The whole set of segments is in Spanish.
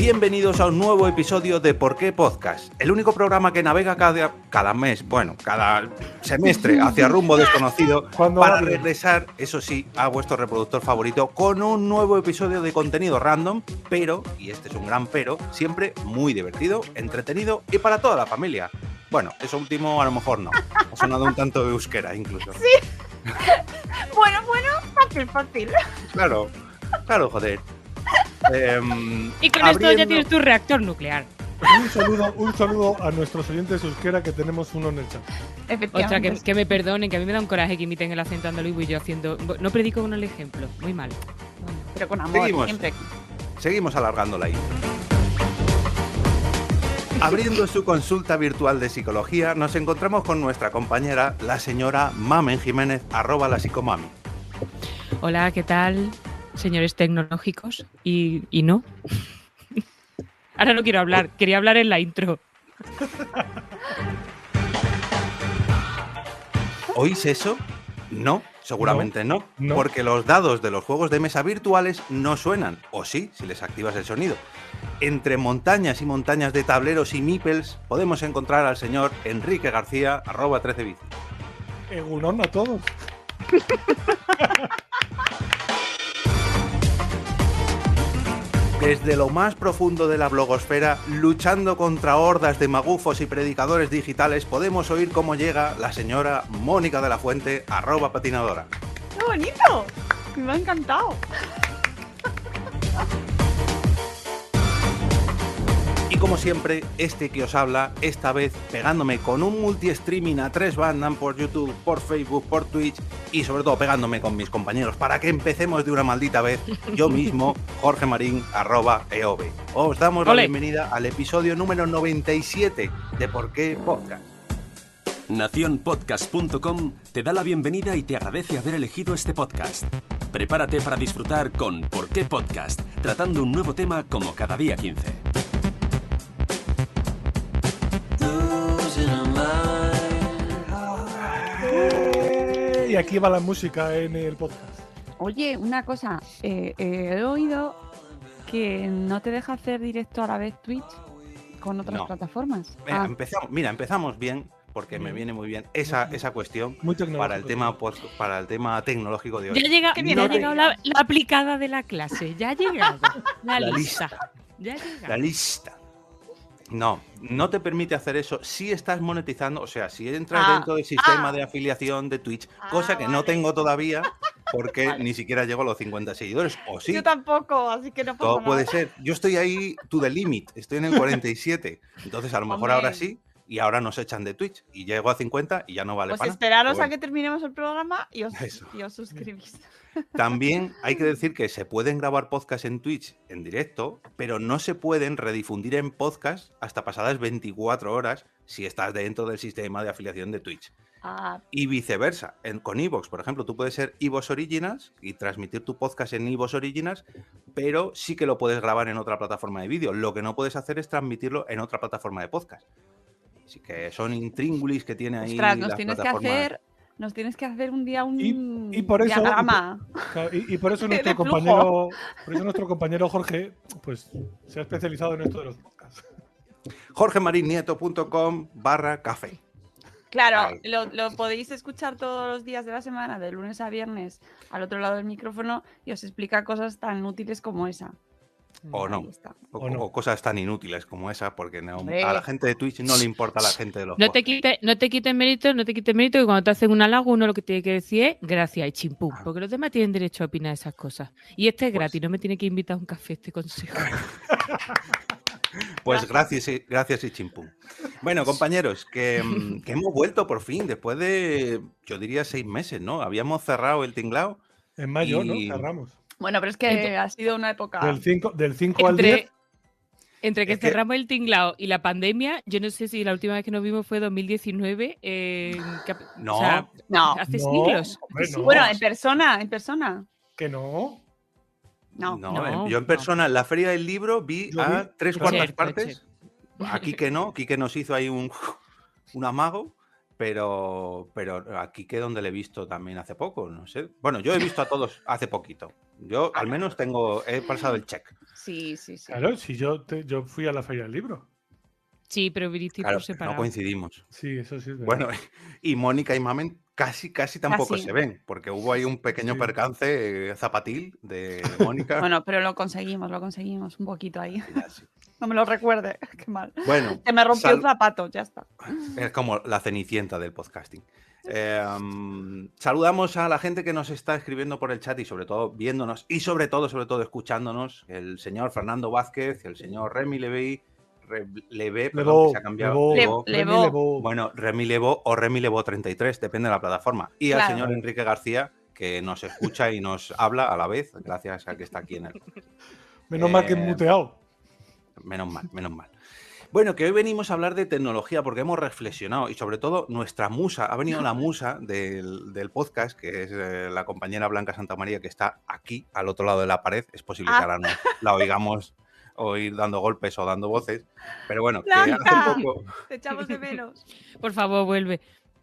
Bienvenidos a un nuevo episodio de ¿Por qué Podcast? El único programa que navega cada mes, bueno, cada semestre hacia rumbo desconocido para regresar, eso sí, a vuestro reproductor favorito con un nuevo episodio de contenido random, pero, y este es un gran pero, siempre muy divertido, entretenido y para toda la familia. Bueno, eso último a lo mejor no. Ha sonado un tanto de euskera incluso. Sí. Bueno, fácil. Claro, joder. Y con esto ya tienes tu reactor nuclear. Un saludo a nuestros oyentes euskera, que tenemos uno en el chat. Efectivamente. Ostras, que me perdonen, que a mí me da un coraje que imiten el acento andaluz y yo haciendo... No predico con el ejemplo, muy mal. Bueno, pero con amor, siempre. Seguimos alargando la intro. Abriendo su consulta virtual de psicología, nos encontramos con nuestra compañera, la señora Mamen Jiménez, @la psicomami. Hola, ¿qué tal, señores tecnológicos? Y no. Ahora no quiero hablar, quería hablar en la intro. ¿Oís eso? No, seguramente no, porque los dados de los juegos de mesa virtuales no suenan, o sí, si les activas el sonido. Entre montañas y montañas de tableros y meeples podemos encontrar al señor Enrique García, @13bici. Egunon a todos. Desde lo más profundo de la blogosfera, luchando contra hordas de magufos y predicadores digitales, podemos oír cómo llega la señora Mónica de la Fuente, @patinadora. ¡Qué bonito! Me ha encantado. Y como siempre, este que os habla, esta vez pegándome con un multi-streaming a 3 bandas por YouTube, por Facebook, por Twitch y sobre todo pegándome con mis compañeros para que empecemos de una maldita vez, yo mismo, Jorge Marín, @eov. Os damos la bienvenida al episodio número 97 de ¿Por qué Podcast? Nacionpodcast.com te da la bienvenida y te agradece haber elegido este podcast. Prepárate para disfrutar con ¿Por qué Podcast? Tratando un nuevo tema como cada día 15. Y aquí va la música en el podcast. Oye, una cosa, he oído que no te deja hacer directo a la vez Twitch con otras plataformas. Empezamos bien, porque me viene muy bien esa cuestión para el tema tecnológico de hoy. Ya ha llegado la aplicada de la clase, ya ha llegado la lista. La lista. No te permite hacer eso si estás monetizando, o sea, si entras dentro del sistema de afiliación de Twitch, cosa que no tengo todavía, porque ni siquiera llego a los 50 seguidores, o sí. Yo tampoco, así que no pasa Todo nada. puede ser. Yo estoy ahí to the limit, estoy en el 47, entonces a lo mejor ahora sí, y ahora nos echan de Twitch, y llego a 50 y ya no vale Pues para nada. esperaros a que terminemos el programa y os suscribís. También hay que decir que se pueden grabar podcasts en Twitch en directo, pero no se pueden redifundir en podcast hasta pasadas 24 horas si estás dentro del sistema de afiliación de Twitch. Y viceversa. Con iVoox, por ejemplo, tú puedes ser iVoox Originals y transmitir tu podcast en iVoox Originals, pero sí que lo puedes grabar en otra plataforma de vídeo. Lo que no puedes hacer es transmitirlo en otra plataforma de podcast. Así que son intríngulis que tiene ahí. Ostras, las plataformas. nos tienes que hacer un día un y por eso, diagrama. Y por eso nuestro compañero Jorge pues se ha especializado en esto de los podcasts. jorgemarinieto.com/café. Claro, lo podéis escuchar todos los días de la semana, de lunes a viernes, al otro lado del micrófono, y os explica cosas tan útiles como esa. O no. O cosas tan inútiles como esa, porque a la gente de Twitch no le importa a la gente de los No te quites mérito, que cuando te hacen un halago uno lo que tiene que decir es gracias y chimpú, porque los demás tienen derecho a opinar esas cosas. Y es gratis, no me tiene que invitar a un café este consejo. Pues gracias y chimpún. Bueno, compañeros, que hemos vuelto por fin, después de, yo diría, 6 meses, ¿no? Habíamos cerrado el tinglao. En mayo, ¿no? Cerramos. Bueno, pero es que ha sido una época... Del 5 al 10. Entre que cerramos el tinglao y la pandemia, yo no sé si la última vez que nos vimos fue 2019. No. O sea, hace siglos. Hombre, no. Bueno, en persona. Que no. No. Yo en persona, en la Feria del Libro, vi a 3/4 partes. Cierto. Aquí que no, Quique nos hizo ahí un amago. pero aquí que donde le he visto también hace poco, no sé. Bueno, yo he visto a todos hace poquito. Yo al menos he pasado el check. Sí. Claro, si yo fui a la Feria del Libro. Sí, pero vinisteis Claro, por separado. no coincidimos. Sí, eso sí es verdad. Bueno, y Mónica y Mamen casi tampoco se ven, porque hubo ahí un pequeño percance zapatil de Mónica. Bueno, pero lo conseguimos un poquito ahí. Sí. No me lo recuerde, qué mal. Bueno, que me rompió el zapato, ya está. Es como la Cenicienta del podcasting. Saludamos a la gente que nos está escribiendo por el chat y sobre todo viéndonos y sobre todo escuchándonos. El señor Fernando Vázquez, el señor Remy Levé, perdón, que se ha cambiado. Levo. Bueno, Remy Levo o Remy Levo 33, depende de la plataforma. Y al señor Enrique García, que nos escucha y nos habla a la vez, gracias a que está aquí en el... Menos mal que he muteado. Menos mal. Bueno, que hoy venimos a hablar de tecnología porque hemos reflexionado y sobre todo nuestra musa, ha venido la musa del podcast, que es la compañera Blanca Santamaría, que está aquí, al otro lado de la pared. Es posible que ahora no la oigamos oír dando golpes o dando voces, pero bueno, que hace poco... Te echamos de menos. Por favor, vuelve.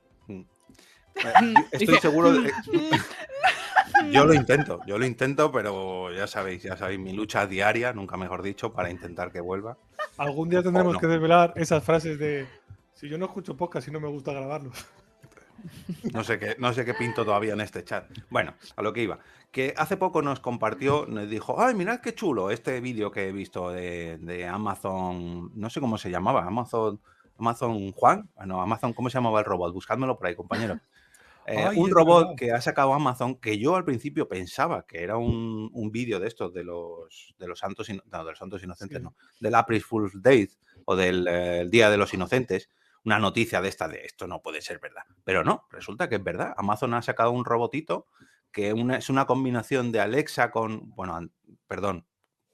Estoy seguro de... Yo lo intento, pero ya sabéis, mi lucha diaria, nunca mejor dicho, para intentar que vuelva. Algún día tendremos que desvelar esas frases de si yo no escucho podcast y no me gusta grabarlos. No sé qué pinto todavía en este chat. Bueno, a lo que iba. Que hace poco nos compartió, nos dijo, ¡ay, mirad qué chulo! Este vídeo que he visto de Amazon, no sé cómo se llamaba, Amazon Juan, bueno, Amazon, ¿cómo se llamaba el robot? Buscádmelo por ahí, compañero. Un robot que ha sacado Amazon, que yo al principio pensaba que era un vídeo de estos, de los santos, no, de los santos inocentes, sí. No, del April Fool's Day o del Día de los Inocentes, una noticia de esto no puede ser verdad. Pero no, resulta que es verdad. Amazon ha sacado un robotito que es una combinación de Alexa con, bueno, perdón.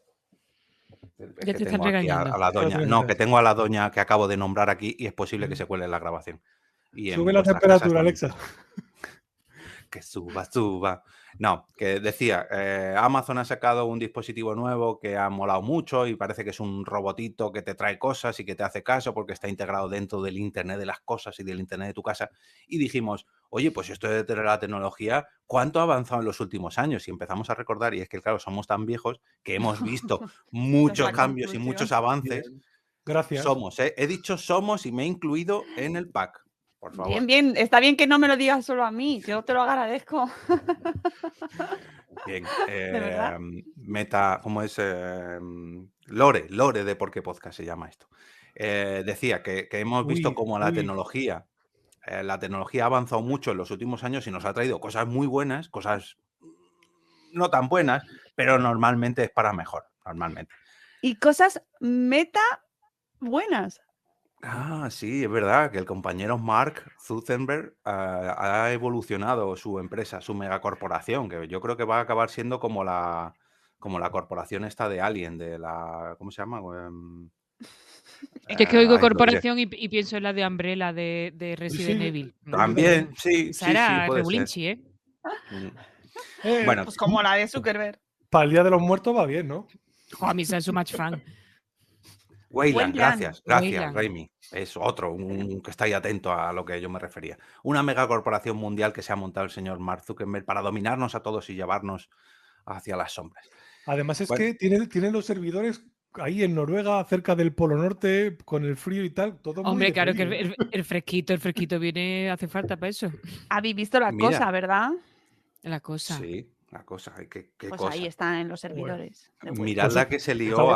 Ya te están regañando. A la doña, no, que tengo a la doña que acabo de nombrar aquí y es posible que se cuele en la grabación. Y sube la temperatura, Alexa. Que suba. No, que decía, Amazon ha sacado un dispositivo nuevo que ha molado mucho y parece que es un robotito que te trae cosas y que te hace caso porque está integrado dentro del Internet de las cosas y del Internet de tu casa. Y dijimos, oye, pues esto de la tecnología, ¿cuánto ha avanzado en los últimos años? Y empezamos a recordar, y es que claro, somos tan viejos que hemos visto muchos cambios y muchos avances. Bien. Gracias. He dicho somos y me he incluido en el pack. Por favor. Bien, está bien que no me lo digas solo a mí, yo te lo agradezco. Bien, Meta, ¿cómo es? Lore de Por qué Podcast se llama esto. Decía que hemos visto cómo la tecnología ha avanzado mucho en los últimos años y nos ha traído cosas muy buenas, cosas no tan buenas, pero normalmente es para mejor, normalmente. Y cosas meta buenas. Ah, sí, es verdad que el compañero Mark Zuckerberg ha evolucionado su empresa, su megacorporación, que yo creo que va a acabar siendo como la corporación esta de Alien, de la... ¿Cómo se llama? Es que oigo corporación y pienso en la de Umbrella de Resident Evil. También, sí. Sara puede Regulinchi, ser. Bueno, pues como la de Zuckerberg. Para el Día de los Muertos va bien, ¿no? A mí soy so much fan. Wayland, gracias, Raimi. Es otro, que está ahí atento a lo que yo me refería. Una megacorporación mundial que se ha montado el señor Mark Zuckerberg para dominarnos a todos y llevarnos hacia las sombras. Además es que tienen los servidores ahí en Noruega, cerca del Polo Norte, con el frío y tal. Todo Hombre, muy claro que el fresquito viene, hace falta para eso. Habéis visto la cosa, ¿verdad? La cosa. Sí. La cosa, ¿qué pues cosa? Ahí están en los servidores. Bueno, mirad la que se lió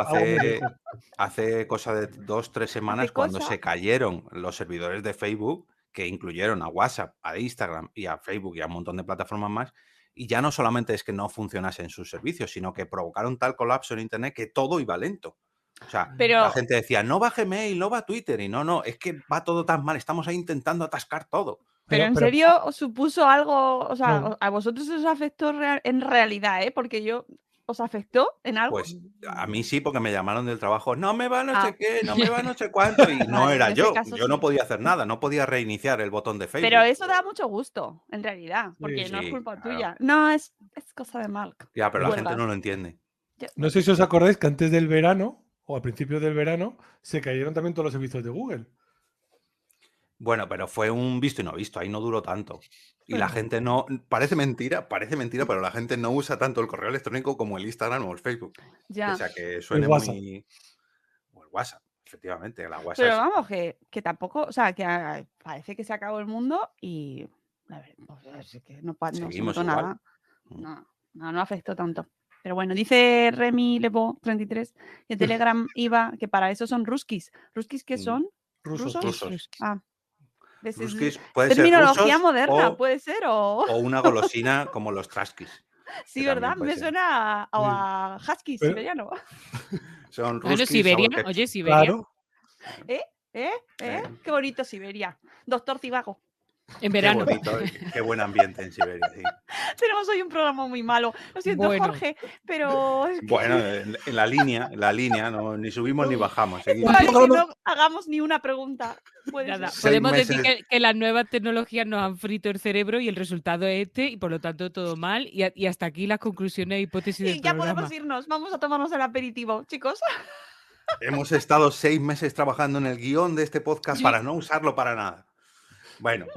hace cosa de 2-3 semanas cuando se cayeron los servidores de Facebook, que incluyeron a WhatsApp, a Instagram y a Facebook y a un montón de plataformas más. Y ya no solamente es que no funcionasen sus servicios, sino que provocaron tal colapso en Internet que todo iba lento. O sea, la gente decía, no va Gmail, no va Twitter. Y no, es que va todo tan mal. Estamos ahí intentando atascar todo. Pero en serio os supuso algo, o sea, no. A vosotros os afectó en realidad, porque ¿os afectó en algo? Pues a mí sí, porque me llamaron del trabajo, no me va no sé qué, no me va no sé cuánto, y no era yo no podía hacer nada, no podía reiniciar el botón de Facebook. Pero eso da mucho gusto, en realidad, porque no es culpa tuya. No, es cosa de Mark. Ya, pero la gente no lo entiende. No sé si os acordáis que antes del verano, o al principio del verano, se cayeron también todos los servicios de Google. Bueno, pero fue un visto y no visto, ahí no duró tanto. Y la gente no, parece mentira, pero la gente no usa tanto el correo electrónico como el Instagram o el Facebook. Ya. O sea, que suene WhatsApp. muy... O el WhatsApp, efectivamente, la WhatsApp. Pero vamos, que tampoco, o sea, que parece que se acabó el mundo y a ver, pues, es que no se Seguimos notó igual. nada. No afectó tanto. Pero bueno, dice Remy Levo 33 que Telegram iba, que para eso son ruskis. ¿Ruskis qué son? Rusos. Rusos. Ah, ¿ves? Es Ruskis puede ser terminología rusos moderna, puede ser, o una golosina como los traskis. sí, que ¿verdad? también puede Me ser. suena a husky Pero- siberiano. Son Bueno, ruskis. Siberia. sabor Oye, Siberia. Claro. Qué bonito Siberia. Doctor Cibago. En Qué verano. bonito, qué buen ambiente en Siberia, sí. Tenemos hoy un programa muy malo. Lo siento, Bueno. Jorge, pero es que Bueno, en la línea, no, ni subimos ni bajamos. Seguimos. vale que no hagamos ni una pregunta. Puede Nada, ser. 6 podemos decir meses. que las nuevas tecnologías nos han frito el cerebro y el resultado es este, y por lo tanto todo mal. Y hasta aquí las conclusiones e hipótesis Y del ya programa. podemos irnos. Vamos a tomarnos el aperitivo, chicos. Hemos estado 6 meses trabajando en el guión de este podcast Sí. para no usarlo para nada. Bueno,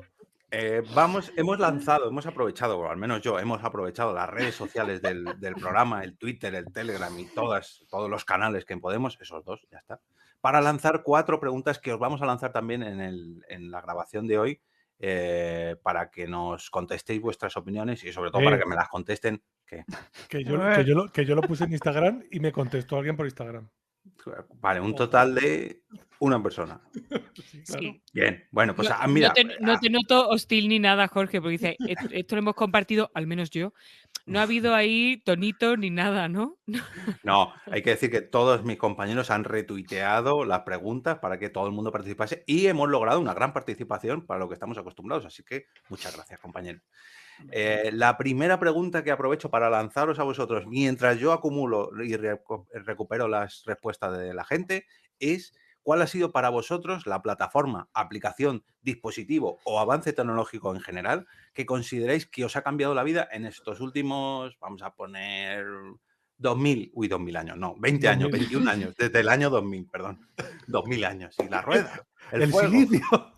hemos aprovechado, o al menos yo, hemos aprovechado las redes sociales del programa, el Twitter, el Telegram y todos los canales que podemos, esos dos, ya está, para lanzar 4 preguntas que os vamos a lanzar también en la grabación de hoy, para que nos contestéis vuestras opiniones y sobre todo para que me las contesten. ¿Qué? Que yo lo puse en Instagram y me contestó alguien por Instagram. Vale, un total de una persona. Sí, claro. Sí. Bien, bueno, pues No, mira. no te noto hostil ni nada, Jorge, porque dice, esto lo hemos compartido, al menos yo. No ha habido ahí tonitos ni nada, ¿no? No, hay que decir que todos mis compañeros han retuiteado las preguntas para que todo el mundo participase y hemos logrado una gran participación para lo que estamos acostumbrados. Así que muchas gracias, compañeros. La primera pregunta que aprovecho para lanzaros a vosotros, mientras yo acumulo y recupero las respuestas de la gente, es ¿cuál ha sido para vosotros la plataforma, aplicación, dispositivo o avance tecnológico en general que consideréis que os ha cambiado la vida en estos últimos, vamos a poner 2000 años, no, 20 años, 21 años, desde el año 2000, perdón, 2000 años, y la rueda, el fuego. silicio.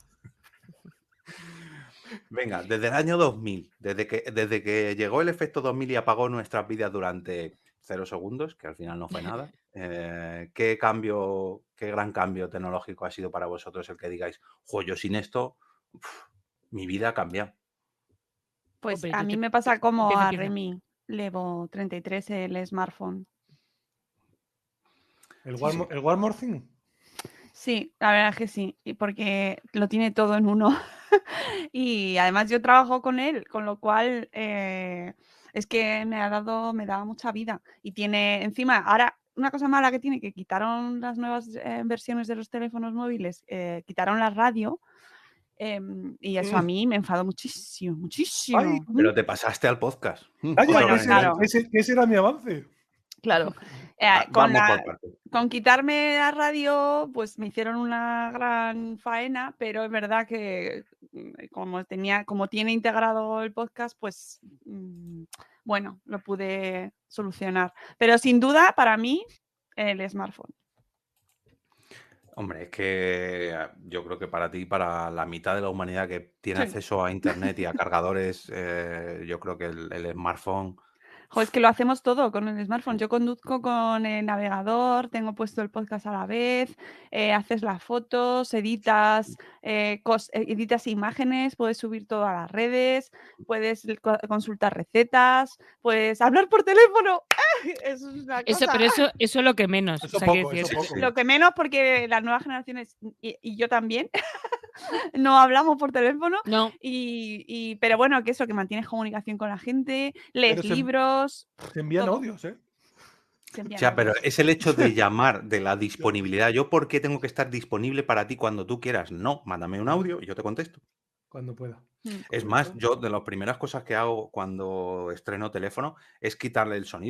Venga, desde el año 2000, desde que llegó el efecto 2000 y apagó nuestras vidas durante 0 segundos, que al final no fue nada, ¿qué gran cambio tecnológico ha sido para vosotros el que digáis, jo, yo sin esto, mi vida ha cambiado? Pues Hombre, a yo mí te- me pasa como a empieza. Remy Levo 33, el smartphone. ¿El One More Thing? Sí, la verdad es que sí, y porque lo tiene todo en uno. Y además yo trabajo con él, con lo cual es que me da mucha vida. Y tiene, encima, ahora, una cosa mala que tiene, que quitaron las nuevas versiones de los teléfonos móviles, quitaron la radio, y eso a mí me enfadó muchísimo, muchísimo. Ay, Pero te pasaste al podcast. Calla, Bueno, ese, claro. ese era mi avance. Claro. Vamos por partes. Con quitarme la radio, pues me hicieron una gran faena, pero es verdad que como tiene integrado el podcast, pues bueno, lo pude solucionar. Pero sin duda, para mí, el smartphone. Hombre, es que yo creo que para ti, para la mitad de la humanidad que tiene Sí. acceso a internet y a cargadores, yo creo que el smartphone... Jo, es que lo hacemos todo con el smartphone. Yo conduzco con el navegador, tengo puesto el podcast a la vez, haces las fotos, editas imágenes, puedes subir todo a las redes, puedes consultar recetas, puedes hablar por teléfono. Eso es una cosa. Pero eso es lo que menos. Eso o sea, poco, quiero decir, eso poco. Lo que menos, porque las nuevas generaciones, y yo también, no hablamos por teléfono. no, Pero bueno, que eso, que mantienes comunicación con la gente, lees libros. Se envían todo. audios, ¿eh? Se envían O sea, pero audios. es el hecho de llamar, de la disponibilidad. ¿Yo por qué tengo que estar disponible para ti cuando tú quieras? No, mándame un audio y yo te contesto. Cuando pueda. Es Correcto. más, yo de las primeras cosas que hago cuando estreno teléfono es quitarle el sonido.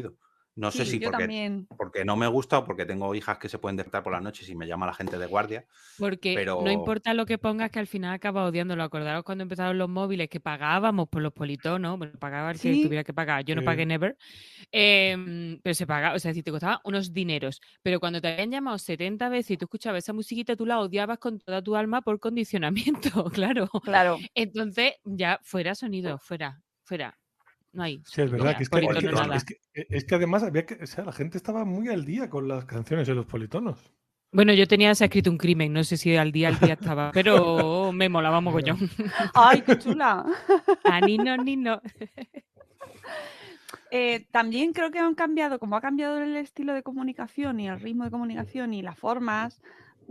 No sé Sí, si yo también. porque no me gusta o porque tengo hijas que se pueden despertar por las noches y me llama la gente de guardia, Porque no pero importa lo que pongas, que al final acabas odiándolo. Acordaros cuando empezaron los móviles que pagábamos por los politonos, bueno, pagaba el que Sí, tuviera que pagar, yo no pagué never, pero se pagaba, o sea, si te costaba unos dineros. Pero cuando te habían llamado 70 veces y tú escuchabas esa musiquita, tú la odiabas con toda tu alma por condicionamiento, claro. claro. Entonces, ya fuera sonido, fuera. No hay Sí, es sonido verdad ya, que es que, es que, politono es que, nada. es que además había que, o sea, la gente estaba muy al día con las canciones de los politonos. Bueno, yo tenía se ha escrito un crimen, no sé si al día estaba, pero me molaba mogollón. ¡Ay, qué chula! A Nino. También creo que han cambiado, como ha cambiado el estilo de comunicación y el ritmo de comunicación y las formas,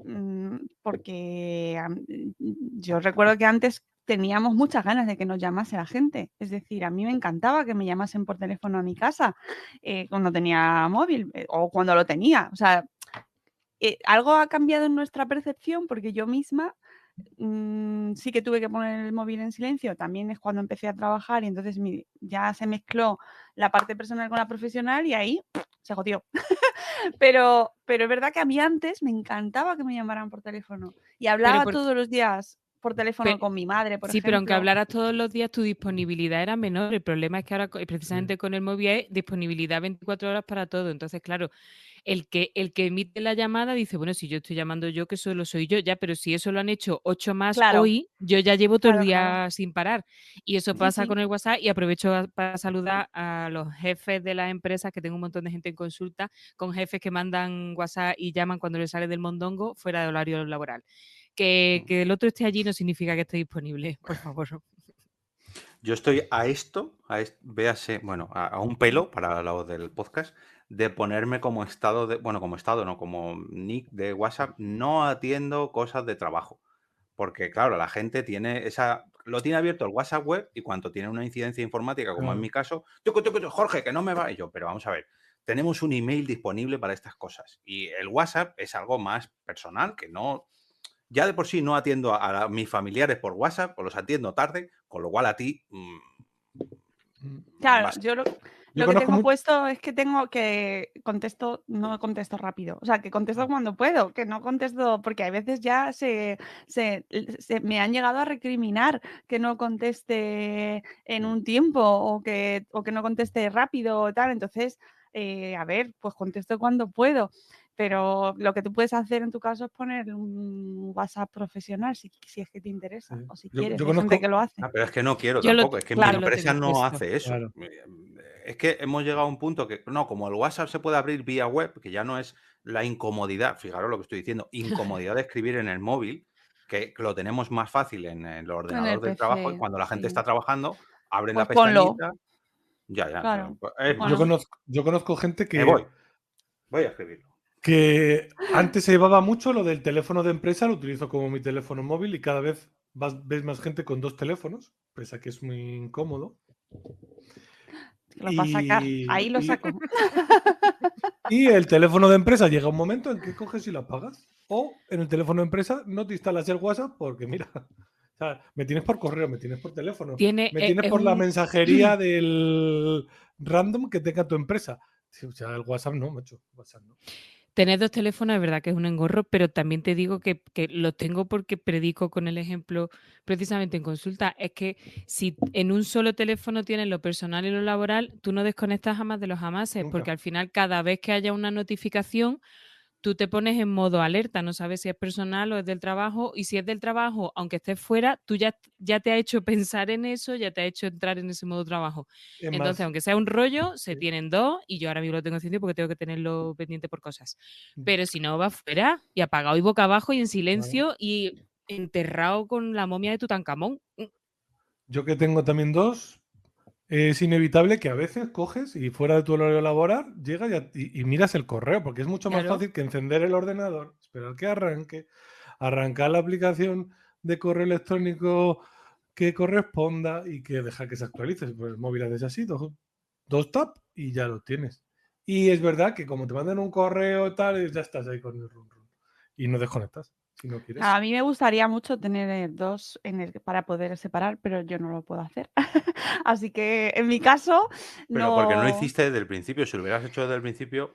porque yo recuerdo que antes teníamos muchas ganas de que nos llamase la gente. Es decir, a mí me encantaba que me llamasen por teléfono a mi casa cuando tenía móvil o cuando lo tenía. O sea, algo ha cambiado en nuestra percepción porque yo misma sí que tuve que poner el móvil en silencio. También es cuando empecé a trabajar y entonces ya se mezcló la parte personal con la profesional y ahí se jodió. Pero es verdad que a mí antes me encantaba que me llamaran por teléfono y hablaba Pero todos los días por teléfono Pe- con mi madre, por Sí, pero aunque ejemplo. hablaras todos los días, tu disponibilidad era menor. El problema es que ahora, precisamente con el móvil, hay disponibilidad 24 horas para todo. Entonces, claro, el que emite la llamada dice, bueno, si yo estoy llamando yo, que solo soy yo, ya, pero si eso lo han hecho 8 más Claro, hoy, yo ya llevo todo el claro, claro. día sin parar. Y eso Sí, pasa sí. con el WhatsApp y aprovecho para saludar a los jefes de las empresas, que tengo un montón de gente en consulta, con jefes que mandan WhatsApp y llaman cuando les sale del mondongo fuera de horario laboral. Que el otro esté allí no significa que esté disponible, por favor. yo estoy véase, bueno, a un pelo para lo del podcast, de ponerme como estado como estado, no, como nick de WhatsApp, no atiendo cosas de trabajo. Porque, claro, la gente lo tiene abierto el WhatsApp web y cuando tiene una incidencia informática, como en mi caso, Jorge, que no me va. Y yo, pero vamos a ver, tenemos un email disponible para estas cosas. Y el WhatsApp es algo más personal que no. Ya de por sí no atiendo a mis familiares por WhatsApp o los atiendo tarde, con lo cual a ti. Claro, Más. yo Yo lo que conozco tengo puesto es que no contesto rápido. O sea, que contesto cuando puedo, que no contesto, porque a veces ya me han llegado a recriminar que no conteste en un tiempo o que no conteste rápido o tal. Entonces, a ver, pues contesto cuando puedo. Pero lo que tú puedes hacer en tu caso es poner un WhatsApp profesional si es que te interesa Sí. o si Yo quieres. Hay gente que lo hace. Pero es que no quiero Yo lo, tampoco, es que mi yo lo empresa tengo no puesto. hace eso. Claro. Es que hemos llegado a un punto que, no, como el WhatsApp se puede abrir vía web, que ya no es la incomodidad, fijaros lo que estoy diciendo, incomodidad de escribir en el móvil, que lo tenemos más fácil en el En el ordenador del trabajo y PC, cuando la gente sí. está trabajando, abren la Pues ponlo, pestañita, ya, claro. es Yo más, Bueno, conozco gente me voy a escribirlo. que antes se llevaba mucho lo del teléfono de empresa, lo utilizo como mi teléfono móvil y cada vez ves más gente con dos teléfonos, pese a que es muy incómodo. los va a sacar. Ahí lo Y, saco. y el teléfono de empresa llega un momento en que coges y lo apagas. O en el teléfono de empresa no te instalas el WhatsApp porque, mira, o sea, me tienes por correo, me tienes por teléfono, Tiene, me tienes es por la un... mensajería del random que tenga tu empresa. O sea, el WhatsApp no, macho. WhatsApp no. Tener dos teléfonos es verdad que es un engorro, pero también te digo que los tengo porque predico con el ejemplo precisamente en consulta. Es que si en un solo teléfono tienes lo personal y lo laboral, tú no desconectas jamás de los jamases, Nunca. porque al final cada vez que haya una notificación, tú te pones en modo alerta, no sabes si es personal o es del trabajo, y si es del trabajo, aunque estés fuera, tú ya te ha hecho pensar en eso, ya te ha hecho entrar en ese modo trabajo. Es Entonces, más, aunque sea un rollo, se sí. tienen dos, y yo ahora mismo lo tengo encendido porque tengo que tenerlo pendiente por cosas. Mm. Pero si no, va fuera, y apagado y boca abajo, y en silencio, Claro. y enterrado con la momia de Tutankamón. Yo que tengo también dos, es inevitable que a veces coges y fuera de tu horario laboral llegas y miras el correo, porque es mucho más Claro. fácil que encender el ordenador, esperar que arranque, arrancar la aplicación de correo electrónico que corresponda y que dejar que se actualice. Pues el móvil haces así, dos tap y ya lo tienes. Y es verdad que como te mandan un correo tal, ya estás ahí con el run run y no desconectas. si no quieres. A mí me gustaría mucho tener dos para poder separar, pero yo no lo puedo hacer. Así que en mi caso, Pero porque no lo no. hiciste desde el principio. Si lo hubieras hecho desde el principio,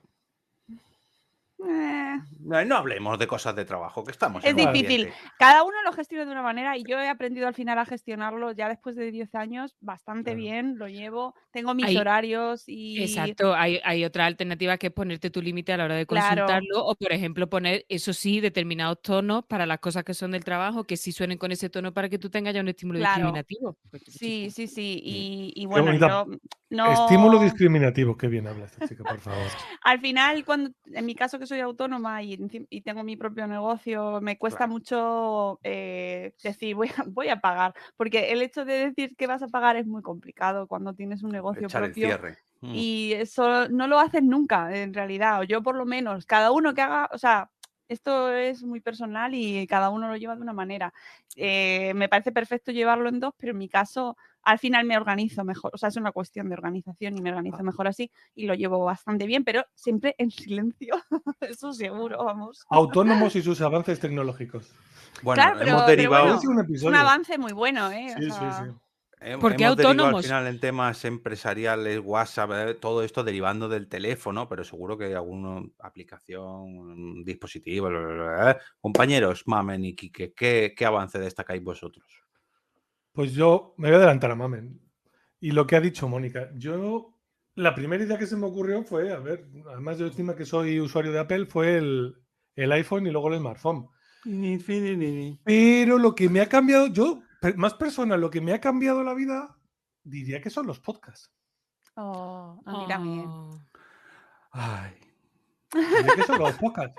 eh, no hablemos de cosas de trabajo, que estamos Es en un difícil. ambiente. Cada uno lo gestiona de una manera y yo he aprendido al final a gestionarlo ya después de 10 años bastante Claro. bien, lo llevo, tengo mis Hay- horarios y Exacto, hay otra alternativa que es ponerte tu límite a la hora de Claro. consultarlo o, por ejemplo, poner, eso sí, determinados tonos para las cosas que son del trabajo, que sí suenen con ese tono para que tú tengas ya un estímulo Claro. discriminativo. Sí. Y Qué bueno, bonita- yo no. Estímulo discriminativo. Qué bien habla esta chica, por favor. Al final, en mi caso que soy autónoma y tengo mi propio negocio, me cuesta Claro. mucho decir voy a pagar, porque el hecho de decir que vas a pagar es muy complicado cuando tienes un negocio Echar el propio. cierre. Y eso no lo haces nunca, en realidad, o yo por lo menos, cada uno que haga, o sea, esto es muy personal y cada uno lo lleva de una manera. Me parece perfecto llevarlo en dos, pero en mi caso, al final me organizo mejor, o sea, es una cuestión de organización y me organizo mejor así y lo llevo bastante bien, pero siempre en silencio, eso seguro, vamos. Autónomos y sus avances tecnológicos. Bueno, Claro, hemos pero derivado. bueno, Ese es un es un episodio. avance muy bueno, ¿eh? O Sí, sea, sí, sí. ¿Por qué Hemos derivado al autónomos? final en temas empresariales, WhatsApp, todo esto derivando del teléfono, pero seguro que hay alguna aplicación, un dispositivo. Bla, bla, bla. Compañeros, Mamen y Quique, ¿qué avance destacáis vosotros? Pues yo me voy a adelantar a Mamen. Y lo que ha dicho Mónica, la primera idea que se me ocurrió fue, a ver, además yo encima que soy usuario de Apple, fue el iPhone y luego el smartphone. Pero lo que me ha cambiado, más personal, lo que me ha cambiado la vida, diría que son los podcasts. a mí también. Oh. Ay, Diría que son los podcasts.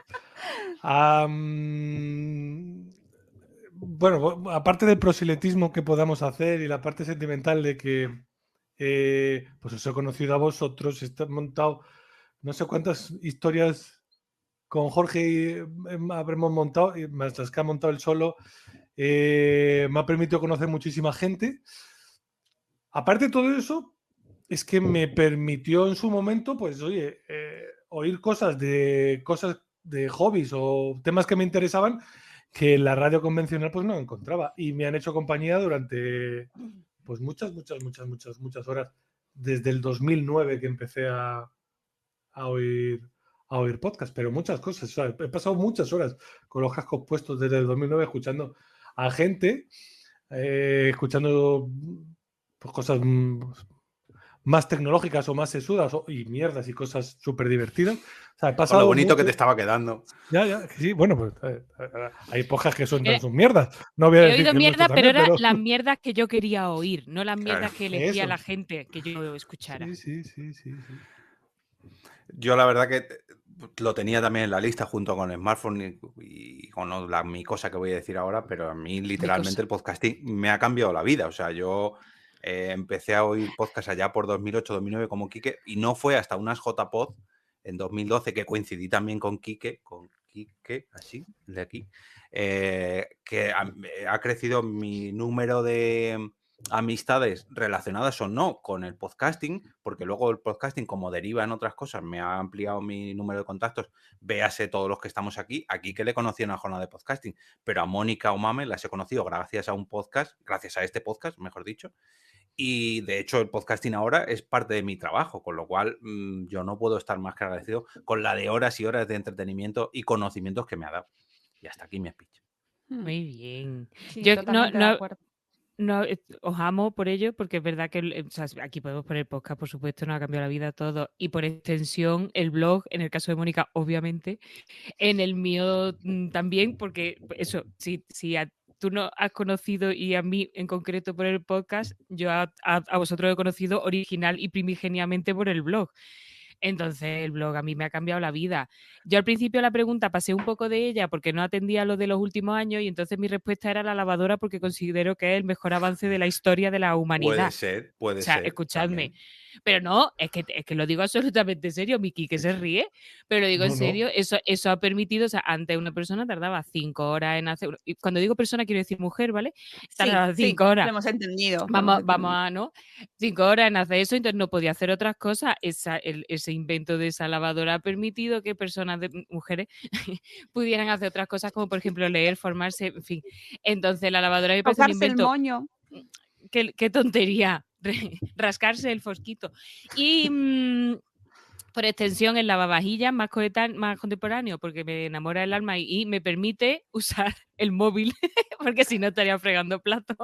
Bueno, aparte del proselitismo que podamos hacer y la parte sentimental de que pues os he conocido a vosotros, he montado no sé cuántas historias con Jorge habremos montado, y más las que ha montado él solo, me ha permitido conocer muchísima gente. Aparte de todo eso, es que me permitió en su momento, pues, oye, oír cosas de hobbies o temas que me interesaban que en la radio convencional pues no encontraba y me han hecho compañía durante pues muchas horas desde el 2009 que empecé a oír podcast, pero muchas cosas, o sea, he pasado muchas horas con los cascos puestos desde el 2009 escuchando a gente, escuchando pues, cosas más tecnológicas o más sesudas y mierdas y cosas súper divertidas. O sea, he con pasado lo bonito mucho. que te estaba quedando. Ya, sí, bueno, pues hay podcasts que suenan sus mierdas. No voy a He decir oído que el mierda, nuestro pero también, eran las mierdas que yo quería oír, no las Claro. mierdas que elegía Eso. la gente que yo escuchara. Sí. Yo la verdad que lo tenía también en la lista junto con el smartphone y con mi cosa que voy a decir ahora, pero a mí literalmente el podcasting me ha cambiado la vida. O sea, yo empecé a oír podcast allá por 2008-2009 como Quique y no fue hasta unas JPod en 2012 que coincidí también con Quique, así, de aquí, que ha crecido mi número de amistades relacionadas o no con el podcasting, porque luego el podcasting, como deriva en otras cosas, me ha ampliado mi número de contactos. Véase todos los que estamos aquí que le conocí en una jornada de podcasting, pero a Mónica o Mame las he conocido gracias a un podcast, gracias a este podcast, mejor dicho. Y de hecho el podcasting ahora es parte de mi trabajo, con lo cual yo no puedo estar más que agradecido con la de horas y horas de entretenimiento y conocimientos que me ha dado. Y hasta aquí mi speech. Muy bien. Sí, Yo totalmente de acuerdo. No, os amo por ello, porque es verdad que o sea, aquí podemos poner podcast, por supuesto, nos ha cambiado la vida todo. Y por extensión, el blog, en el caso de Mónica, obviamente. En el mío también, porque eso, si tú no has conocido y a mí en concreto por el podcast, yo a vosotros he conocido original y primigeniamente por el blog. Entonces el blog a mí me ha cambiado la vida. Yo al principio la pregunta pasé un poco de ella porque no atendía lo de los últimos años y entonces mi respuesta era la lavadora porque considero que es el mejor avance de la historia de la humanidad. Puede O sea, ser. escuchadme. También. Pero no, es que lo digo absolutamente en serio, Miki, que se ríe, pero lo digo en serio, eso ha permitido, o sea, antes una persona tardaba 5 horas en hacer, y cuando digo persona quiero decir mujer, ¿vale? Tardaba 5 horas. Lo hemos entendido. Vamos a, ¿no? 5 horas en hacer eso, entonces no podía hacer otras cosas. Ese invento de esa lavadora ha permitido que personas, mujeres, pudieran hacer otras cosas como, por ejemplo, leer, formarse, en fin. Entonces, la lavadora me parece un Tocarse el invento... moño. Qué tontería, rascarse el fosquito. Y por extensión, el lavavajillas más contemporáneo, porque me enamora el alma y me permite usar el móvil, porque si no estaría fregando platos.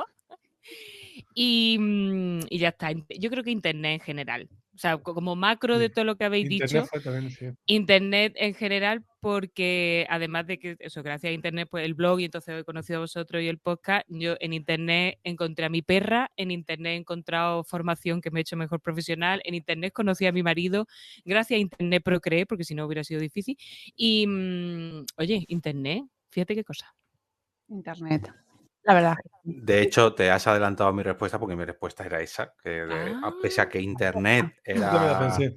Y ya está. Yo creo que Internet en general. O sea, como macro de todo lo que habéis Internet dicho, fue también, sí. Internet en general, porque además de que eso, gracias a Internet, pues el blog, y entonces he conocido a vosotros y el podcast, yo en Internet encontré a mi perra, en Internet he encontrado formación que me ha hecho mejor profesional, en Internet conocí a mi marido, gracias a Internet procreé, porque si no hubiera sido difícil. Y, oye, Internet, fíjate qué cosa. Internet. La verdad. De hecho, te has adelantado a mi respuesta porque mi respuesta era esa, que pese a que Internet Yo me la pensé.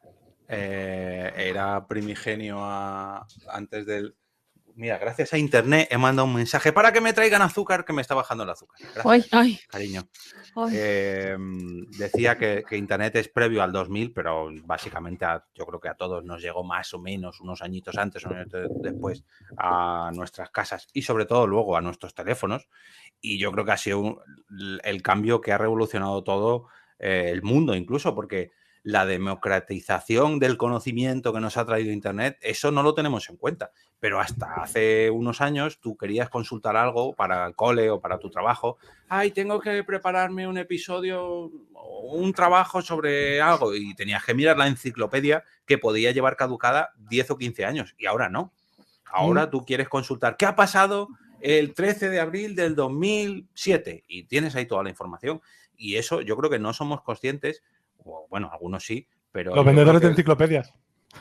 era primigenio antes del... Mira, gracias a Internet he mandado un mensaje para que me traigan azúcar, que me está bajando el azúcar. Gracias, Ay. cariño. Ay. Decía que Internet es previo al 2000, pero básicamente yo creo que a todos nos llegó más o menos unos añitos antes o unos añitos después a nuestras casas y sobre todo luego a nuestros teléfonos. Y yo creo que ha sido el cambio que ha revolucionado todo el mundo, incluso porque la democratización del conocimiento que nos ha traído Internet, eso no lo tenemos en cuenta. Pero hasta hace unos años tú querías consultar algo para el cole o para tu trabajo. Ay, tengo que prepararme un episodio o un trabajo sobre algo y tenías que mirar la enciclopedia que podía llevar caducada 10 o 15 años y ahora no. Ahora tú quieres consultar qué ha pasado el 13 de abril del 2007 y tienes ahí toda la información. Y eso yo creo que no somos conscientes, o bueno, algunos sí, pero... Los vendedores de enciclopedias.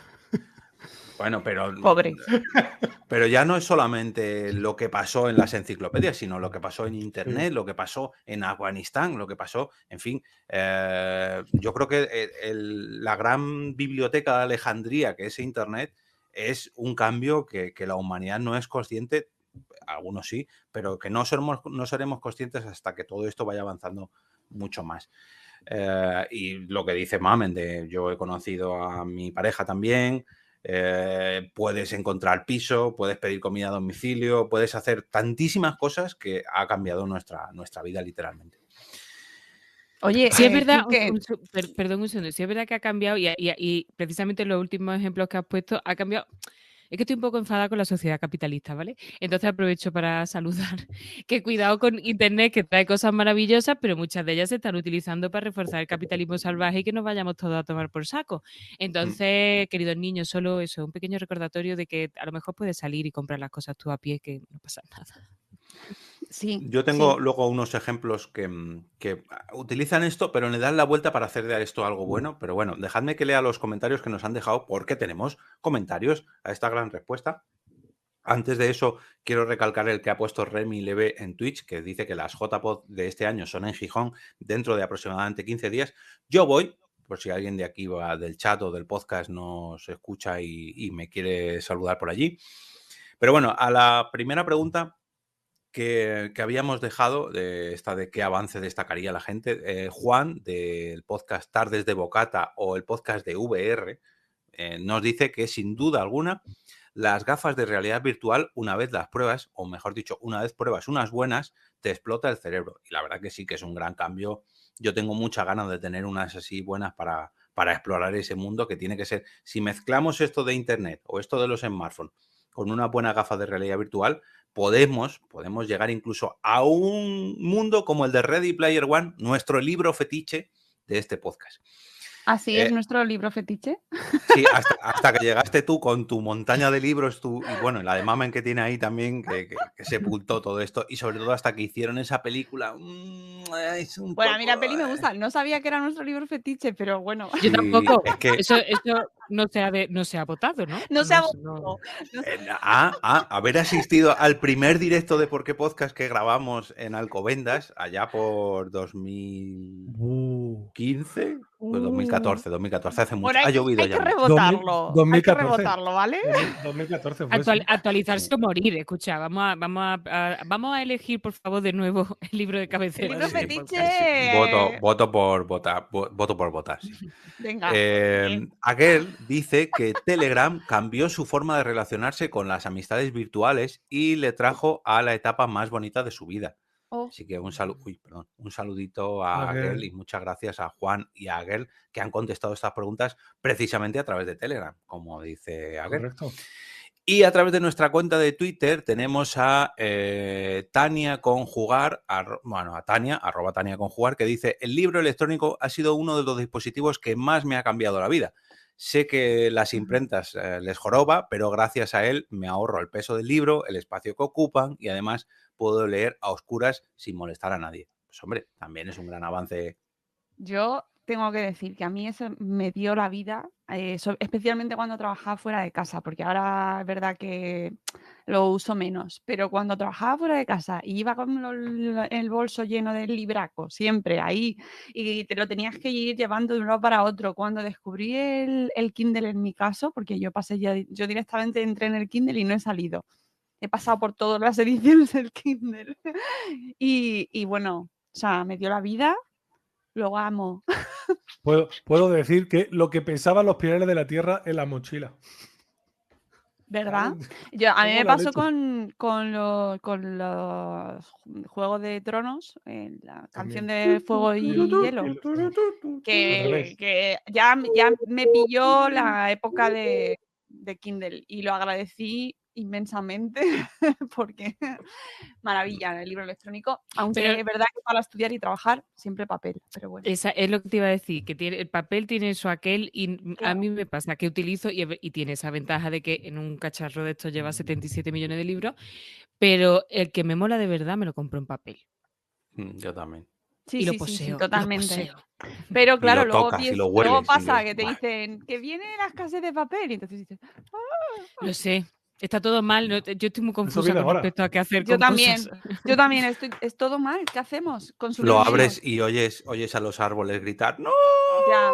Bueno, pero... Pobre. Pero ya no es solamente lo que pasó en las enciclopedias, sino lo que pasó en Internet, lo que pasó en Afganistán, lo que pasó, en fin. Yo creo que la gran biblioteca de Alejandría, que es Internet, es un cambio que la humanidad no es consciente, algunos sí, pero que no seremos conscientes hasta que todo esto vaya avanzando mucho más. Y lo que dice Mamen, yo he conocido a mi pareja también, puedes encontrar piso, puedes pedir comida a domicilio, puedes hacer tantísimas cosas que ha cambiado nuestra vida literalmente. Oye, sí es verdad, perdón un segundo, sí es verdad que ha cambiado y precisamente los últimos ejemplos que has puesto ha cambiado. Es que estoy un poco enfadada con la sociedad capitalista, ¿vale? Entonces aprovecho para saludar que cuidado con Internet, que trae cosas maravillosas, pero muchas de ellas se están utilizando para reforzar el capitalismo salvaje y que nos vayamos todos a tomar por saco. Entonces, queridos niños, solo eso, un pequeño recordatorio de que a lo mejor puedes salir y comprar las cosas tú a pie, que no pasa nada. Sí. Yo tengo luego unos ejemplos que utilizan esto, pero le dan la vuelta para hacer de esto algo bueno. Pero bueno, dejadme que lea los comentarios que nos han dejado, porque tenemos comentarios a esta gran respuesta. Antes de eso, quiero recalcar el que ha puesto Remy Leve en Twitch, que dice que las JPod de este año son en Gijón dentro de aproximadamente 15 días. Yo voy, por si alguien de aquí va del chat o del podcast nos escucha y me quiere saludar por allí. Pero bueno, a la primera pregunta que habíamos dejado, de qué avance destacaría la gente, Juan, del podcast Tardes de Bocata o el podcast de VR, nos dice que sin duda alguna las gafas de realidad virtual, una vez las pruebas, o mejor dicho, una vez pruebas unas buenas, te explota el cerebro. Y la verdad que sí que es un gran cambio. Yo tengo muchas ganas de tener unas así buenas para explorar ese mundo que tiene que ser. Si mezclamos esto de Internet o esto de los smartphones con una buena gafa de realidad virtual, podemos llegar incluso a un mundo como el de Ready Player One, nuestro libro fetiche de este podcast. ¿Así es nuestro libro fetiche? Sí, hasta que llegaste tú con tu montaña de libros, y bueno, la de Mamen que tiene ahí también, que sepultó todo esto, y sobre todo hasta que hicieron esa película. Bueno, a mí la peli me gusta, no sabía que era nuestro libro fetiche, pero bueno. Yo tampoco, es que... eso no se ha votado, ¿no? No se ha No- votado. Haber asistido al primer directo de Por qué Podcast que grabamos en Alcobendas allá por 2015, pues 2014, hace mucho. Bueno, Ha llovido hay ya que mucho. rebotarlo. Hay que 2014. rebotarlo, ¿vale? 2014 fue, sí. Actualizarse o morir, escucha, vamos a elegir, por favor, de nuevo el libro de cabecera. libro de este fetiche. podcast. Voto por votar, sí. Venga. Aguel dice que Telegram cambió su forma de relacionarse con las amistades virtuales y le trajo a la etapa más bonita de su vida. Oh, Así que un saludito a Aguel y muchas gracias a Juan y a Aguel que han contestado estas preguntas precisamente a través de Telegram, como dice Aguel. Correcto. Y a través de nuestra cuenta de Twitter tenemos a Tania Conjugar, a Tania, @TaniaConjugar, que dice: el libro electrónico ha sido uno de los dispositivos que más me ha cambiado la vida. Sé que las imprentas les joroba, pero gracias a él me ahorro el peso del libro, el espacio que ocupan y además puedo leer a oscuras sin molestar a nadie. Pues hombre, también es un gran avance. yo tengo que decir que a mí eso me dio la vida, especialmente cuando trabajaba fuera de casa, porque ahora es verdad que lo uso menos, pero cuando trabajaba fuera de casa y iba con el bolso lleno de libraco, siempre ahí, y te lo tenías que ir llevando de un lado para otro. Cuando descubrí el Kindle en mi caso, porque yo directamente entré en el Kindle y no he salido. He pasado por todas las ediciones del Kindle. Y bueno, o sea, me dio la vida. Lo amo. Puedo decir que lo que pesaban los pilares de la Tierra en la mochila. ¿Verdad? A mí me pasó con los Juegos de Tronos, la canción de Fuego y Hielo, que ya me pilló la época de Kindle y lo agradecí inmensamente porque maravilla el libro electrónico, aunque es verdad que para estudiar y trabajar siempre papel, pero bueno. Esa es lo que te iba a decir, que el papel tiene eso aquel y a mí me pasa que utilizo y tiene esa ventaja de que en un cacharro de estos lleva 77 millones de libros, pero el que me mola de verdad me lo compro en papel. Yo también. Y lo poseo, totalmente. Pero claro, luego pasa que te vale. dicen que viene la escasez de papel y entonces dices, Lo sé, está todo mal, yo estoy muy confusa con respecto a qué hacer yo con también, cosas. Yo también, es todo mal, ¿qué hacemos? Lo abres y oyes a los árboles gritar ¡no! Ya.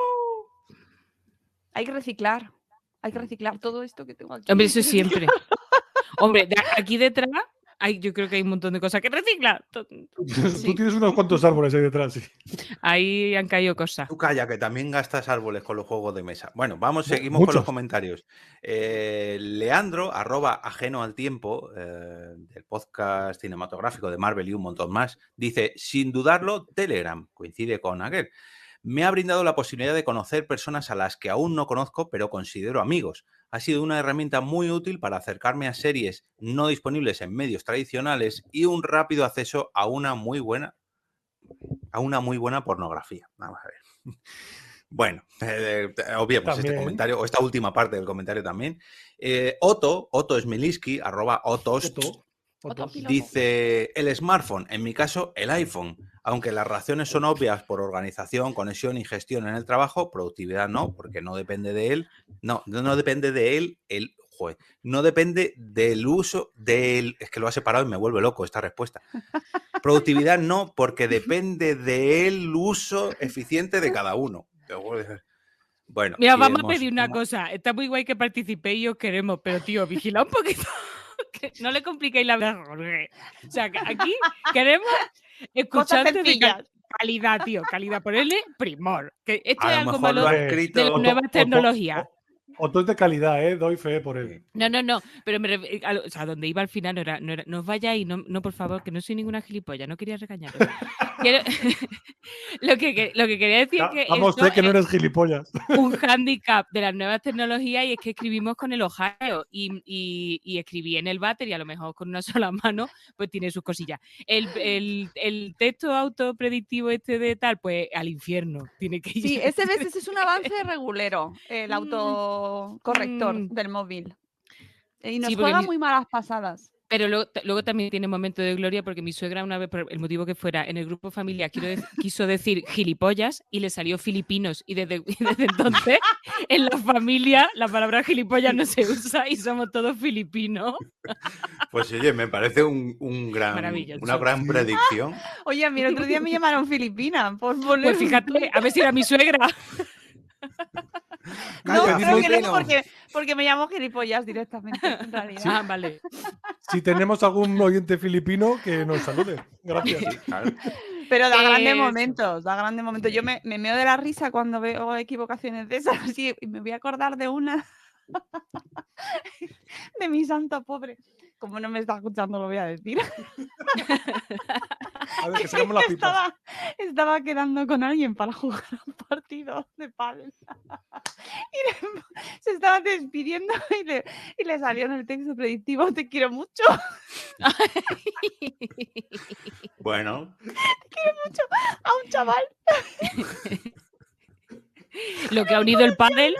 Hay que reciclar todo esto que tengo aquí. Hombre, eso siempre. Hombre, aquí detrás yo creo que hay un montón de cosas que reciclar. Tú tienes unos cuantos árboles ahí detrás, sí. Ahí han caído cosas. Tú calla, que también gastas árboles con los juegos de mesa. Bueno, seguimos con los comentarios. Leandro, @ajeno al tiempo, del podcast cinematográfico de Marvel y un montón más, dice: sin dudarlo, Telegram, coincide con Aguel, me ha brindado la posibilidad de conocer personas a las que aún no conozco, pero considero amigos. Ha sido una herramienta muy útil para acercarme a series no disponibles en medios tradicionales y un rápido acceso a una muy buena pornografía. Vamos a ver. Bueno, obviemos este comentario, o esta última parte del comentario también. Otto Smiliski, @otos, dice: el smartphone, en mi caso el iPhone, aunque las razones son obvias por organización, conexión y gestión en el trabajo, productividad no, porque no depende de él, no depende de él, no depende del uso del... Es que lo ha separado y me vuelve loco esta respuesta. Productividad no, porque depende del uso eficiente de cada uno. Bueno, mira, vamos a pedir una cosa. Está muy guay que participéis y os queremos, pero tío, vigila un poquito. Que no le compliquéis la vida, Jorge. O sea, que aquí queremos escuchantes de calidad, tío. Calidad, ponerle primor. Que esto es algo malo de las nuevas tecnologías. Otto es de calidad, doy fe por él. No, pero o sea, donde iba al final no os vayáis, no, por favor, que no soy ninguna gilipollas, no quería regañaros. Lo que quería decir es que vamos, sé que no eres gilipollas. Un hándicap de las nuevas tecnologías y es que escribimos con el Ohio y escribí en el váter y a lo mejor con una sola mano pues tiene sus cosillas. El texto autopredictivo de tal, pues al infierno tiene que ir. Sí, ese es un avance regulero, el autocorrector del móvil. Y nos juega muy malas pasadas. Pero luego también tiene momentos de gloria porque mi suegra una vez, por el motivo que fuera, en el grupo familiar quiso decir gilipollas y le salió filipinos y desde entonces en la familia la palabra gilipollas no se usa y somos todos filipinos. Pues oye, me parece Maravilloso. una gran predicción. Oye, a mí el otro día me llamaron Filipina por poner... Pues fíjate, a ver si era mi suegra. No, Calla, creo que filipino. no, porque me llamo gilipollas directamente, en realidad. Ah, vale. Si tenemos algún oyente filipino, que nos salude. Gracias. Sí, claro. Pero da grandes Eso. momentos, da grandes momentos. Yo me meo de la risa cuando veo equivocaciones de esas y me voy a acordar de una de mi santo pobre. Como no me está escuchando, lo voy a decir. A ver, que sacamos las pipas. Estaba quedando con alguien para jugar un partido de pádel. Se estaba despidiendo y le salió en el texto predictivo: te quiero mucho. Bueno, A un chaval. Lo que ha unido el pádel.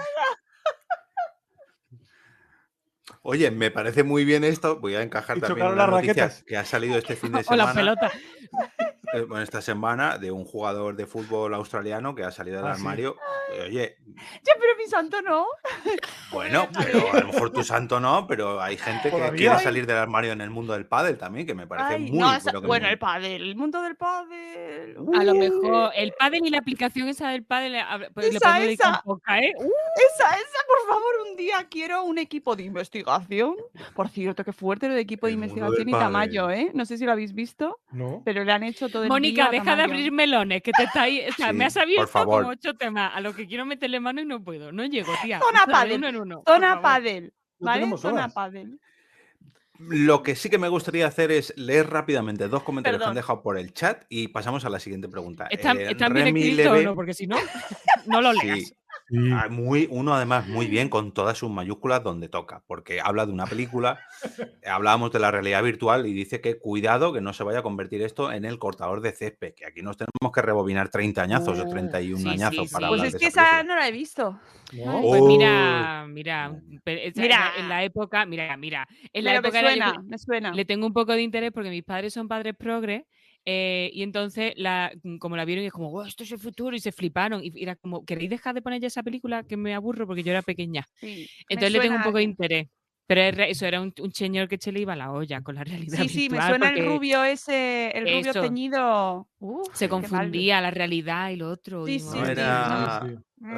oye, me parece muy bien esto. Voy a encajar Y también chocaron una las noticia raquetas. que ha salido este fin de O la semana. pelota. Bueno, esta semana de un jugador de fútbol australiano que ha salido del Ah, sí. armario. Oye, Ya, pero mi santo no. bueno, pero a lo mejor tu santo no, pero hay gente que Todavía. quiere salir del armario en el mundo del pádel también, que me parece Ay, muy no, pero que bueno, muy- el pádel, el mundo del pádel. A lo mejor el pádel y la aplicación esa del pádel pues le Esa, podemos dedicar esa. un podcast, ¿eh? Esa, por favor, un día quiero un equipo de investigación. Por cierto, qué fuerte lo de equipo de El mundo investigación del y Tamayo, pádel. ¿eh? No sé si lo habéis visto, No. pero le han hecho todo el Mónica, día a deja de Tamayo. abrir melones, que te está ahí. O sea, Sí, me has por abierto favor. como 8 temas a los que quiero meterle mano y no puedo. No llego, tía. Zona Esto de pádel, uno en uno, por Zona favor. pádel, No ¿vale? tenemos Zona horas. pádel. Lo que sí que me gustaría hacer es leer rápidamente 2 comentarios que han Perdón. dejado por el chat y pasamos a la siguiente pregunta. ¿Están bien Remy escritos o Leve- no? Porque si no, no lo Sí, leas. Sí. uno además muy bien con todas sus mayúsculas donde toca, porque habla de una película, hablábamos de la realidad virtual y dice que cuidado que no se vaya a convertir esto en el cortador de césped, que aquí nos tenemos que rebobinar 30 añazos o 31 sí, añazos sí, para sí. Pues hablar es de que esa esa película. no la he visto. No. Ay. Pues Oh. mira, Mira. en la época, mira, en la Pero me época era yo suena, que me suena. le tengo un poco de interés porque mis padres son padres progres y entonces como la vieron y es como, "Oh, esto es el futuro", y se fliparon y era como, ¿queréis dejar de poner ya esa película que me aburro porque yo era pequeña? Sí, me Entonces le tengo un suena poco de que- interés. Pero eso era un señor que se le iba la olla con la realidad Sí, sí, me virtual suena el porque rubio ese, el rubio Eso. teñido. Uf, se qué mal. confundía la realidad y lo otro. Sí, y sí, No sí, era... Sí, sí.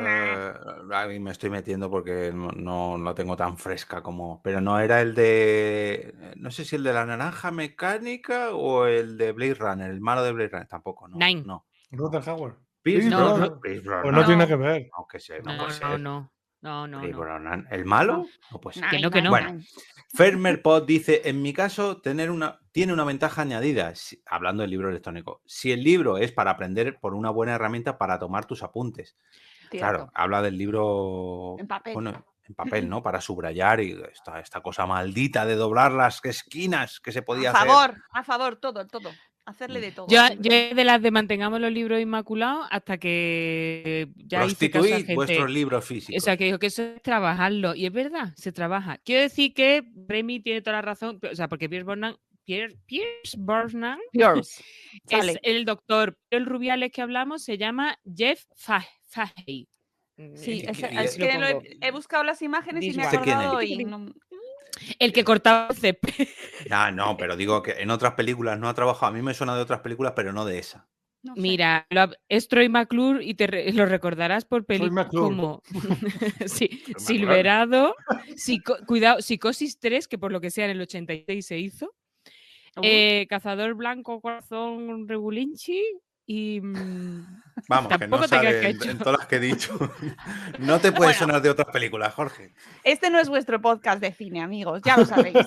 ahí me estoy metiendo porque no la tengo tan fresca como... Pero no era el de... No sé si el de la naranja mecánica o el de Blade Runner, el malo de Blade Runner. Tampoco, no. Nine. No. Ruther Hauer. Pierce No, Brosnan. no. Pierce Pues Brosnan. no tiene No. nada que ver. No, que sé, no No, puede ser. no. Pierce No. Brosnan. ¿El malo? No puede ser. Que no, que no. Bueno, Fermerpod dice, en mi caso, tiene una ventaja añadida, hablando del libro electrónico. Si el libro es para aprender por una buena herramienta para tomar tus apuntes. Claro, habla del libro En papel. bueno, en papel, ¿no? Para subrayar y esta cosa maldita de doblar las esquinas que se podía hacer. A favor, todo. Hacerle de todo. Yo hacerle de las de mantengamos los libros inmaculados hasta que ya hice caso a Prostituid gente. vuestros libros físicos. O sea, que dijo que eso es trabajarlo. Y es verdad, se trabaja. Quiero decir que Remy tiene toda la razón. O sea, porque Pierce Brosnan Yours. es Sale. el doctor. El Rubiales que hablamos se llama Jeff Fahey. Sí, Y- es y- que he buscado las imágenes y me he Sé quién es. acordado y no... El que cortaba el césped. No, pero digo que en otras películas no ha trabajado. A mí me suena de otras películas, pero no de esa. no sé. Mira, es Troy McClure y lo recordarás por películas McClure. como sí, McClure. Silverado, cuidado, Psicosis 3, que por lo que sea en el 86 se hizo, Cazador Blanco, Corazón Regulinchi y... Vamos, que Tampoco no te creas sale que he en hecho. todas las que he dicho. No te puede Bueno. sonar de otras películas, Jorge. Este no es vuestro podcast de cine, amigos, ya lo sabéis.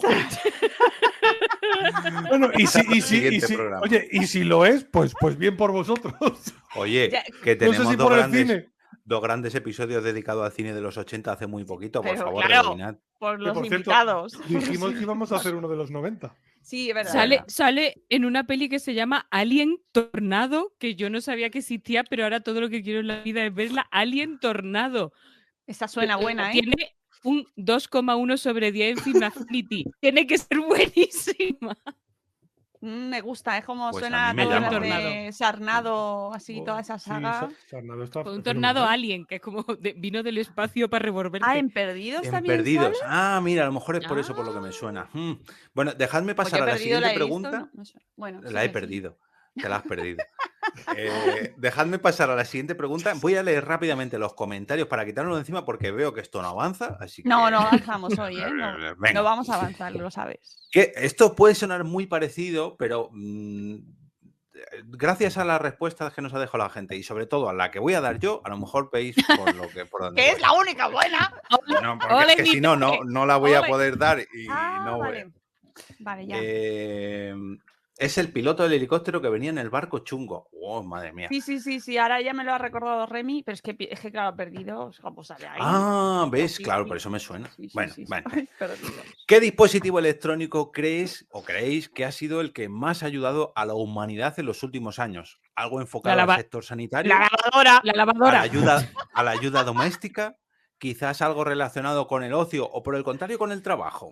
Bueno, y Siguiente si, programa. oye, y si lo es, pues bien por vosotros. Oye, Ya- que No tenemos sé si por el cine. dos grandes episodios dedicados al cine de los 80 hace muy poquito. Por Pero favor, claro. rebobinad. Por los por cierto, invitados. Dijimos que íbamos a hacer uno de los 90. Sí, es verdad. Sale en una peli que se llama Alien Tornado, que yo no sabía que existía, pero ahora todo lo que quiero en la vida es verla. Alien Tornado. Esa suena buena, ¿eh? Tiene un 2,1 sobre 10 en Film Affinity. Tiene que ser buenísima. Me gusta, es como Pues a suena mí me todo llama. lo Tornado. de Sarnado, así, toda esa Sí, saga. Sarnado está Fue un tornado fenomenal. alien, que es como vino del espacio para Ah, revolverte. ¿en Perdidos En también sale? Perdidos. Ah, mira, a lo mejor es por eso por lo que me Ah, suena. Bueno, dejadme Pues yo pasar a la Perdido siguiente la he visto, pregunta. no me suena. Bueno, La he sigue. perdido. Te la has perdido. Dejadme pasar a la siguiente pregunta. Voy a leer rápidamente los comentarios para quitarlo de encima porque veo que esto no avanza. Así que. No avanzamos hoy, ¿eh? No Venga. vamos a avanzar, lo sabes. Que esto puede sonar muy parecido, pero gracias a las respuestas que nos ha dejado la gente y sobre todo a la que voy a dar yo, a lo mejor veis por dónde ¡Que voy. es la única buena! No, porque ¡Ole, es que mi si no, Pepe! no la voy a ¡Ole! poder dar y no voy. Vale. Vale, ya. Es el piloto del helicóptero que venía en el barco chungo. ¡Oh, madre mía! Sí, ahora ya me lo ha recordado Remy, pero es que claro, Perdidos, ¿cómo sale ahí? ¿Ves? Sí, Claro, sí. por eso me suena. Sí. Bueno. Ay, Perdidos. ¿Qué dispositivo electrónico creéis que ha sido el que más ha ayudado a la humanidad en los últimos años? ¿Algo enfocado al sector sanitario? La lavadora. La lavadora. ¿A la ayuda doméstica? ¿Quizás algo relacionado con el ocio o por el contrario con el trabajo?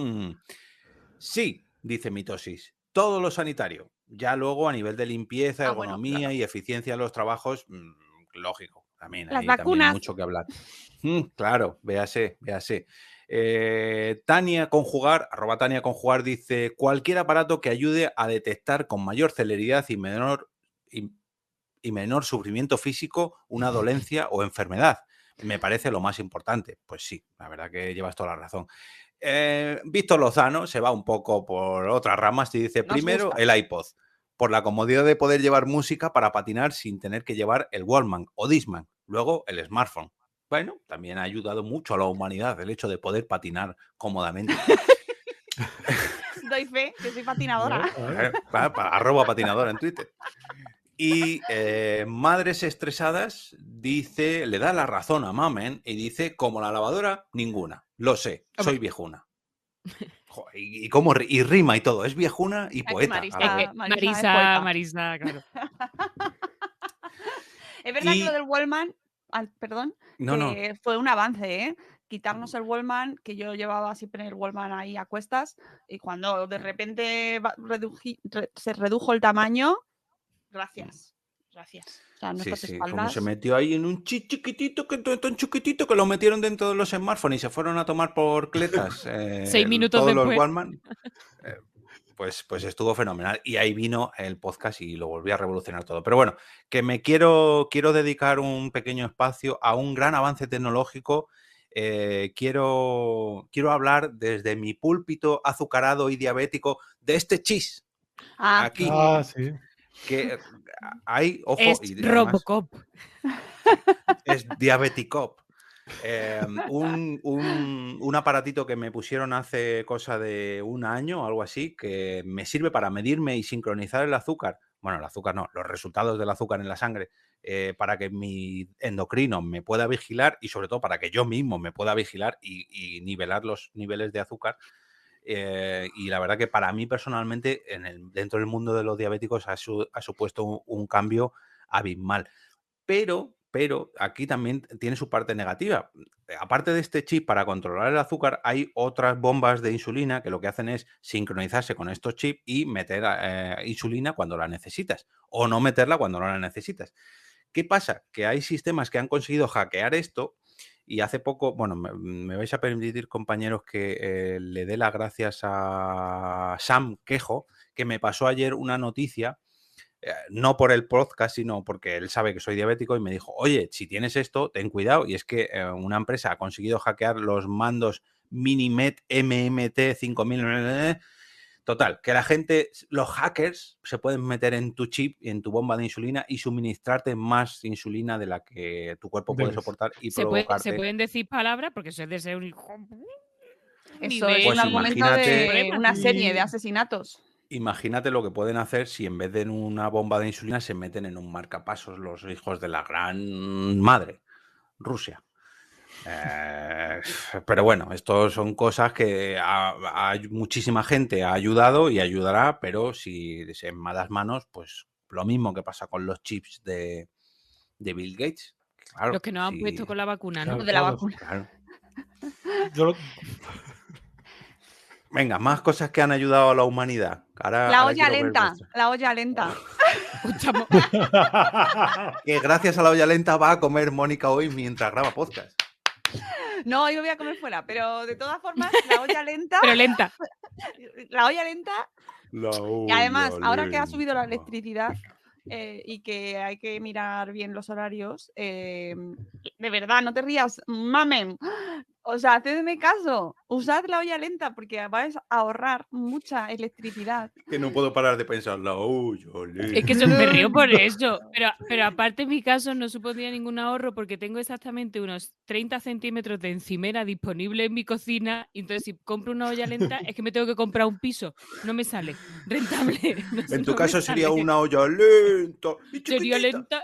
Sí, dice Mitosis. Todo lo sanitario. Ya luego a nivel de limpieza, Bueno, ergonomía claro. y eficiencia de los trabajos, lógico. También Las hay también vacunas. mucho que hablar. Claro, véase. Tania Conjugar, @Tania Conjugar, dice cualquier aparato que ayude a detectar con mayor celeridad y menor sufrimiento físico una dolencia o enfermedad. Me parece lo más importante. Pues sí, la verdad que llevas toda la razón. Víctor Lozano se va un poco por otras ramas y dice, Nos primero gusta. el iPod, por la comodidad de poder llevar música para patinar sin tener que llevar el Walkman o Discman. Luego el smartphone. Bueno, también ha ayudado mucho a la humanidad el hecho de poder patinar cómodamente. Doy fe, que soy patinadora. @patinadora en Twitter. Y Madres Estresadas dice, le da la razón a Mamen y dice, como la lavadora, ninguna. Lo sé, soy viejuna. Joder, y rima y todo, es viejuna y Aquí poeta. Marisa. a la vez. es poeta. Marisa, claro. Es verdad que lo Y del Wallman, perdón, no, que fue un avance, ¿eh? Quitarnos el Wallman, que yo llevaba siempre el Wallman ahí a cuestas, y cuando de repente se redujo el tamaño, gracias. O sea, nuestras sí, como espaldas. se metió ahí en un chiquitito, tan chiquitito que lo metieron dentro de los smartphones y se fueron a tomar por cletas 6 minutos todos los después. Walkman. Pues estuvo fenomenal. Y ahí vino el podcast y lo volvió a revolucionar todo. Pero bueno, que me quiero dedicar un pequeño espacio a un gran avance tecnológico. Quiero hablar desde mi púlpito azucarado y diabético de este chis. Aquí. Sí. Que hay, ojo, Es y además Robocop. es Diabeticop. Un aparatito que me pusieron hace cosa de un año o algo así, que me sirve para medirme y sincronizar el azúcar. Bueno, el azúcar no, los resultados del azúcar en la sangre, para que mi endocrino me pueda vigilar y sobre todo para que yo mismo me pueda vigilar y nivelar los niveles de azúcar. Y la verdad que para mí personalmente, dentro del mundo de los diabéticos, ha supuesto un cambio abismal. Pero aquí también tiene su parte negativa. Aparte de este chip para controlar el azúcar, hay otras bombas de insulina que lo que hacen es sincronizarse con estos chips y meter insulina cuando la necesitas o no meterla cuando no la necesitas. ¿Qué pasa? Que hay sistemas que han conseguido hackear esto y hace poco, bueno, me vais a permitir, compañeros, que le dé las gracias a Sam Quejo, que me pasó ayer una noticia, no por el podcast, sino porque él sabe que soy diabético y me dijo, oye, si tienes esto, ten cuidado. Y es que una empresa ha conseguido hackear los mandos Minimet MMT 5000. Total, que la gente, los hackers, se pueden meter en tu chip, en tu bomba de insulina y suministrarte más insulina de la que tu cuerpo puede soportar y Se provocarte. pueden decir palabras porque eso es de ser un hijo. Eso es un argumento de una serie de asesinatos. Imagínate lo que pueden hacer si en vez de en una bomba de insulina se meten en un marcapasos los hijos de la gran madre, Rusia. Pero bueno, esto son cosas que muchísima gente ha ayudado y ayudará, pero si es en malas manos, pues lo mismo que pasa con los chips de Bill Gates. Claro, los que nos han puesto con la vacuna, ¿no? De la vacuna. Claro. Venga, más cosas que han ayudado a la humanidad. La olla quiero ver lenta, vuestras. la olla lenta. Escuchamos. Que gracias a la olla lenta va a comer Mónica hoy mientras graba podcast. No, yo voy a comer fuera, pero de todas formas, la olla lenta, Pero lenta. la olla lenta. Y además, ahora que ha subido la electricidad y que hay que mirar bien los horarios, de verdad, no te rías, mamen. O sea, hacedme caso, usad la olla lenta porque vais a ahorrar mucha electricidad. Que no puedo parar de pensar la olla lenta. Es que me río por eso. Pero aparte, en mi caso, no supondría ningún ahorro porque tengo exactamente unos 30 centímetros de encimera disponible en mi cocina. Y entonces, si compro una olla lenta, es que me tengo que comprar un piso. No me sale rentable. En tu no caso me sería sale. una olla lenta. Y Sería chiquitita. lenta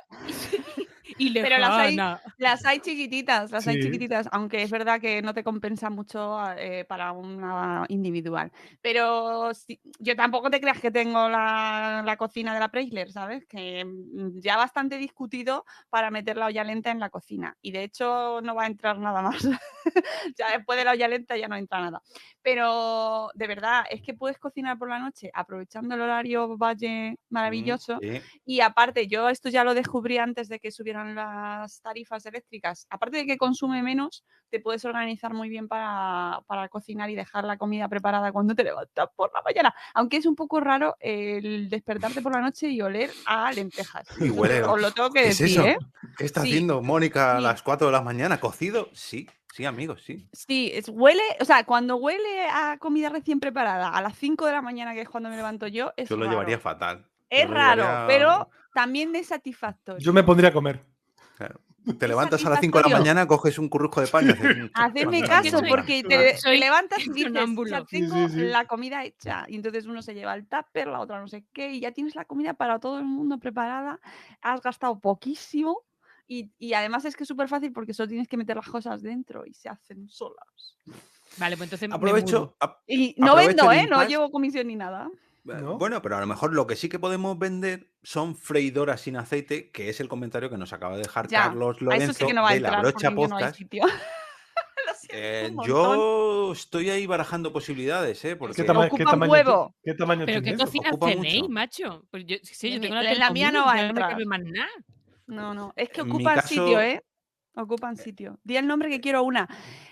y Pero lejana. las hay chiquititas, hay Sí. chiquititas, aunque es verdad que no te compensa mucho para una individual. Pero yo tampoco te creas que tengo la cocina de la Preisler, ¿sabes? Que ya bastante discutido para meter la olla lenta en la cocina. Y de hecho no va a entrar nada más. Ya después de la olla lenta ya no entra nada. Pero de verdad, es que puedes cocinar por la noche aprovechando el horario valle maravilloso. Sí. Y aparte, yo esto ya lo descubrí antes de que subieran las tarifas eléctricas. Aparte de que consume menos, te puedes organizar muy bien para cocinar y dejar la comida preparada cuando te levantas por la mañana. Aunque es un poco raro el despertarte por la noche y oler a lentejas. Y huele. Os lo tengo que ¿Qué es decir, eso? ¿eh? ¿Qué está Sí, haciendo Mónica a sí. las 4 de la mañana? ¿Cocido? Sí, amigos, sí. Sí, huele, o sea, cuando huele a comida recién preparada a las 5 de la mañana, que es cuando me levanto yo, es Yo lo raro. llevaría fatal. Es Yo lo raro, llevaría- pero también es satisfactorio. Yo me pondría a comer. Claro. Te Es levantas a las 5 de la satisfactorio. mañana, coges un currusco de pan y haces un Hacedme pan caso, con porque pan. te Soy levantas y dices, sonámbulo. ya Sí, tengo sí, sí. la comida hecha. Y entonces uno se lleva el tupper, la otra no sé qué, y ya tienes la comida para todo el mundo preparada. Has gastado poquísimo y además es que es súper fácil porque solo tienes que meter las cosas dentro y se hacen solas. Vale, pues entonces me mudo. Aprovecho. Y no Aprovecho vendo, el ¿eh? No impasse. llevo comisión ni nada. ¿No? Bueno, pero a lo mejor lo que sí que podemos vender son freidoras sin aceite, que es el comentario que nos acaba de dejar Ya, Carlos a eso Lorenzo sí que no va a de la entrar Brocha porque yo no hay Podcast. sitio. Lo siento un montón. Yo estoy ahí barajando posibilidades, porque Ocupa un huevo. ¿Qué tamaño ¿Pero tiene qué eso? cocinas Ocupa tenéis, mucho. macho? Pues yo, sí, yo En tengo la la mía no Thermomix, va a ya no me entrar. cabe más nada. No, es que En mi ocupan sitio, caso- ¿eh? Ocupan sitio. Di el nombre que quiero una.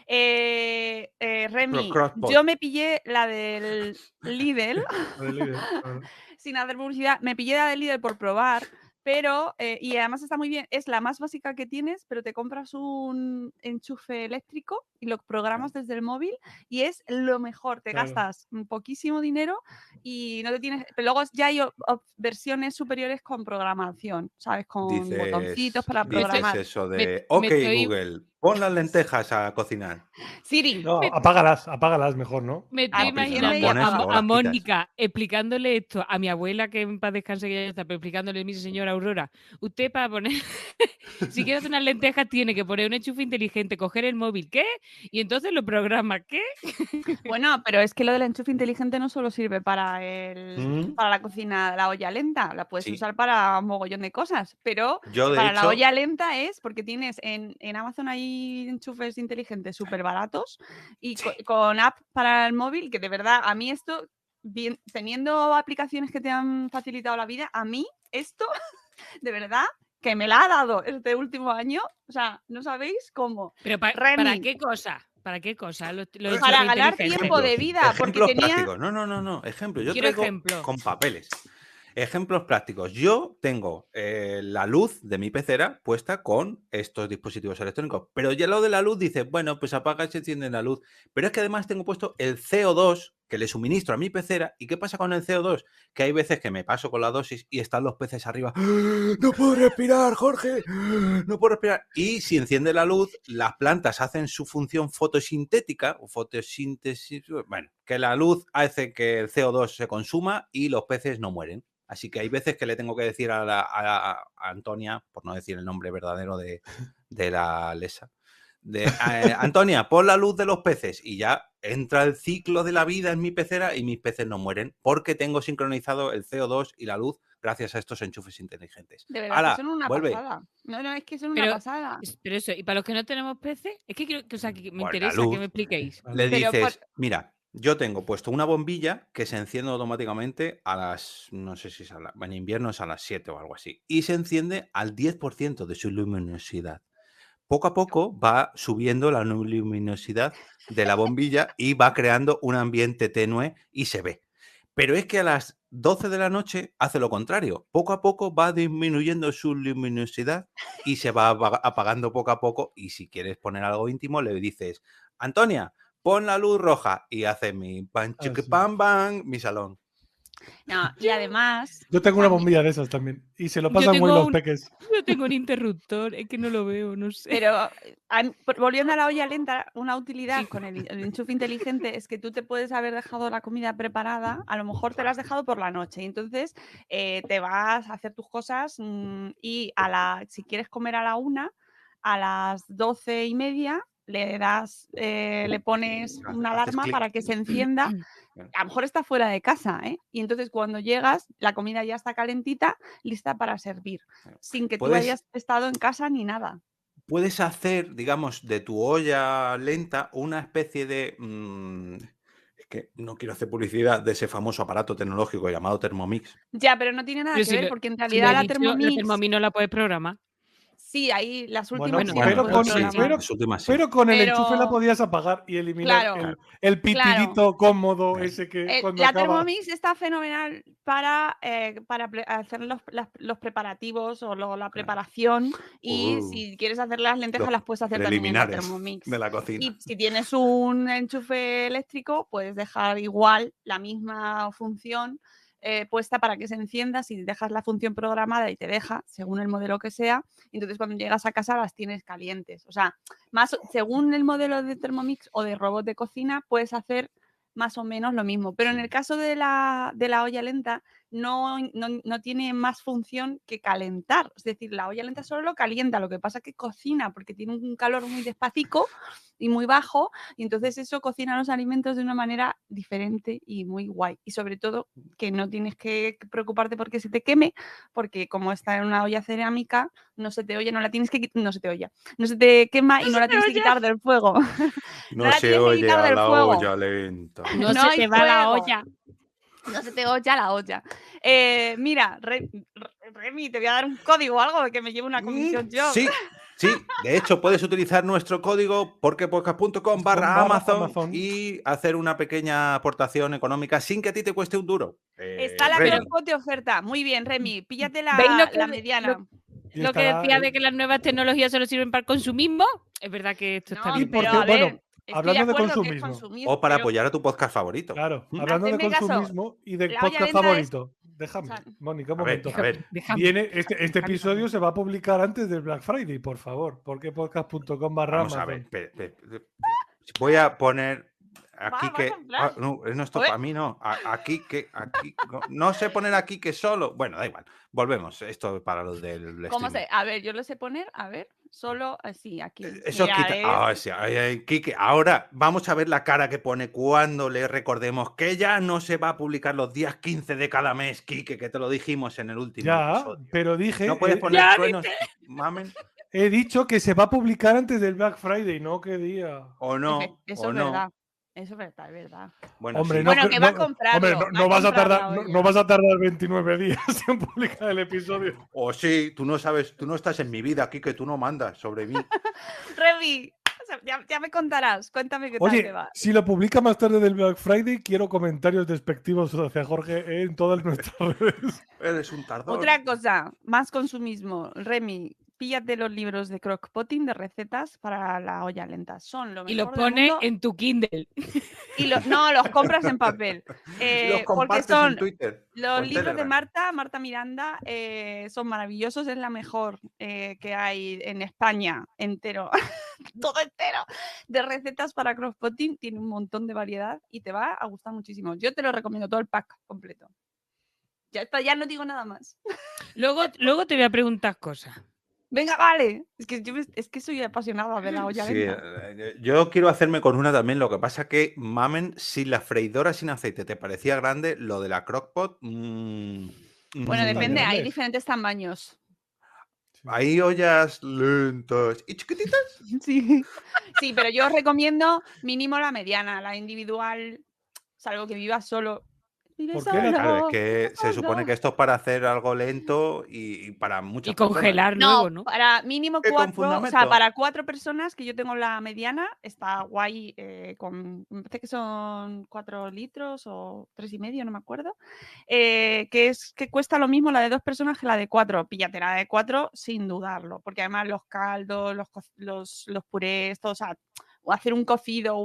Remy, Crockpot. yo me pillé la del Lidl, La del líder, claro. sin hacer publicidad, me pillé la del Lidl por probar, pero, y además está muy bien, es la más básica que tienes, pero te compras un enchufe eléctrico y lo programas desde el móvil y es lo mejor, te Claro. gastas poquísimo dinero y no te tienes, pero luego ya hay versiones superiores con programación, ¿sabes? Con botoncitos para Dices programar. eso Me- de, me ok, estoy- Google, pon las lentejas a cocinar. Siri, No, apágalas mejor, ¿no? Me estoy Ah, pues si no imaginando las pones, a, luego a las quitas. Mónica explicándole esto a mi abuela, que en paz descanse que ya está, pero explicándole, mi señora Aurora, usted para poner, si quiere hacer unas lentejas tiene que poner un enchufe inteligente, coger el móvil, ¿qué? Y entonces lo programa, ¿qué? bueno, pero es que lo del enchufe inteligente no solo sirve para Mm. para la cocina, la olla lenta, la puedes Sí. usar para un mogollón de cosas, pero Yo, de para la hecho, olla lenta es porque tienes en Amazon hay enchufes inteligentes súper baratos y con app para el móvil, que de verdad a mí esto, teniendo aplicaciones que te han facilitado la vida, a mí esto, de verdad, que me la ha dado este último año, o sea, no sabéis cómo. Pero ¿para Remy. qué cosa? ¿Para qué cosa? Lo Para ganar inteligente. tiempo de vida, porque ejemplos tenía... prácticos. No. Ejemplos. Yo Quiero traigo ejemplos. con papeles. Ejemplos prácticos. Yo tengo la luz de mi pecera puesta con estos dispositivos electrónicos, pero ya lo de la luz dice, bueno, pues apaga y se enciende la luz. Pero es que además tengo puesto el CO2 que le suministro a mi pecera. ¿Y qué pasa con el CO2? Que hay veces que me paso con la dosis y están los peces arriba. No puedo respirar, Jorge. No puedo respirar. Y si enciende la luz, las plantas hacen su función fotosintética o fotosíntesis. Bueno, que la luz hace que el CO2 se consuma y los peces no mueren. Así que hay veces que le tengo que decir a Antonia, por no decir el nombre verdadero de la Lesa, Antonia, pon la luz de los peces y ya entra el ciclo de la vida en mi pecera y mis peces no mueren porque tengo sincronizado el CO2 y la luz gracias a estos enchufes inteligentes. De verdad, ¡Hala! que son una Vuelve. pasada. No, es que son una Pero- pasada. Pero eso, ¿y para los que no tenemos peces? Es que, quiero, que me Por la interesa luz. que me expliquéis. Le Pero dices, mira, Yo tengo puesto una bombilla que se enciende automáticamente a las, no sé si es en invierno es a las 7 o algo así, y se enciende al 10% de su luminosidad. Poco a poco va subiendo la luminosidad de la bombilla y va creando un ambiente tenue y se ve. Pero es que a las 12 de la noche hace lo contrario. Poco a poco va disminuyendo su luminosidad y se va apagando poco a poco. Y si quieres poner algo íntimo, le dices, Antonia, pon la luz roja. Y hace mi pan, chiqui, sí. pam, bam, mi salón. No, y además. Yo tengo una también- bombilla de esas también. Y se lo Yo pasan muy tengo los un- peques. Yo tengo un interruptor, es que no lo veo, no sé. Pero volviendo a la olla lenta, una utilidad Sí. con el enchufe inteligente es que tú te puedes haber dejado la comida preparada, a lo mejor te la has dejado por la noche, y entonces te vas a hacer tus cosas y si quieres comer a la 1, a las 12:30 le pones una Haces alarma clic. para que se encienda. A lo mejor está fuera de casa, ¿eh? Y entonces cuando llegas, la comida ya está calentita, lista para servir, sin que tú Puedes- hayas estado en casa ni nada. Puedes hacer, digamos, de tu olla lenta una especie de... es que no quiero hacer publicidad de ese famoso aparato tecnológico llamado Thermomix. Ya, pero no tiene nada Pero que si ver, lo- porque en Si lo realidad he la dicho, la Thermomix, Thermomix no la puedes programar. sí, ahí las Bueno, últimas sí bueno, las pero, puedes con, sí, programar. pero, las últimas sí. pero con el Pero- enchufe la podías apagar y eliminar Claro, el pitidito cómodo Claro. ese que cuando La acaba. Thermomix está fenomenal para hacer los preparativos o la preparación, y si quieres hacer las lentejas las puedes hacer también en la Preliminares Thermomix. de la cocina. Y si tienes un enchufe eléctrico, puedes dejar igual la misma función puesta para que se encienda. Si dejas la función programada y te deja, según el modelo que sea, entonces cuando llegas a casa las tienes calientes. O sea, según el modelo de Thermomix o de robot de cocina, puedes hacer más o menos lo mismo. Pero en el caso de la olla lenta, no tiene más función que calentar. Es decir, la olla lenta solo lo calienta, lo que pasa es que cocina, porque tiene un calor muy despacito y muy bajo, y entonces eso cocina los alimentos de una manera diferente y muy guay. Y sobre todo que no tienes que preocuparte porque se te queme, porque como está en una olla cerámica, no se te oye, no la tienes que no se te oye, no se te quema y no la tienes que quitar del fuego. No la se tienes que oye quitar a del la fuego. olla lenta. No, No se hay te va la fuego. olla. No se te olla la olla. Mira, Remy, te voy a dar un código o algo de que me lleve una comisión yo. Sí, de hecho puedes utilizar nuestro código porquepodcast.com/Amazon y hacer una pequeña aportación económica sin que a ti te cueste un duro. Está la Remy. Crockpot de oferta. Muy bien, Remy, píllate ¿Veis la mediana. Y Lo que estará decía de que las nuevas tecnologías solo sirven para el consumismo, es verdad que esto está No, bien. pero porque, a ver, bueno, estoy hablando de de acuerdo que es consumismo. consumir, O para pero apoyar a tu podcast favorito. Claro, hablando de Hacedme caso, consumismo y de la olla podcast lenta es- favorito. Déjame, o sea, Mónica, un A ver, momento. a ver. Déjame. Viene este Déjame. episodio se va a publicar antes del Black Friday, por favor. Porquepodcast.com/Amazon. Vamos a ver. Voy a poner aquí vas que... en plan. no, esto Joder. para mí no. Aquí no sé poner aquí que solo... Bueno, da igual. Volvemos. Esto para los del ¿Cómo streaming. se? A ver, yo lo sé poner, a ver, solo así, aquí. Eso Mira, quita. Sí, Quique, ahora vamos a ver la cara que pone cuando le recordemos que ya no se va a publicar los días 15 de cada mes, Quique, que te lo dijimos en el último Ya, episodio. pero dije, No puedes poner ya truenos, mamen, he dicho que se va a publicar antes del Black Friday, no qué día. o no. Eso o es no. verdad. Eso es verdad, es verdad. Bueno, Hombre, sí. no, Bueno, que va a no, comprarlo, hombre, va no a vas a comprar tardar, la no olla. vas a tardar 29 días en publicar el episodio. O sí, tú no sabes, tú no estás en mi vida, Quique, tú no mandas sobre mí. Remy, ya me contarás. Cuéntame qué tal Oye, te va. si lo publica más tarde del Black Friday, quiero comentarios despectivos hacia Jorge en todas nuestras redes. Eres un tardón. Otra cosa, más consumismo. Remy, píllate los libros de Crockpotting de recetas para la olla lenta. Son lo mejor Y lo del pones mundo. en tu Kindle. Y no, los compras en papel. Y los Porque compartes son en Twitter. o los en libros de Telegram. Marta Miranda, son maravillosos. Es la mejor que hay en España entero, todo entero, de recetas para Crockpotting. Tiene un montón de variedad y te va a gustar muchísimo. Yo te lo recomiendo, todo el pack completo. Ya está, ya no digo nada más. Luego te voy a preguntar cosas. Venga, vale. Es que es que soy apasionada de la olla Sí, lenta. yo quiero hacerme con una también. Lo que pasa que, mamen, si la freidora sin aceite te parecía grande, lo de la crockpot. Bueno, está depende, hay grande. diferentes tamaños. Hay ollas lentas y chiquititas. Sí. Sí, pero yo os recomiendo mínimo la mediana, la individual. salvo que viva solo. Vive ¿Por qué la- solo. Claro, es que ¿qué se supone pasa? que esto es para hacer algo lento y para muchas Y personas. congelar No, luego, ¿no? para mínimo ¿Qué, con 4, o sea, fundamento? para 4 personas, que yo tengo la mediana, está guay, me parece que son 4 litros o 3,5, no me acuerdo, que cuesta lo mismo la de 2 personas que la de 4. Píllate la de 4 sin dudarlo, porque además los caldos, los purés, todo, o sea, o hacer un cocido,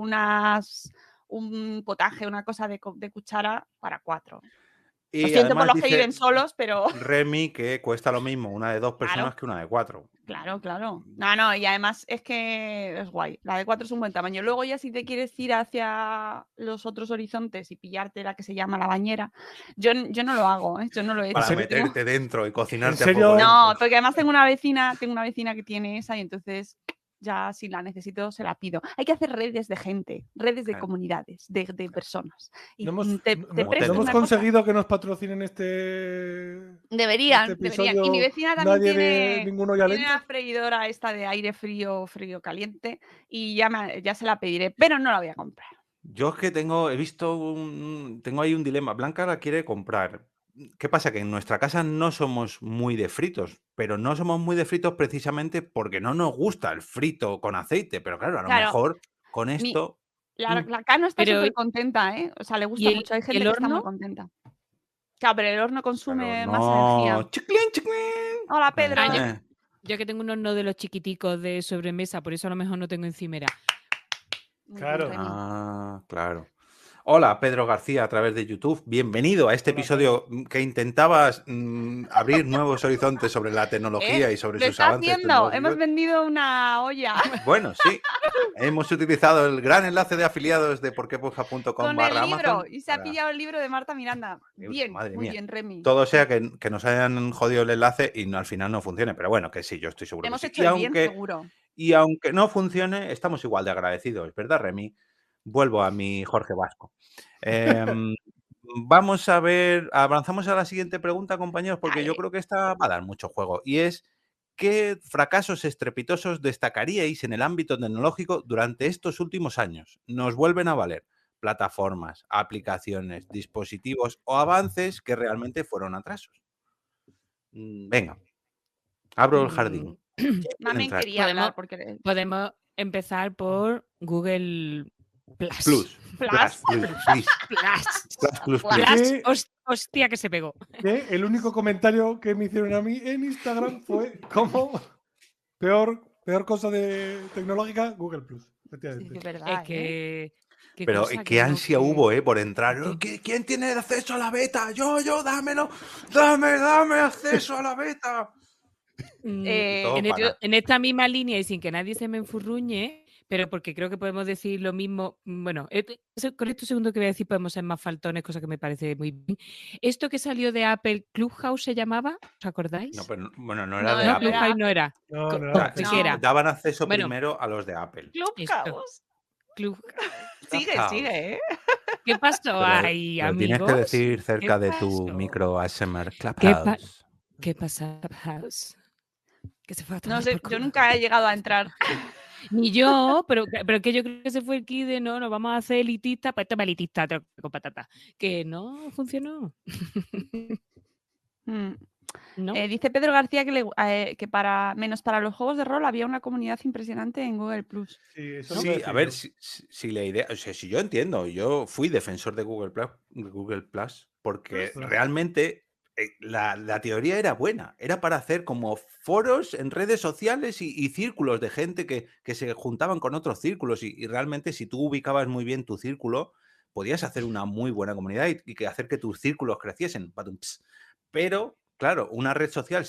un potaje, una cosa de cuchara para 4. Lo Y siento por además los que dice viven solos, pero Remy que cuesta lo mismo una de 2 personas claro. que una de 4. Claro. No, y además es que es guay. La de 4 es un buen tamaño. Luego ya si te quieres ir hacia los otros horizontes y pillarte la que se llama la bañera, yo no lo hago, ¿eh? Yo no lo he hecho. Para Tengo- meterte dentro y cocinarte a serio? fuego lento. No, porque además tengo una vecina que tiene esa y entonces ya si la necesito se la pido. Hay que hacer redes de gente, redes de Claro. comunidades, de personas. Y No hemos, te no- presto no hemos una cosa. conseguido que nos patrocinen este Deberían. episodio. Y mi vecina también Nadie de tiene ninguno ya la lento. freidora esta de aire frío, caliente, y ya se la pediré, pero no la voy a comprar. Yo es que tengo ahí un dilema. Blanca la quiere comprar. ¿Qué pasa? Que en nuestra casa no somos muy de fritos, pero no somos muy de fritos precisamente porque no nos gusta el frito con aceite. Pero claro, a lo Claro, mejor con mi- esto. La Cano está Pero- súper contenta, ¿eh? O sea, le ¿Y gusta el- mucho. Hay y gente el que está muy horno? contenta. Claro, pero el horno Pero consume más energía. no. ¡Chiclín, chiclín! Hola, Pedro. Eh. Yo que tengo un horno de los chiquiticos de sobremesa, por eso a lo mejor no tengo encimera. Muy Claro. bien, Remy. Ah, claro. Hola, Pedro García, a través de YouTube. Bienvenido a este Hola, episodio que intentabas abrir nuevos horizontes sobre la tecnología y sobre Lo sus está avances haciendo. Hemos tecnológicos. vendido una olla Bueno, sí. Hemos utilizado el gran enlace de afiliados de porquepoja.com con el barra libro Amazon. y se ha para- pillado el libro de Marta Miranda. Bien, Madre muy mía. bien, Remy. Todo sea que nos hayan jodido el enlace y al final no funcione. Pero bueno, que sí, yo estoy seguro Hemos que sí. hecho el bien, seguro. Y aunque no funcione, estamos igual de agradecidos, ¿verdad, Remy? Vuelvo a mi Jorge Vasco. Vamos a ver, avanzamos a la siguiente pregunta, compañeros, porque yo Dale. creo que esta va a dar mucho juego. Y es, ¿qué fracasos estrepitosos destacaríais en el ámbito tecnológico durante estos últimos años? ¿Nos vuelven a valer plataformas, aplicaciones, dispositivos o avances que realmente fueron atrasos? Venga, abro el jardín. ¿Quién quiere Mamen entrar? quería hablar porque Podemos empezar por Google Plus. Plus. Plus. Plus. Plus. ¿Qué? Hostia que se pegó. Que el único comentario que me hicieron a mí en Instagram fue como peor cosa de tecnológica, Google Plus. Sí, Efectivamente. es verdad, Es que. qué Pero cosa, qué que no, ansia que- hubo, por entrar. ¿Quién tiene acceso a la beta? Yo, dámelo. Dame acceso a la beta. Todo en, para nada. en esta misma línea y sin que nadie se me enfurruñe, pero porque creo que podemos decir lo mismo. Bueno, con esto segundo que voy a decir podemos ser más faltones, cosa que me parece muy bien. Esto que salió de Apple, Clubhouse se llamaba, ¿os acordáis? No, pero bueno, no No, era de No, Apple. Clubhouse no era. No, no, O no, sea, ¿De no. qué era? daban acceso Bueno. primero a los de Apple. Clubhouse. Sigue, Clubhouse. sigue, ¿eh? ¿Qué pasó ahí, Pero amigos? tienes que decir cerca ¿Qué de tu pasó? micro ASMR ¿Qué Clubhouse. ¿Qué pasa, Clubhouse? Que se fue a No tomar sé, por yo culo. nunca he llegado a entrar. Ni yo, pero que yo creo que se fue el kit de no, nos vamos a hacer elitista, pues toma elitista con patata. Que no funcionó. Mm. ¿No? Dice Pedro García que para menos para los juegos de rol había una comunidad impresionante en Google Plus. Sí, eso Sí, iba decir a ver, yo. si la idea, o sea, si yo entiendo, yo fui defensor de Google Plus porque Ostras. realmente la teoría era buena, era para hacer como foros en redes sociales y círculos de gente que se juntaban con otros círculos y realmente si tú ubicabas muy bien tu círculo, podías hacer una muy buena comunidad y que hacer que tus círculos creciesen. Pero, claro, una red social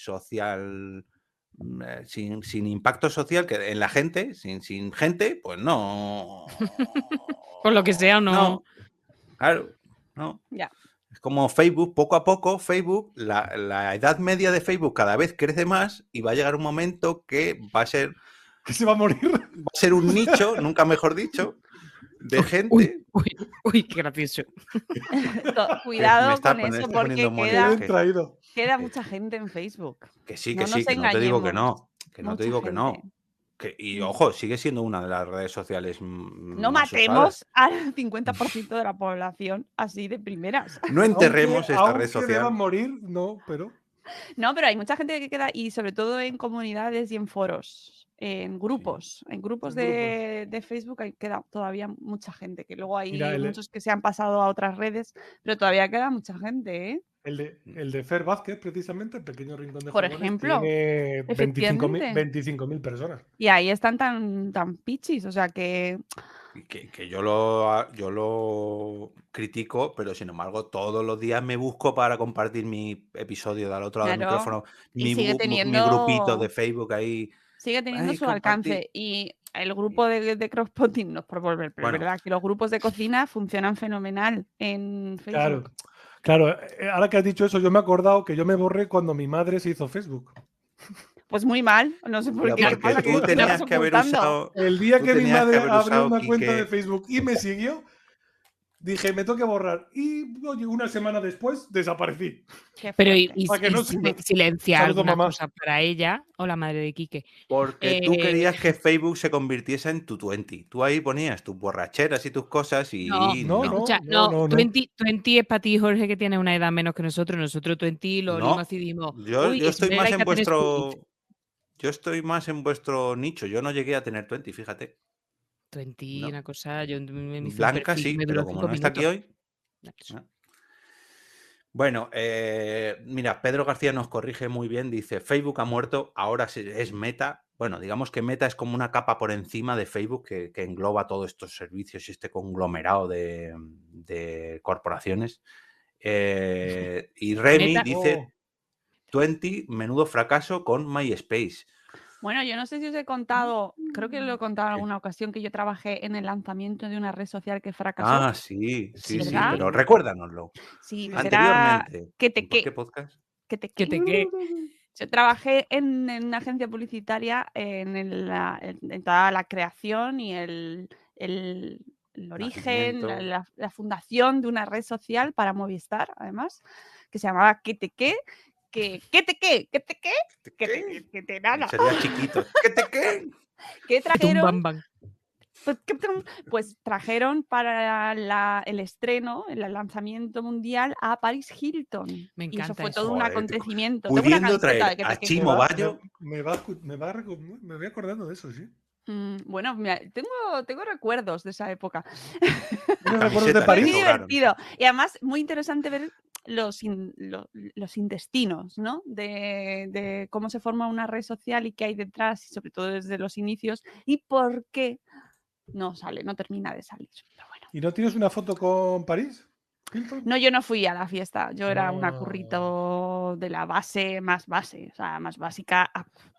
sin impacto social que en la gente, sin gente, pues no. Por lo que sea, no. Claro, no. Ya. Es como Facebook, poco a poco, Facebook, la edad media de Facebook cada vez crece más y va a llegar un momento que va a ser Que se va a morir. un nicho, nunca mejor dicho, de gente. Uy, qué gracioso. Cuidado está con eso poniendo porque muy queda, Bien traído. queda mucha gente en Facebook. Que sí, No que nos sí, que no te digo que engañemos. no. Que no te Mucha digo que no. gente. Y ojo, sigue siendo una de las redes sociales No más matemos usadas. al 50% de la población así de primeras. No enterremos esta red Aunque deban social. morir, no, pero... No, pero hay mucha gente que queda, y sobre todo en comunidades y en foros, en grupos En grupos. de Facebook queda todavía mucha gente, que luego hay Mira, muchos que se han pasado a otras redes, pero todavía queda mucha gente, ¿eh? El de Fer Vázquez, precisamente, el pequeño rincón de Por jugones, ejemplo, tiene efectivamente. 25.000 personas. Y ahí están tan pichis, o sea que Que yo lo critico, pero sin embargo todos los días me busco para compartir mi episodio del otro lado del claro, micrófono, y mi grupito de Facebook ahí. sigue teniendo Ay, su compartí. alcance. Y el grupo de crosspotting, no es por volver, pero es Bueno. verdad que los grupos de cocina funcionan fenomenal en Facebook. Claro, ahora que has dicho eso, yo me he acordado que yo me borré cuando mi madre se hizo Facebook. Pues muy mal, no sé por Pero qué. ¿Qué porque pasa? tú ¿Qué tenías estabas que haber ocultando? usado. El día Tú que mi tenías que madre haber abrió usado, una cuenta de Quique. Facebook y me siguió, dije, me tengo que borrar. Y oye, una semana después desaparecí. Qué Pero fuerte. Para que no se me- silenciar Saludo, algunas mamá. cosas para ella o la madre de Quique. Porque tú Eh, querías que Facebook se convirtiese en tu 20. Tú ahí ponías tus borracheras y tus cosas y No, escucha, no. 20 es para ti, Jorge, que tiene una edad menos que nosotros. Nosotros 20 lo No, olimos y dimos, yo uy, estoy Esmeralda más hay en que tener su if. Yo estoy más en vuestro nicho. Yo no llegué a tener 20, fíjate. 20, No. una cosa, yo me hice un Blanca perfil que sí, me pero duró como 5 no está aquí minutos. hoy. ¿no? Bueno, mira, Pedro García nos corrige muy bien, dice, Facebook ha muerto, ahora es Meta. Bueno, digamos que Meta es como una capa por encima de Facebook que engloba todos estos servicios y este conglomerado de corporaciones. Y Remy Meta. dice, 20, menudo fracaso con MySpace. Bueno, yo no sé si os he contado, creo que lo he contado en ¿Qué? alguna ocasión, que yo trabajé en el lanzamiento de una red social que fracasó. Ah, sí, ¿Verdad? pero recuérdanoslo. Sí, pues era Anteriormente, que te ¿en ¿por qué? qué podcast? Que te Que te qué. que. Yo trabajé en una agencia publicitaria en toda la creación y el origen, Nacimiento. la fundación de una red social para Movistar, además, que se llamaba ¿Qué te qué? ¿Qué te qué? ¿Qué te qué? ¿Qué te nada? Sería chiquito. ¿Qué te qué? ¿Qué trajeron? Bam, bam. Pues trajeron para el estreno, el lanzamiento mundial a Paris Hilton. Me Y eso encanta fue eso. todo un Joder, acontecimiento. Tengo una pudiendo camiseta traer de que a te Chimo Bayo. Me voy acordando de eso, sí. Bueno, mira, tengo recuerdos de esa época. ¿Tienes recuerdos de Camisetas Fue que muy París? sobraron. divertido. Y además, muy interesante ver los intestinos, ¿no? De cómo se forma una red social y qué hay detrás, y sobre todo desde los inicios, y por qué no termina de salir. Pero bueno. ¿Y no tienes una foto con París? Hilton? No, yo no fui a la fiesta, yo era una Ah. currito de la base, o sea, más básica.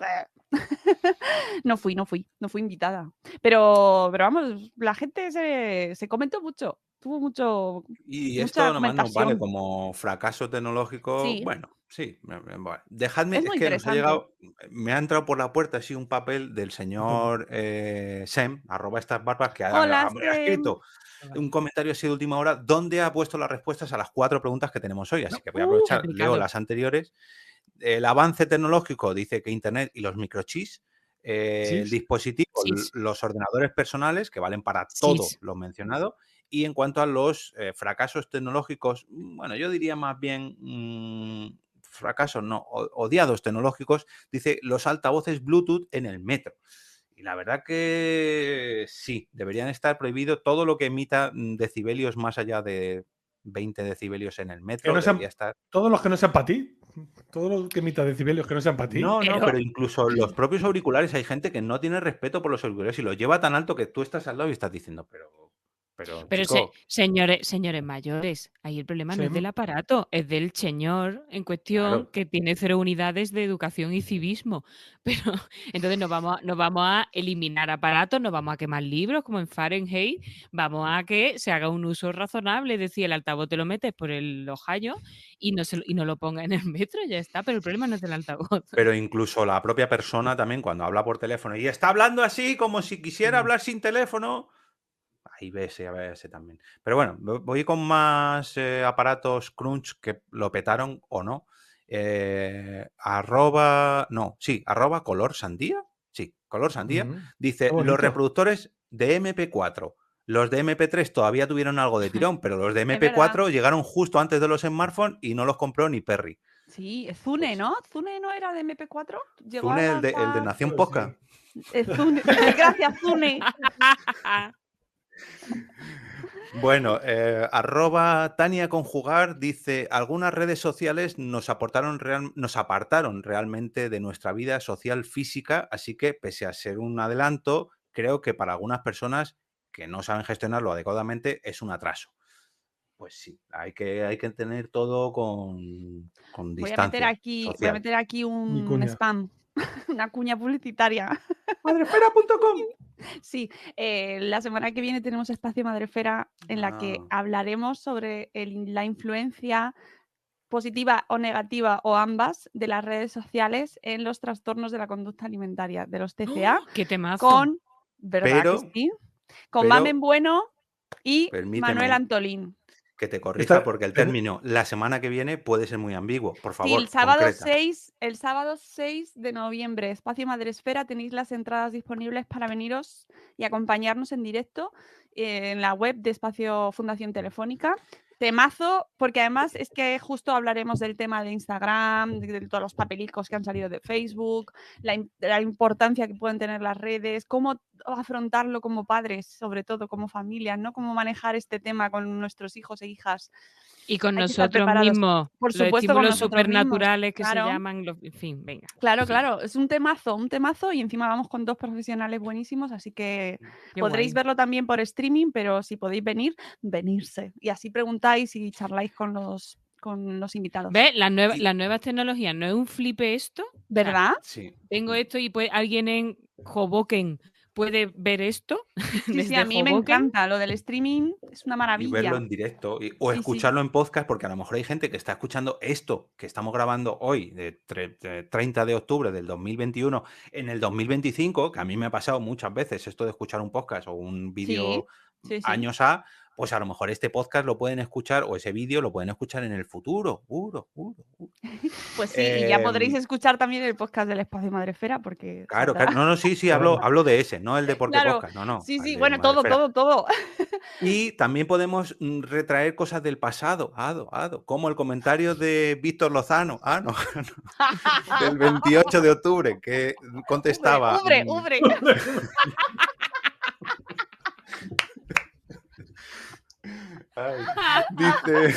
No fui invitada. Pero vamos, la gente se comentó mucho, tuvo Y mucha esto nomás nos vale comentación. como fracaso tecnológico. Sí, Bueno, sí. Bueno. Dejadme, es es muy que nos ha interesante. llegado, me ha entrado por la puerta así un papel del señor Sem, @estas barbas, que Hola, ha escrito un comentario así de última hora donde ha puesto las respuestas a las 4 preguntas que tenemos hoy. Así que voy a aprovechar, leo Explicado. las anteriores. El avance tecnológico dice que Internet y los microchips, el dispositivo, Chis. los ordenadores personales, que valen para todo Chis. lo mencionado. Y en cuanto a los fracasos tecnológicos, bueno, yo diría más bien fracasos, no, odiados tecnológicos, dice los altavoces Bluetooth en el metro. Y la verdad que sí, deberían estar prohibidos todo lo que emita decibelios más allá de 20 decibelios en el metro. no sean, Debería estar... Todos los que no sean para ti. Todos los que emita decibelios que no sean para ti. No, pero incluso los propios auriculares, hay gente que no tiene respeto por los auriculares y los lleva tan alto que tú estás al lado y estás diciendo, pero chico, señores mayores, ahí el problema no es del aparato, es del señor en cuestión, claro, que tiene 0 unidades de educación y civismo. Pero entonces nos vamos a eliminar aparatos, nos vamos a quemar libros como en Fahrenheit, vamos a que se haga un uso razonable, es decir, el altavoz te lo metes por el ojallo y no lo ponga en el metro, ya está, pero el problema no es del altavoz. pero incluso la propia persona también cuando habla por teléfono y está hablando así como si quisiera hablar sin teléfono, ahí ves también. Pero bueno, voy con más aparatos crunch que lo petaron o no. @color sandía. sí, color sandía. Ujú. Dice, Qué bonito. los reproductores de MP4. Los de MP3 todavía tuvieron algo de tirón, pero los de verdad. MP4 llegaron justo antes de los smartphones y no los compró ni Perry. Sí, Zune, Pues- ¿no? ¿Zune no era de MP4? Llegó Zune, a el de lanzar... Nación Pues Podcast. Zune. Gracias, Zune. Bueno, @Tania Conjugar dice, algunas redes sociales nos apartaron realmente de nuestra vida social física, así que pese a ser un adelanto, creo que para algunas personas que no saben gestionarlo adecuadamente es un atraso. Pues sí, hay que tener todo con Voy a meter distancia aquí social. un Mi cuña. spam, una cuña publicitaria. Madrefera.com. Sí, la semana que viene tenemos Espacio Madrefera en la que hablaremos sobre la influencia positiva o negativa o ambas de las redes sociales en los trastornos de la conducta alimentaria, de los TCA, ¡Qué temazo! con, ¿verdad Pero- que sí? Con pero- Mamen Bueno y Permíteme. Manuel Antolín. Que te corrija Esta- porque el término la semana que viene puede ser muy ambiguo. Por Sí, favor, el sábado concreta. 6 de noviembre, Espacio Madresfera, tenéis las entradas disponibles para veniros y acompañarnos en directo en la web de Espacio Fundación Telefónica. Temazo, porque además es que justo hablaremos del tema de Instagram, de todos los papelicos que han salido de Facebook, la importancia que pueden tener las redes, cómo afrontarlo como padres, sobre todo como familias, ¿no? Cómo manejar este tema con nuestros hijos e hijas. Y con Hay que estar nosotros preparados. mismos, Por los supuesto, con estímulos nosotros mismos, supernaturales que claro. se llaman, en fin, venga. Claro, Sí. claro, es un temazo y encima vamos con 2 profesionales buenísimos, así que Qué podréis guay. verlo también por streaming, pero si podéis venirse. Y así preguntáis y charláis con los invitados. ¿Ves? Las Y- nuevas tecnologías, ¿no es un flipe esto? ¿Verdad? Sí. Tengo esto y pues alguien en Hoboken puede ver esto. Sí, desde a mí me Hoboken. encanta. Lo del streaming es una Y maravilla. verlo en directo o Sí, sí. escucharlo en podcast, porque a lo mejor hay gente que está escuchando esto que estamos grabando hoy, de 30 de octubre del 2021, en el 2025, que a mí me ha pasado muchas veces esto de escuchar un podcast o un vídeo Sí. años A, pues a lo mejor este podcast lo pueden escuchar o ese vídeo lo pueden escuchar en el futuro. Pues sí, y ya podréis Em, escuchar también el podcast del Espacio Madrefera, porque Claro, saldrá. no, sí, Claro. hablo de ese, no el de Porque Claro, Podcast, no. Sí, el de bueno, Madrefera. todo. Y también podemos retraer cosas del pasado, como el comentario de Víctor Lozano, no, del 28 de octubre, que contestaba. Ubre. Dice.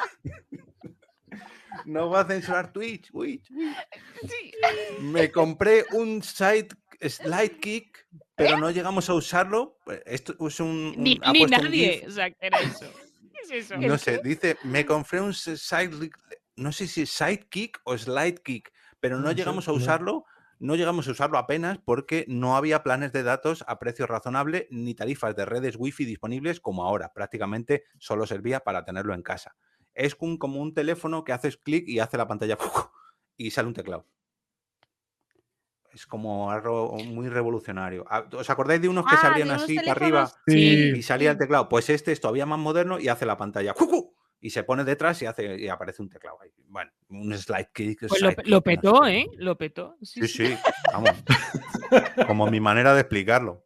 No va a censurar Twitch. Sí. Me compré un Sidekick, pero no llegamos a usarlo. Esto es Ni ha puesto un nadie. GIF. O sea, ¿qué era eso? ¿Qué es eso? No sé, dice, me compré un Sidekick, no sé si Sidekick o Slidekick, pero no No sé, llegamos a no. usarlo. No llegamos a usarlo apenas porque no había planes de datos a precio razonable ni tarifas de redes wifi disponibles como ahora. Prácticamente solo servía para tenerlo en casa. Es como un teléfono que haces clic y hace la pantalla y sale un teclado. Es como algo muy revolucionario. ¿Os acordáis de unos que se abrían de unos así para arriba teléfonos. Sí. y salía el Sí. teclado? Pues este es todavía más moderno y hace la pantalla y se pone detrás y aparece un teclado ahí. Bueno, un Sidekick. Pues Sidekick, lo no petó, sé. ¿eh? Lo petó. Sí, vamos. Como mi manera de explicarlo.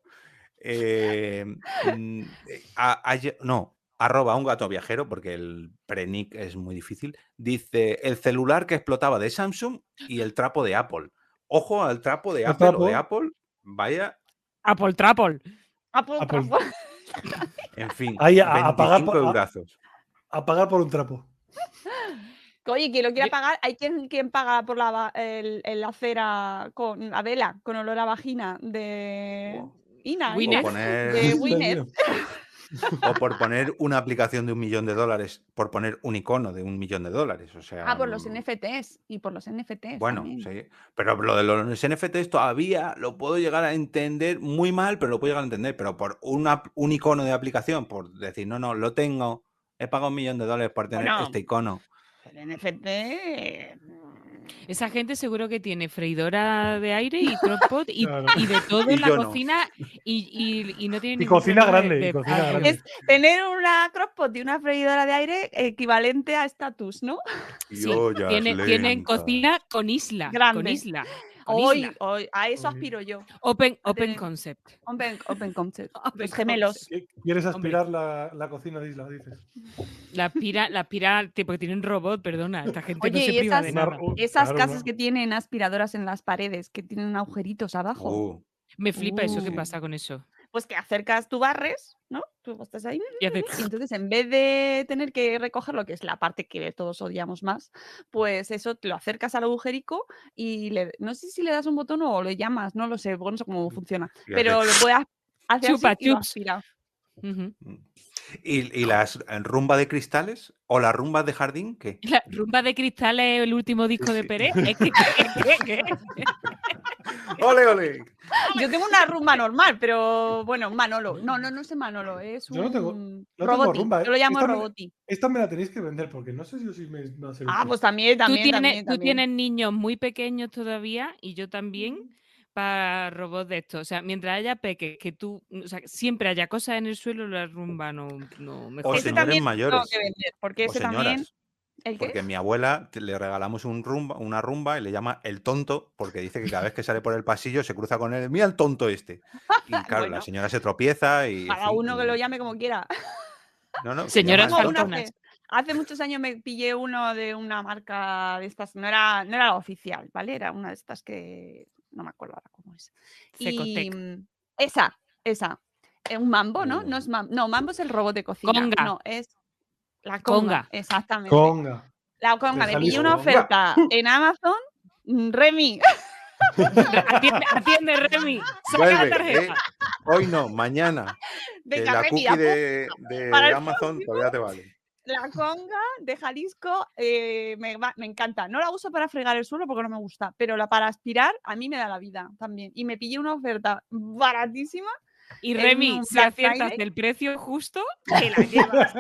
@un gato viajero, porque el pre-nick es muy difícil. Dice, el celular que explotaba de Samsung y el trapo de Apple. Ojo al trapo de ¿El Apple o trapo? de Apple. Vaya, Apple Trapple. Apple. en fin, Ahí, 25 eurazos. A pagar por un trapo. Oye, quien lo quiera Yo- pagar, hay quien paga por la cera con a vela, con olor a vagina de Ina, ¿eh? O Winnet. poner, Winnet. o por poner una aplicación de $1 millón, por poner un icono de $1 millón. O sea, Por los NFTs y por los NFTs. bueno, también. sí. Pero lo de los NFTs todavía lo puedo llegar a entender muy mal, pero lo puedo llegar a entender. Pero por un icono de aplicación, por decir, no, lo tengo, he pagado $1 millón por tener Bueno. este icono. El NFT. Esa gente seguro que tiene freidora de aire y crockpot y, Claro. y de todo Y en la yo no. cocina y no tiene Y ningún cocina problema grande, y cocina Ah, grande. Es tener una crockpot y una freidora de aire equivalente a estatus, ¿no? Sí, tienen cocina con isla. Grande. Con isla. con Hoy, isla. a eso Hoy. aspiro yo. Open tener- concept. Open concept. Open Los gemelos. ¿Quieres aspirar la cocina de isla, dices? La aspira, porque tienen robot, perdona. Esta gente no Oye, se y priva esas- de Una- nada. Esas claro, casas una- que tienen aspiradoras en las paredes, que tienen agujeritos abajo. Me flipa eso. ¿Qué Uh. pasa con eso? Pues que acercas, tú barres, ¿no? Tú estás ahí. Y hace- Y entonces, en vez de tener que recoger lo que es la parte que todos odiamos más, pues eso te lo acercas al agujerico y no sé si le das un botón o le llamas, no lo sé, porque no sé cómo funciona. Y Pero hace- lo puedes hacer Chupa así y lo chups. aspira. Ujú. ¿Y las rumba de cristales o las rumbas de jardín? ¿Qué? La rumba de cristal es el último disco de Sí. Pérez. Es que, ¿qué? ¡Ole, ole! Yo tengo una rumba normal, pero bueno, Manolo. No es Manolo, es Yo no tengo- un no tengo Roboti. rumba, ¿eh? Yo lo llamo Esta me- Roboti. Esta me la tenéis que vender porque no sé si me va a ser Ah, útil. pues también. Tú tienes niños muy pequeños todavía y yo también para robots de estos. O sea, mientras haya peques, o sea, siempre haya cosas en el suelo, la rumba no me O jode. Ese señores también lo tengo mayores. que vender, porque O ese también. señoras. ¿El qué? Porque a mi abuela le regalamos una rumba y le llama el tonto, porque dice que cada vez que sale por el pasillo se cruza con él. Mira el tonto este. Y claro, Bueno. la señora se tropieza y. en Cada fin, uno que lo llame como quiera. No, que Señoras llama el Tengo una tonto. faltonas. hace muchos años me pillé uno de una marca de estas, no era la oficial, ¿vale? Era una de estas que no me acuerdo ahora cómo es. Y Cecotec. esa. Un mambo, ¿no? Uh. No, mambo es el robot de cocina. Conga. No, es la Conga. conga. Exactamente. Conga. La conga. De Me pillé una Jalisco. oferta en Amazon. Remy. Atiende, Remy. Saca la Vuelve, tarjeta. Hoy no, mañana. Venga, La Remy, cookie apunta. de Para el Amazon todavía te vale. La conga de Jalisco me encanta. No la uso para fregar el suelo porque no me gusta, pero para aspirar a mí me da la vida también. Y me pillé una oferta baratísima. Y en Remy, un si Black aciertas Friday. del precio justo, te la llevas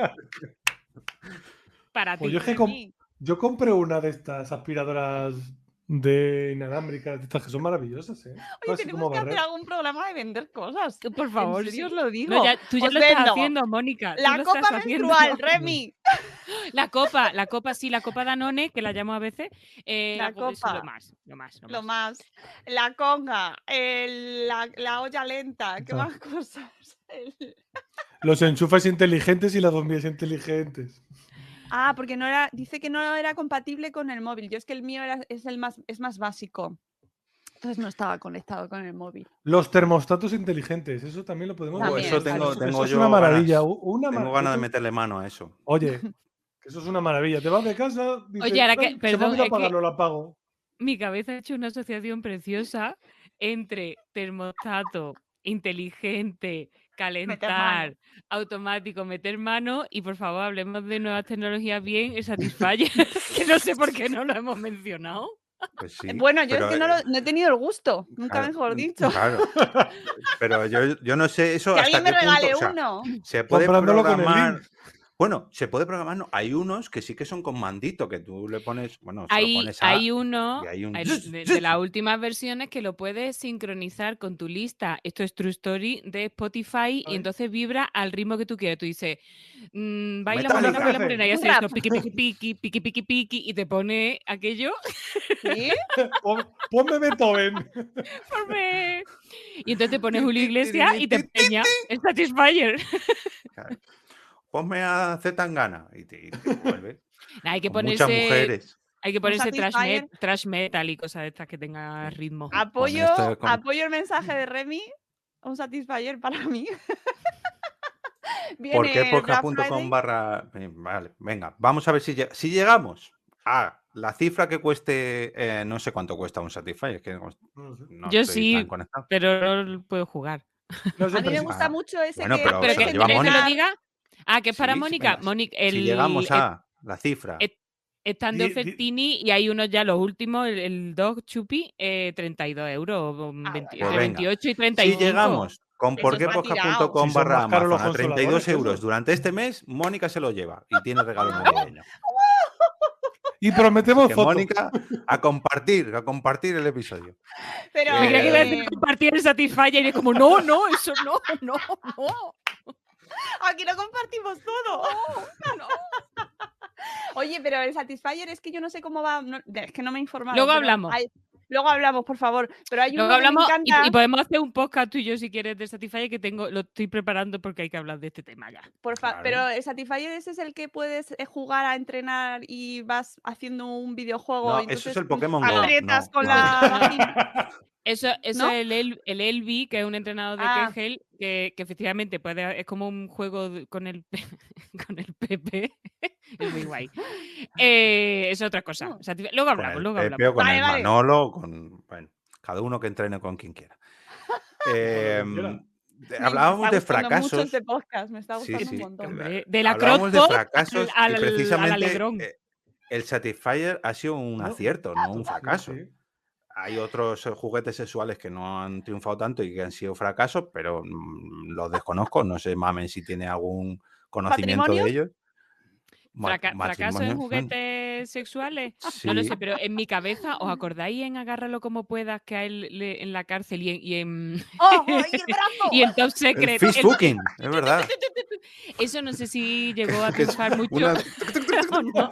para Pues ti. yo es que Remy. yo compré una de estas aspiradoras de inalámbricas, de estas que son maravillosas, ¿eh? Oye, Así tenemos como que hacer barrer. algún programa de vender cosas. Por favor, En serio sí. os lo digo. No, tú ya Os lo estás vendo haciendo, Mónica. tú La lo copa estás haciendo. menstrual, Remy. La copa, sí, la copa Danone, que la llamo a veces. La es lo copa. más. Lo más. La conga. La olla lenta. ¿Qué Ah. más cosas? Los enchufes inteligentes y las bombillas inteligentes. Ah, porque dice que no era compatible con el móvil. Yo es que el mío es más básico. Entonces no estaba conectado con el móvil. Los termostatos inteligentes, eso también lo podemos También. Eso tengo eso es yo una maravilla. ganas. Tengo ganas de meterle mano a eso. Oye, que eso es una maravilla. Te vas de casa, dices, Oye, ahora que- "Ay, se me perdón, ha olvidado es que- apagarlo, lo apago". Mi cabeza ha hecho una asociación preciosa entre termostato, inteligente, calentar, automático, meter mano y por favor hablemos de nuevas tecnologías bien, el Satisfyer, que no sé por qué no lo hemos mencionado. Pues sí, Bueno, yo pero, es que no he tenido el gusto, nunca claro, mejor dicho. Claro. Pero yo no sé eso Que hasta alguien me qué punto. regale O sea, uno. se puede Comprándolo con el programar. link. Bueno, se puede programar. No, hay unos que sí que son con mandito, que tú le pones. Bueno, se lo Hay, pones a. hay uno y hay un- de las últimas versiones que lo puedes sincronizar con tu lista. Esto es True Story de Spotify Ay. y entonces vibra al ritmo que tú quieres. Tú dices, baila Metálica. morena, baila morena y Un hace rap. esto, piqui, piqui, piqui, piqui, piqui, piqui y te pone aquello. ¿Sí? Ponme Beethoven. ¡Forme! Y entonces te pones Julio Iglesias y te peña el Satisfyer. Claro. Ponme a Zetangana y te vuelve. Hay que Con muchas ponerse, mujeres. hay que ponerse Satisfyer. trash metal y cosas de estas que tengan ritmo. Apoyo, esto con- apoyo el mensaje de Remy. Un Satisfyer para mí. ¿Por qué Viene el Black podcast.com Friday. Vale, venga, vamos a ver si llegamos a la cifra que cueste, no sé cuánto cuesta un Satisfyer, que No sé. no Yo estoy sí, tan conectado. pero no puedo jugar. No sé, A mí me pero- gusta mucho ese Bueno, que pero ¿Pero se lo qué? lleva ¿Quieres que lo Mónica. diga? Ah, que es para Sí, Mónica. venga, Mónica, si llegamos a la cifra, están de Di- di- ofertini y hay unos ya, los últimos, el Dog Chupi, 32 euros, Ah, entre pues venga. 28 y 35. si llegamos con Eso está porquepodcast.com Si son barra más caros los Amazon a 32 consoladores, euros esos. durante este mes, Mónica se lo lleva y tiene regalo navideño. Y prometemos Que fotos. Mónica a compartir el episodio. Pero, Me creía que iba a Eh, decir compartir el Satisfyer y es como, no, eso no. aquí lo compartimos todo. Oye, pero el Satisfyer es que yo no sé cómo va. Es que no me he informado. Luego pero hablamos. Luego hablamos, por favor. Pero hay Luego uno que me hablamos encanta. y podemos hacer un podcast tú y yo si quieres de Satisfyer que lo estoy preparando porque hay que hablar de este tema ya. Claro. Pero el Satisfyer ese es el que puedes jugar a entrenar y vas haciendo un videojuego. No, y eso es entonces el Pokémon Go. aprietas No, con no. la vagina. Eso ¿No? es el Elvi, que es un entrenador de Ah. Kegel, que efectivamente es como un juego con el PP. Es muy guay. Es otra cosa. Luego Con hablamos, el luego Pepe hablamos. o con Vale, el vale. Manolo, bueno, cada uno que entrene con quien quiera. Hablábamos de fracasos. Mucho este podcast, me está Sí, gustando sí. un montón. Hombre, de la Hablábamos de crossbot fracasos al y precisamente alegrón. el Satisfyer ha sido un No, acierto, no un fracaso. Sí. Hay otros juguetes sexuales que no han triunfado tanto y que han sido fracasos, pero los desconozco. No sé, Mamen, si tiene algún conocimiento de ellos. ¿Fracaso en Matrimonio, juguetes sexuales? sí. No lo sé, pero en mi cabeza, ¿os acordáis en Agárralo como puedas que a él en la cárcel y en ¡Oh, y el brazo! y en Top El Secret? fish fucking, es verdad. Eso no sé si llegó a Que es triunfar mucho. una- o no.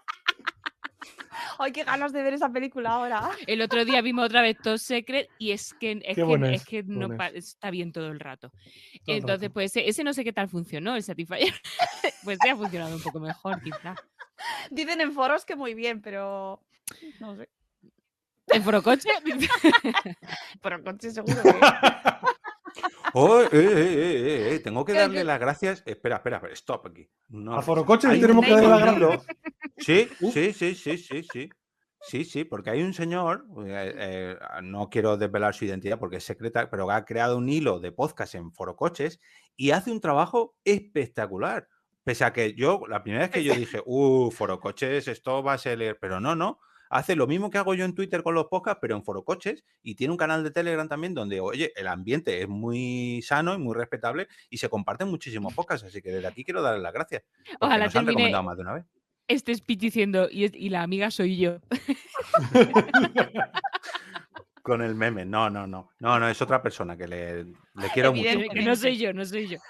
¡Ay, qué ganas de ver esa película ahora! El otro día vimos otra vez Top Secret y es que buena es es, que no buena es. está bien todo el rato. Todo el Entonces, rato. pues ese no sé qué tal funcionó, el Satisfyer. Pues sí ha funcionado un poco mejor, quizá. Dicen en foros que muy bien, pero no sé. ¿En Forocoche? Pero coche seguro que... Oh, tengo que darle las gracias. Espera, stop aquí. No, A Forocoche hay tenemos que un darle las hilo. gracias. Sí. Sí, porque hay un señor, no quiero desvelar su identidad porque es secreta, pero ha creado un hilo de podcast en Forocoches y hace un trabajo espectacular. Pese a que yo, la primera vez que yo dije, Forocoches, esto va a ser... Pero no. Hace lo mismo que hago yo en Twitter con los podcasts, pero en Forocoches, y tiene un canal de Telegram también donde, oye, el ambiente es muy sano y muy respetable y se comparten muchísimos podcasts, así que desde aquí quiero darles las gracias. Porque Ojalá nos han termine recomendado más de una vez. este speech diciendo y la amiga soy yo. Con el meme, no, es otra persona que le quiero mucho. Evidentemente. Que no soy yo. No soy yo.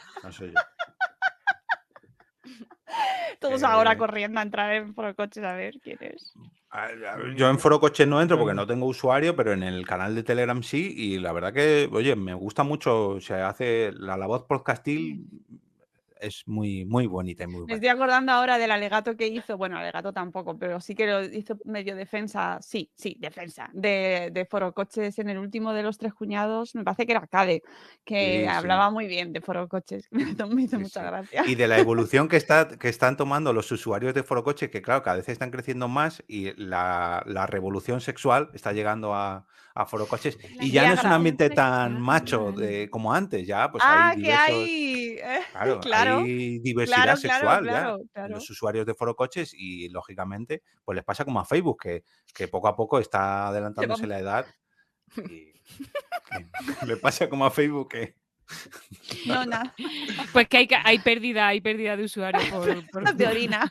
Todos ahora corriendo a entrar en Forocoches a ver quién es. Yo en Forocoches no entro porque no tengo usuario, pero en el canal de Telegram sí, y la verdad que, oye, me gusta mucho, se hace la voz podcastil, es muy, muy bonita y muy Me buena. estoy acordando ahora del alegato que hizo, bueno, alegato tampoco, pero sí que lo hizo medio defensa, defensa, de Forocoches en el último de los tres cuñados, me parece que era Cade, que Sí. hablaba muy bien de Forocoches, me hizo mucha gracia. Y de la evolución que están tomando los usuarios de Forocoches, que claro, cada vez están creciendo más y la revolución sexual está llegando a Forocoches y ya no es un ambiente tan macho como antes, ya pues hay Que diversos... hay... Claro, hay diversidad sexual ya en claro. los usuarios de Forocoches y lógicamente pues les pasa como a Facebook, que poco a poco está adelantándose la edad y le pasa como a Facebook que... No, nada. Pues que hay pérdida de usuarios por... de orina.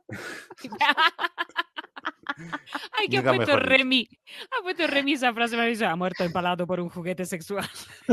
Ay, que ha puesto Remy. Ha puesto Remy esa frase, me ha muerto empalado por un juguete sexual.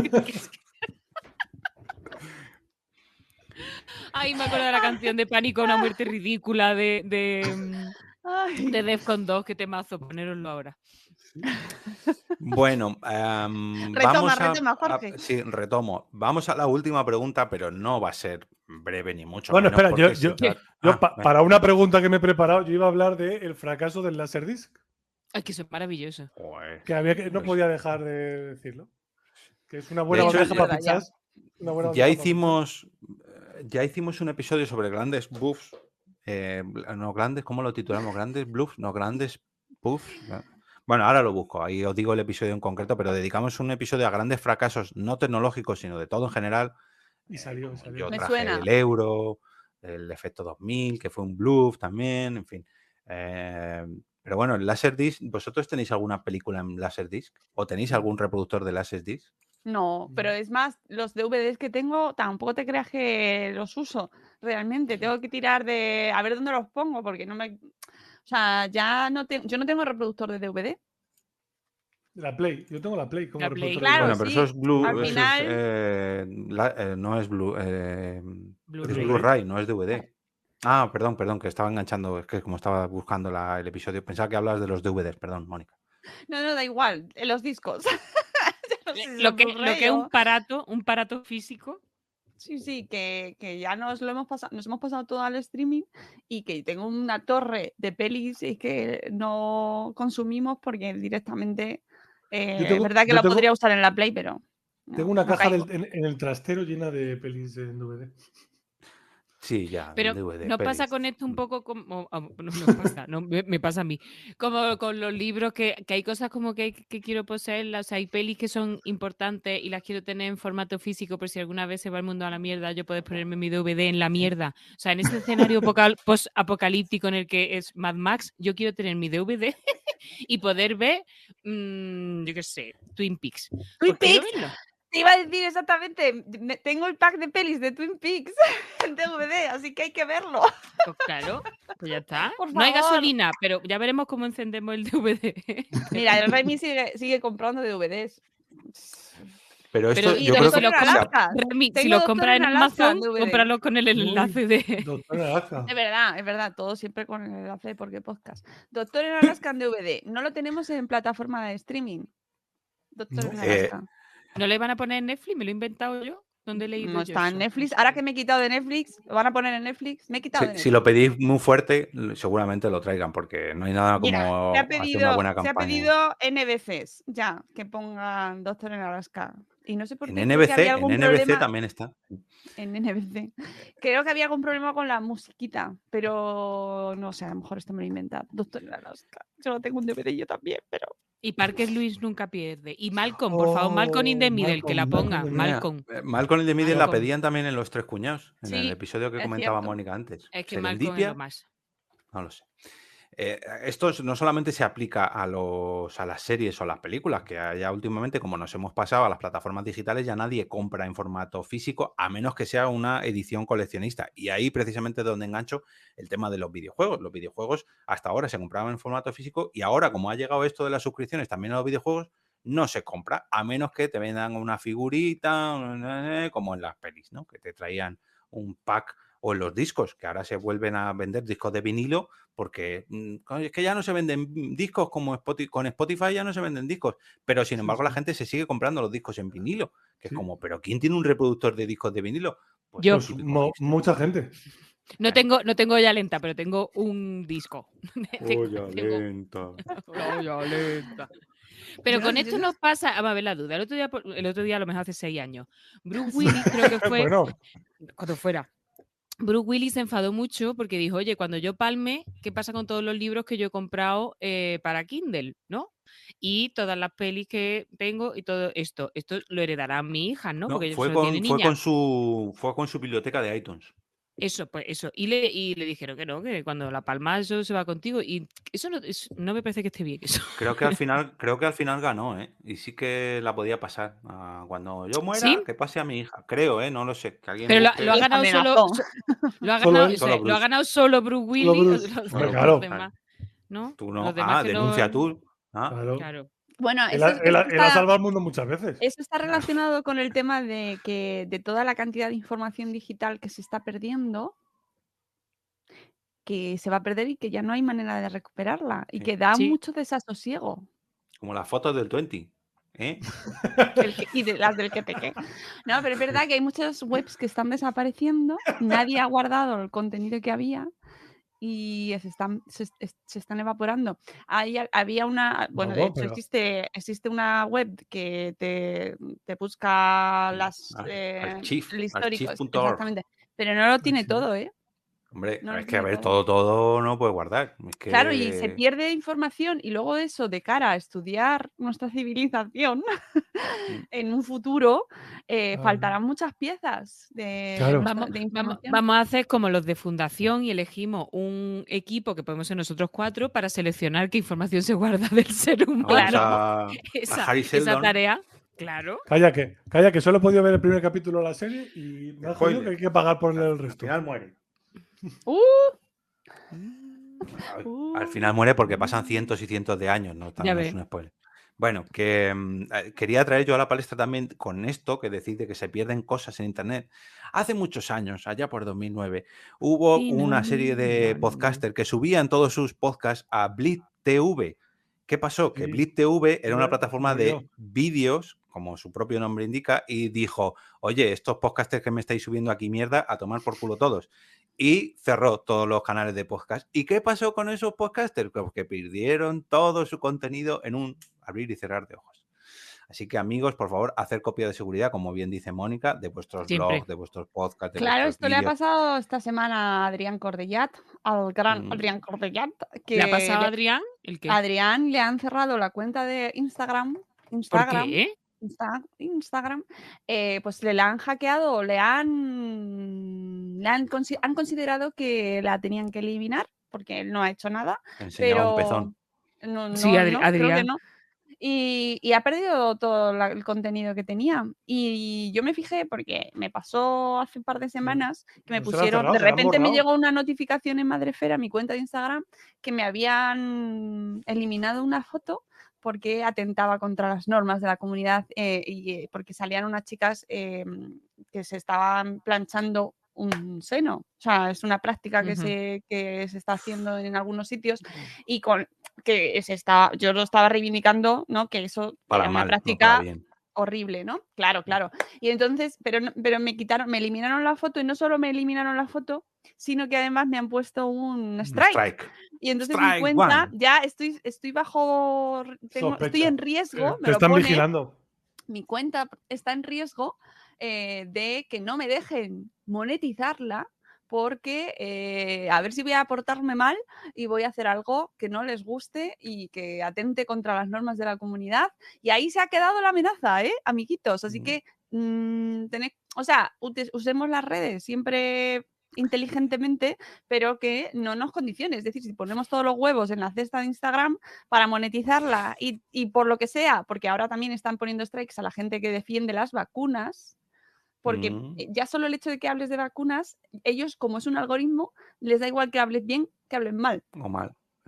Ay, me acuerdo de la canción de Pánico, una muerte ridícula de Defcon 2, que temazo, ponéroslo ahora. Bueno, retoma, Jorge. Sí, retomo. Vamos a la última pregunta, pero no va a ser breve ni mucho bueno, menos. Espera, para una pregunta que me he preparado, yo iba a hablar del fracaso del Laserdisc. Ay, que eso es maravilloso. Joder, que no podía dejar de decirlo. Que es una buena bandeja para pizzas. Ya hicimos un episodio sobre grandes buffs. No grandes, ¿cómo lo titulamos? ¿Grandes bluffs? No, grandes puffs. Bueno, ahora lo busco, ahí os digo el episodio en concreto, pero dedicamos un episodio a grandes fracasos, no tecnológicos, sino de todo en general. Y salió. Yo Me traje suena. el euro, el efecto 2000, que fue un bluff también, en fin. Pero bueno, el Laserdisc, ¿vosotros tenéis alguna película en Laserdisc? ¿O tenéis algún reproductor de Laserdisc? No, pero es más, los DVDs que tengo tampoco te creas que los uso realmente. Tengo que tirar de a ver dónde los pongo porque no me... O sea, yo no tengo reproductor de DVD. La Play, yo tengo la Play como reproductor. Claro, bueno, pero sí. eso es Blue, Al eso final... no es Blue, es Blu-ray, no es DVD. Perdón, que estaba enganchando, es que como estaba buscando el episodio, pensaba que hablabas de los DVDs, perdón, Mónica. No, da igual, en los discos. Ya no sé si Lo son que es Blu-ray un o- aparato físico. Sí, que ya nos hemos pasado todo al streaming y que tengo una torre de pelis y que no consumimos porque directamente Yo es tengo, verdad que yo lo tengo, podría usar en la Play, pero tengo no, una no caja caigo. en el trastero llena de pelis en DVD. Sí, ya, Pero DVD, nos pasa pelis. con esto un poco como. No nos pasa, no, me pasa a mí. Como con los libros, que hay cosas como que quiero poseerlas. O sea, hay pelis que son importantes y las quiero tener en formato físico, por si alguna vez se va el mundo a la mierda, yo puedo ponerme mi DVD en la mierda. O sea, en ese escenario post-apocalíptico en el que es Mad Max, yo quiero tener mi DVD y poder ver, yo qué sé, Twin Peaks. Twin Pues quiero Peaks, verlo. te iba a decir exactamente, tengo el pack de pelis de Twin Peaks en DVD, así que hay que verlo. Pues claro, pues ya está. Por No hay favor. gasolina, pero ya veremos cómo encendemos el DVD. Mira, el Remy sigue comprando DVDs. Pero esto Pero Y yo creo Doctor que en o sea, Alaska. Remy, si Tengo lo Doctor compras en en Alaska Amazon, en DVD. cómpralo con el enlace Uy, de. Doctor Alaska. Es verdad, todo siempre con el enlace de Porque Podcast. Doctor en Alaska en DVD. No lo tenemos en plataforma de streaming. Doctor en No. Alaska. ¿No le van a poner en Netflix? ¿Me lo he inventado yo? ¿Dónde he leído No yo está en eso? Netflix. Ahora que me he quitado de Netflix, ¿lo van a poner en Netflix? Me he quitado de si lo Netflix. pedís muy fuerte, seguramente lo traigan, porque no hay nada Mira, como hacer una buena se ha campaña. pedido NBCs, ya, que pongan Doctor en Alaska. Y no sé por En qué, creo que había NBC, en algún NBC problema también está. en NBC. Creo que había algún problema con la musiquita, pero no sé, a lo mejor esto me lo he inventado. Doctor en Alaska. Yo lo tengo un DVD yo también, pero Y Parker Lewis nunca pierde. Y Malcolm, por favor, Malcolm in the Middle, que la Malcolm ponga. in the Middle. Mira, Malcolm. Malcolm in the Middle la Malcolm. pedían también en Los Tres Cuñados, en el sí, episodio que es comentaba cierto. Mónica antes. Es que Malcolm es lo Serendipia, más. no lo sé. Esto no solamente se aplica a las series o las películas, que ya últimamente, como nos hemos pasado a las plataformas digitales, ya nadie compra en formato físico, a menos que sea una edición coleccionista. Y ahí precisamente es donde engancho el tema de los videojuegos. Los videojuegos hasta ahora se compraban en formato físico y ahora, como ha llegado esto de las suscripciones también a los videojuegos, no se compra, a menos que te vendan una figurita, como en las pelis, ¿no? Que te traían un pack, o en los discos, que ahora se vuelven a vender discos de vinilo, porque es que ya no se venden discos como Spotify, con Spotify ya no se venden discos, pero sin embargo la gente se sigue comprando los discos en vinilo, que es como, ¿pero quién tiene un reproductor de discos de vinilo? Pues Yo. el típico hipster. Mucha gente. No tengo olla lenta, pero tengo un disco. Olla lenta. Olla lenta. Pero Yo con no- esto yo no- nos pasa, vamos a ver la duda. El otro día, a lo mejor hace 6 años, Bruce Willis creo que fue, Bueno, cuando fuera, Bruce Willis se enfadó mucho porque dijo, oye, cuando yo palme, ¿qué pasa con todos los libros que yo he comprado para Kindle, ¿no? Y todas las pelis que tengo y todo esto. Esto lo heredarán mi hija, ¿no? No, Porque fue solo tiene con niña. su biblioteca de iTunes. Eso, pues eso. Y le dijeron que no, que cuando la palma eso se va contigo. Y eso no me parece que esté bien. Eso. Creo que al final ganó, ¿eh? Y sí que la podía pasar. Cuando yo muera, ¿Sí? que pase a mi hija. Creo, ¿eh? No lo sé. Que alguien Pero busque. lo ha Hija, ganado amenazó. lo ha Solo ganado, él. o sea, Solo lo ha Bruce. ganado solo Bruce Willis. Solo Bruce. Los, Hombre, los claro. demás, ¿no? Tú no. Los demás que Denuncia no. tú. Claro. Claro. Bueno, Él eso, ha, él ha- él ha salvado al mundo muchas veces. eso está relacionado con el tema de toda la cantidad de información digital que se está perdiendo, que se va a perder y que ya no hay manera de recuperarla y Sí. que da Sí. mucho desasosiego. Como las fotos del 20. ¿Eh? Y de las del que pequé. No, pero es verdad que hay muchas webs que están desapareciendo, nadie ha guardado el contenido que había y se están evaporando. Había una, bueno, de Vamos, hecho pero- existe una web que te busca las el histórico, Archive.org. exactamente, pero no lo tiene Sí. todo, ¿eh? Hombre, No lo es que a tiene ver, todo. todo no puede guardar. Es que... Claro, y se pierde información y luego eso de cara a estudiar nuestra civilización en un futuro faltarán muchas piezas de, Claro. de información. Vamos a hacer como los de fundación y elegimos un equipo que podemos ser nosotros 4 para seleccionar qué información se guarda del ser humano. Vamos a Harry Esa Seldon. tarea, claro. Calla que solo he podido ver el primer capítulo de la serie y me ha jodido Spoiler. que hay que pagar por el Al resto. final muere. ¡Uh! Al final muere porque pasan cientos y cientos de años, no Ya no es ves. un spoiler. Bueno, que quería traer yo a la palestra también con esto, que decís de que se pierden cosas en internet. Hace muchos años, allá por 2009, hubo Y una serie de no. podcasters que subían todos sus podcasts a Blip TV, ¿Qué pasó? Que Sí, Blitz TV era una ya plataforma murió. de vídeos, como su propio nombre indica, y dijo, oye, estos podcasters que me estáis subiendo aquí mierda, a tomar por culo todos. Y cerró todos los canales de podcast. ¿Y qué pasó con esos podcasters? Pues que perdieron todo su contenido en un abrir y cerrar de ojos. Así que, amigos, por favor, hacer copia de seguridad, como bien dice Mónica, de vuestros Siempre. blogs, de vuestros podcasts, de Claro, vuestros esto le ha vídeos. pasado esta semana a Adrián Cordellat, al gran Mm. Adrián Cordellat, ¿Le ha que pasado a Adrián? ¿El qué? a Adrián le han cerrado la cuenta de Instagram. ¿Por qué? Instagram, pues le la han hackeado, han considerado que la tenían que eliminar porque él no ha hecho nada, Enseñaba un pero pezón. no, Sí, no, creo que Adrián. no. Y ha perdido todo el contenido que tenía. Y yo me fijé porque me pasó hace un par de semanas que me No se la han pusieron, cerrado, de se la han repente me borrado. llegó una notificación en Madrefera, a mi cuenta de Instagram, que me habían eliminado una foto porque atentaba contra las normas de la comunidad porque salían unas chicas que se estaban planchando un seno. O sea, es una práctica que se está haciendo en algunos sitios y yo lo estaba reivindicando, ¿no? Que eso Para era una mal, no para práctica bien. horrible, ¿no? Claro. Y entonces, pero me eliminaron la foto y no solo me eliminaron la foto, sino que además me han puesto un strike. Y entonces mi Strike cuenta, one. ya estoy bajo, estoy Sospecha. en riesgo, me Te lo están pone, vigilando. mi cuenta está en riesgo de que no me dejen monetizarla porque a ver si voy a portarme mal y voy a hacer algo que no les guste y que atente contra las normas de la comunidad. Y ahí se ha quedado la amenaza, amiguitos. Así que, usemos las redes siempre inteligentemente, pero que no nos condicione. Es decir, si ponemos todos los huevos en la cesta de Instagram para monetizarla y por lo que sea, porque ahora también están poniendo strikes a la gente que defiende las vacunas, porque ya solo el hecho de que hables de vacunas, ellos, como es un algoritmo, les da igual que hables bien que hables mal. O mal.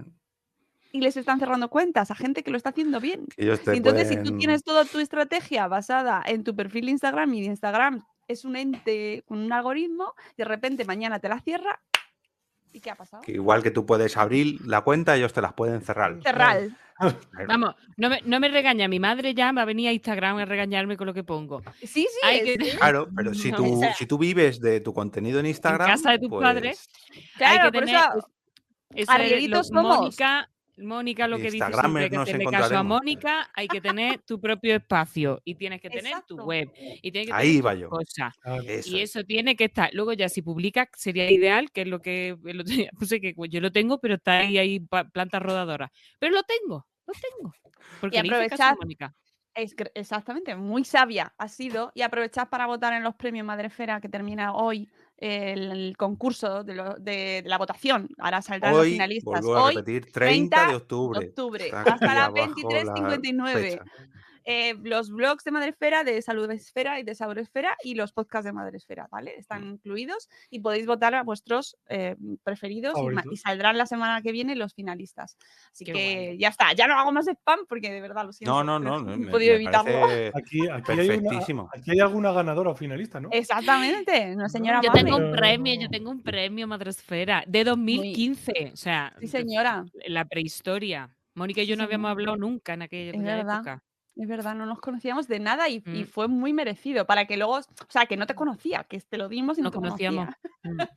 Y les están cerrando cuentas a gente que lo está haciendo bien. Ellos Y te entonces, si tú pueden... tienes toda tu estrategia basada en tu perfil de Instagram y de Instagram es un ente con un algoritmo, de repente mañana te la cierra. ¿Y qué ha pasado? Que igual que tú puedes abrir la cuenta, ellos te las pueden cerrar. Cerrar. Vamos, no me regaña. Mi madre ya va a venir a Instagram a regañarme con lo que pongo. Sí, Hay que- Claro, pero si No, tú, o sea, si tú vives de tu contenido en en Instagram, casa de tus pues, padres claro, hay que por tener... eso Eso es arriesguitos somos. Mónica lo que dice Instagramers siempre, hay que nos hacerle caso a encontraremos. Mónica, hay que tener tu propio espacio y tienes que tener tu Exacto. web y tienes que Ahí tener iba tus yo. cosas. Eso Y es. eso tiene que estar. Luego ya si publicas sería ideal, que es lo que el otro día puse, que yo lo tengo, pero está ahí plantas rodadoras. Pero lo tengo. Porque le hice caso a aprovechad, Mónica. exactamente, muy sabia ha sido, y aprovechad para votar en los premios Madrefera, que termina hoy el concurso de la votación. Ahora saldrán los Hoy, finalistas. vuelvo a Hoy, repetir, 30 30 de octubre. de octubre, Está hasta aquí las abajo la 23:59. fecha. Los blogs de Madresfera, de Salud Esfera y de Sabor Esfera y los podcasts de Madresfera, ¿vale? Están incluidos y podéis votar a vuestros preferidos y saldrán la semana que viene los finalistas. Así Qué que guay. ya está, ya no hago más spam porque de verdad lo siento. No, pero me, he podido evitarlo. parece Aquí perfectísimo. hay alguna ganadora o finalista, ¿no? Exactamente, una señora Yo amable. tengo un premio Madresfera de 2015. O sea, Sí, señora. la prehistoria. Mónica y yo Sí, no habíamos señora. hablado nunca en aquella Es verdad. época. Es verdad, no nos conocíamos de nada y Mm. fue muy merecido para que luego, o sea, que no te conocía, que te lo dimos y no Nos te conocíamos. conocía.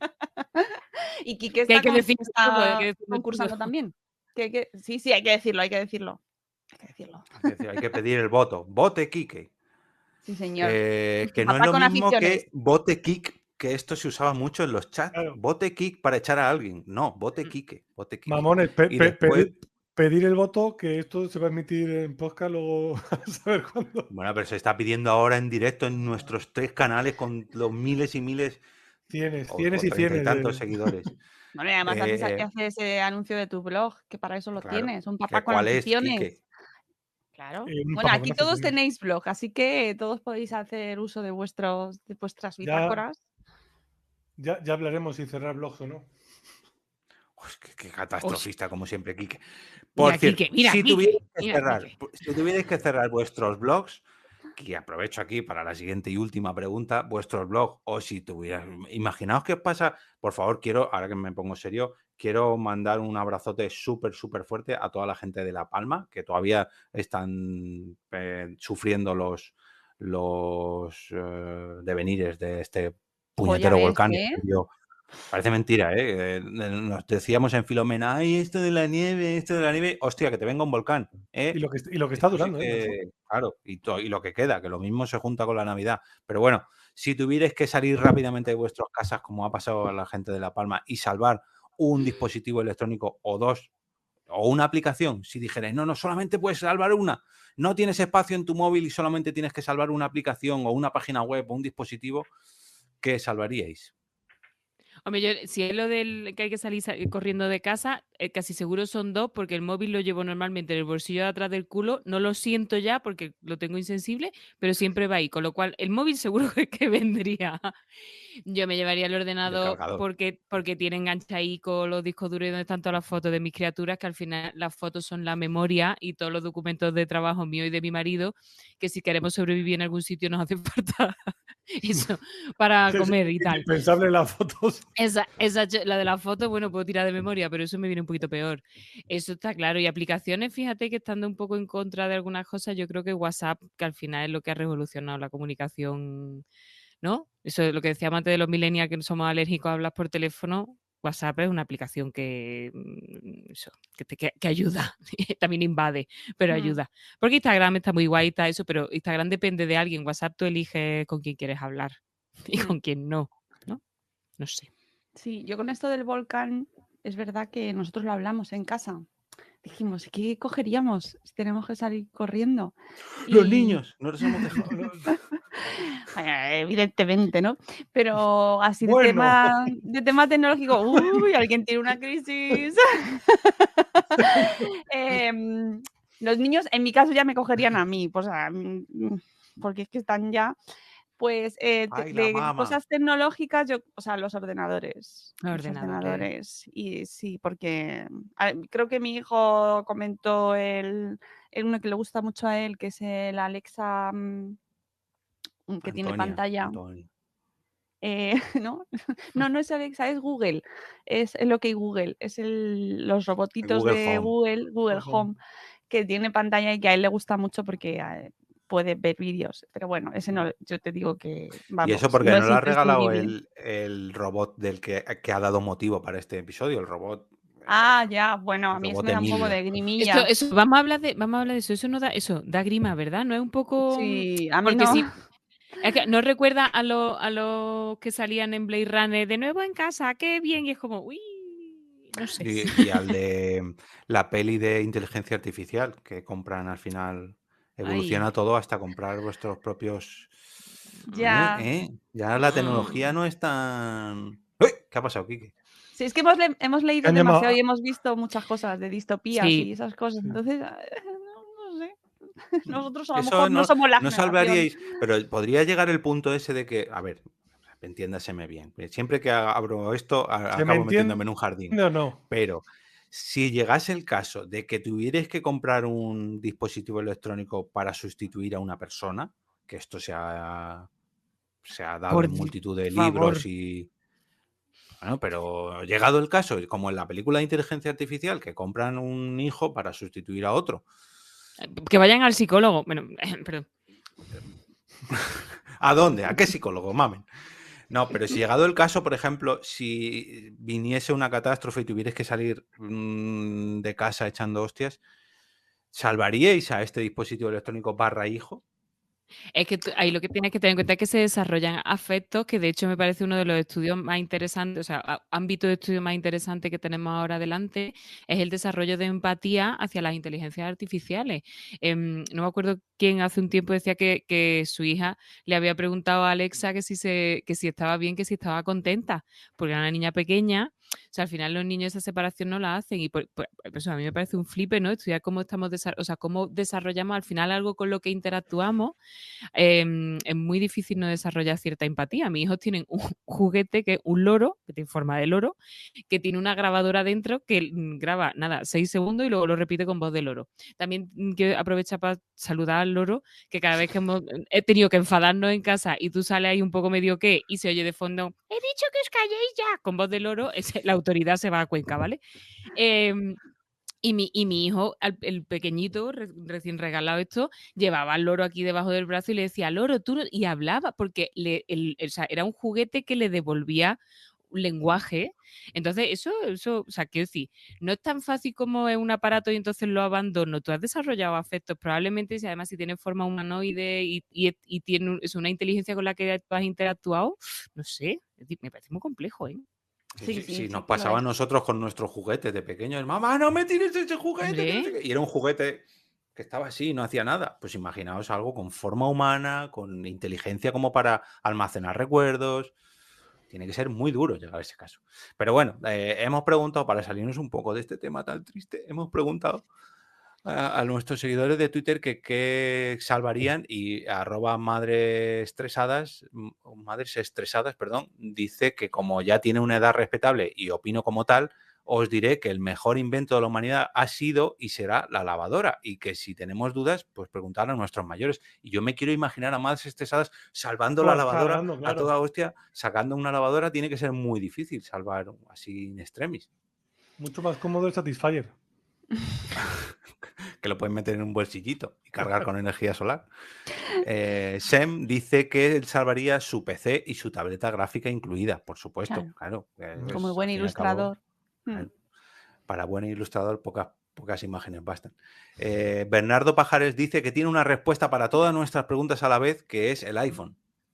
Y Quique Que hay está, que decirlo todo, hay que decirlo concursando todo. también. Sí, hay que decirlo, hay que decirlo. Es decir, hay que pedir el voto. Vote Quique. Sí, señor. Que Tu no es papá lo con mismo aficiones. que vote Kik, que esto se usaba mucho en los chats. Claro. Vote Kik para echar a alguien. No, vote Quique. Vote Quique. Mamones, Y después- pedir el voto, que esto se va a emitir en podcast luego a saber cuándo. Bueno, pero se está pidiendo ahora en directo en nuestros 3 canales con los miles y miles Tienes o y 30 tienes. y tantos seguidores. Bueno, y además haces ese anuncio de tu blog, que para eso lo Claro. tienes. Un papá con ¿Cuál es, aficiones. Quique? Claro. Un Bueno, papá aquí con todos aficiones. tenéis blog, así que todos podéis hacer uso de vuestras bitácoras. Ya hablaremos si cerrar blogs o no. Uy, qué catastrofista, como siempre, Quique. Mira, Por cierto, Quique, mira, si Quique, tuvierais mira, Quique. que cerrar vuestros blogs, aquí aprovecho aquí para la siguiente y última pregunta, vuestros blogs, o si tuvieras, imaginaos qué os pasa, por favor, ahora que me pongo serio, quiero mandar un abrazote súper, súper fuerte a toda la gente de La Palma, que todavía están sufriendo los devenires de este puñetero ves, volcán. ¿eh? Parece mentira, ¿eh? Nos decíamos en Filomena, ay, esto de la nieve, hostia, que te venga un volcán, ¿eh? Y lo que está Esto sí durando, que, claro, y lo que queda, que lo mismo se junta con la Navidad. Pero bueno, si tuvierais que salir rápidamente de vuestras casas, como ha pasado a la gente de La Palma, y salvar un dispositivo electrónico o dos, o una aplicación, si dijerais, no, solamente puedes salvar una, no tienes espacio en tu móvil y solamente tienes que salvar una aplicación o una página web o un dispositivo, ¿qué salvaríais? Hombre, si es lo del que hay que salir corriendo de casa, casi seguro son dos, porque el móvil lo llevo normalmente en el bolsillo de atrás del culo, no lo siento ya porque lo tengo insensible, pero siempre va ahí, con lo cual el móvil seguro que vendría. Yo me llevaría el ordenador porque tiene enganche ahí con los discos duros y donde están todas las fotos de mis criaturas, que al final las fotos son la memoria y todos los documentos de trabajo mío y de mi marido, que si queremos sobrevivir en algún sitio nos hace falta eso para comer y tal. Indispensable las fotos. La de las fotos, bueno, puedo tirar de memoria, pero eso me viene un poquito peor. Eso está claro. Y aplicaciones, fíjate que estando un poco en contra de algunas cosas, yo creo que WhatsApp, que al final es lo que ha revolucionado la comunicación, ¿no? Eso es lo que decíamos antes de los millennials, que no somos alérgicos a hablar por teléfono. WhatsApp es una aplicación que ayuda, también invade, pero ayuda. Porque Instagram está muy guay, está eso, pero Instagram depende de alguien. WhatsApp tú eliges con quién quieres hablar y con quién no, ¿no? No sé. Sí, yo con esto del volcán, es verdad que nosotros lo hablamos en casa. Dijimos, ¿qué cogeríamos si tenemos que salir corriendo? Los niños, no los hemos dejado. Evidentemente, ¿no? Pero así de, Bueno. tema tecnológico, uy, alguien tiene una crisis. Los niños, en mi caso, ya me cogerían a mí, pues, porque es que están ya, pues, Ay, la de mama. cosas tecnológicas, los ordenadores. Los ordenadores. Y sí, porque creo que mi hijo comentó uno que le gusta mucho a él, que es el Alexa, que tiene pantalla. ¿No? No es Alexa, es Google. Es el OK Google. Es los robotitos Google de Home. Google Home, que tiene pantalla y que a él le gusta mucho porque puede ver vídeos. Pero bueno, ese no, yo te digo que vamos. ¿Y eso porque no no es le ha regalado imprescindible. el robot del que ha dado motivo para este episodio? El robot. Ya, bueno, a mí eso me da un poco de grimilla. Eso, vamos a hablar de eso. Eso da grima, ¿verdad? No es un poco. Sí, a mí porque no. sí. Es que no recuerda a los que salían en Blade Runner de nuevo en casa, qué bien, y es como, uy, no sé. Y al de la peli de inteligencia artificial que compran al final, evoluciona todo hasta comprar vuestros propios. Ya. Ya la tecnología no es tan. ¡Uy! ¿Qué ha pasado, Kike? Sí, es que hemos leído demasiado y hemos visto muchas cosas de distopías y esas cosas. Entonces, no sé. Nosotros a lo mejor no somos la no generación. salvaríais, pero podría llegar el punto ese de que, a ver, entiéndaseme bien. Siempre que abro esto, acabo metiéndome en un jardín. No. Pero si llegase el caso de que tuvierais que comprar un dispositivo electrónico para sustituir a una persona, que esto se ha dado en multitud de libros y. Bueno, pero llegado el caso, como en la película de inteligencia artificial, que compran un hijo para sustituir a otro. Que vayan al psicólogo. Bueno, perdón. ¿A dónde? ¿A qué psicólogo, mamen? No, pero si llegado el caso, por ejemplo, si viniese una catástrofe y tuvierais que salir de casa echando hostias, ¿salvaríais a este dispositivo electrónico / hijo? Es que ahí lo que tienes que tener en cuenta es que se desarrollan afectos, que de hecho me parece uno de los estudios más interesantes, o sea, ámbito de estudio más interesante que tenemos ahora adelante, es el desarrollo de empatía hacia las inteligencias artificiales. No me acuerdo quién hace un tiempo decía que su hija le había preguntado a Alexa que si estaba bien, que si estaba contenta, porque era una niña pequeña. O sea, al final los niños esa separación no la hacen y por eso a mí me parece un flipe, ¿no? Estudiar cómo cómo desarrollamos al final algo con lo que interactuamos. Es muy difícil no desarrollar cierta empatía. Mis hijos tienen un juguete que es un loro, que tiene forma de loro, que tiene una grabadora dentro que graba, 6 segundos y luego lo repite con voz de loro. También quiero aprovechar para saludar al loro, que cada vez que he tenido que enfadarnos en casa y tú sales ahí un poco medio que y se oye de fondo, he dicho que os calléis ya, con voz de loro, la autoridad se va a Cuenca, ¿vale? Y mi hijo, el pequeñito, recién regalado esto, llevaba al loro aquí debajo del brazo y le decía, loro, tú no... Y hablaba, porque o sea, era un juguete que le devolvía un lenguaje. Entonces, eso, o sea, quiero decir, no es tan fácil como es un aparato y entonces lo abandono. Tú has desarrollado afectos, probablemente, si además si tiene forma humanoide y tiene una inteligencia con la que tú has interactuado, no sé, me parece muy complejo, ¿eh? Sí, nos pasaba a nosotros con nuestros juguetes de pequeños. Mamá, no me tires ese juguete. Que no sé qué. Y era un juguete que estaba así, no hacía nada. Pues imaginaos algo con forma humana, con inteligencia como para almacenar recuerdos. Tiene que ser muy duro llegar a ese caso. Pero bueno, hemos preguntado, para salirnos un poco de este tema tan triste, hemos preguntado a nuestros seguidores de Twitter que qué salvarían y @madres estresadas, perdón, dice que como ya tiene una edad respetable y opino como tal, os diré que el mejor invento de la humanidad ha sido y será la lavadora y que si tenemos dudas, pues preguntar a nuestros mayores. Y yo me quiero imaginar a madres estresadas salvando la lavadora Cargando, claro. a toda hostia, sacando una lavadora tiene que ser muy difícil salvar así in extremis. Mucho más cómodo el Satisfyer. Que lo pueden meter en un bolsillito y cargar con energía solar. Sem dice que él salvaría su PC y su tableta gráfica incluida, por supuesto. Claro. Como buen ilustrador. Claro, para buen ilustrador, pocas imágenes bastan. Bernardo Pajares dice que tiene una respuesta para todas nuestras preguntas a la vez, que es el iPhone.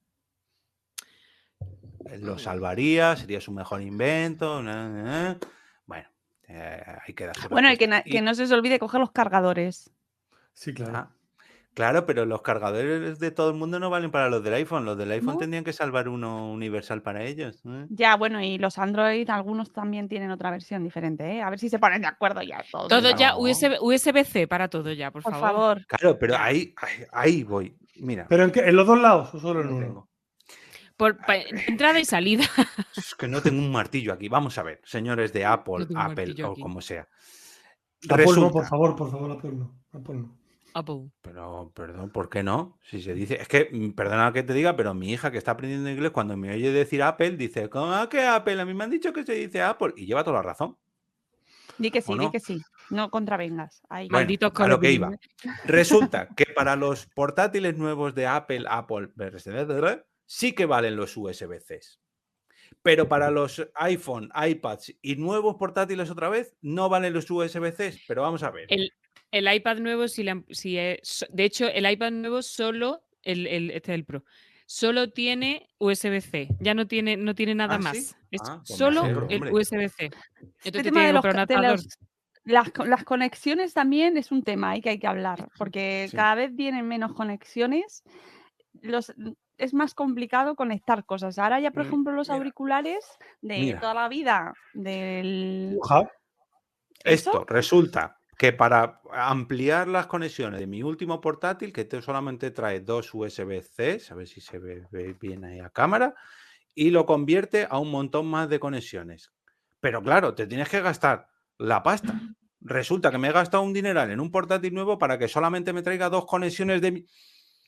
Él lo salvaría, sería su mejor invento. Bueno, hay que dar su Bueno, y respuesta. que no se os olvide coger los cargadores. Sí, claro. Claro, pero los cargadores de todo el mundo no valen para los del iPhone. Los del iPhone ¿No? tendrían que salvar uno universal para ellos. Ya, bueno, y los Android, algunos también tienen otra versión diferente, ¿eh? A ver si se ponen de acuerdo ya todos. Todo Claro. ya, USB-C para todo ya, por favor. Claro, pero ahí voy. Mira. ¿Pero en los dos lados o solo en no uno? tengo. Entrada y salida. Es que no tengo un martillo aquí. Vamos a ver, señores de Apple o aquí. como sea. Apple no, por favor, Apple no. Apple no. Apple. Pero, perdón, ¿por qué no? Si se dice... Es que, perdona que te diga, pero mi hija que está aprendiendo inglés, cuando me oye decir Apple, dice, ¿cómo que Apple? A mí me han dicho que se dice Apple. Y lleva toda la razón. Di que sí, ¿O no? di que sí. No contravengas. Ahí. Bueno, Malditos a lo que iba. colores. Resulta que para los portátiles nuevos de Apple, sí que valen los USB-C. Pero para los iPhone, iPads y nuevos portátiles otra vez, no valen los USB-C. Pero vamos a ver. El iPad nuevo, de hecho, el iPad nuevo solo, este es el Pro, solo tiene USB-C. Ya no tiene nada más. ¿Sí? Es Pues solo alegro, el hombre. USB-C. Este Entonces tema tiene de que comprar un adaptador. las conexiones también es un tema ahí que hay que hablar, porque Sí. cada vez vienen menos conexiones. Es más complicado conectar cosas. Ahora ya, por ejemplo, los auriculares de toda la vida del... Esto resulta que para ampliar las conexiones de mi último portátil, que solamente trae 2 USB-C, a ver si se ve bien ahí a cámara, y lo convierte a un montón más de conexiones. Pero claro, te tienes que gastar la pasta. Resulta que me he gastado un dineral en un portátil nuevo para que solamente me traiga 2 conexiones de mi...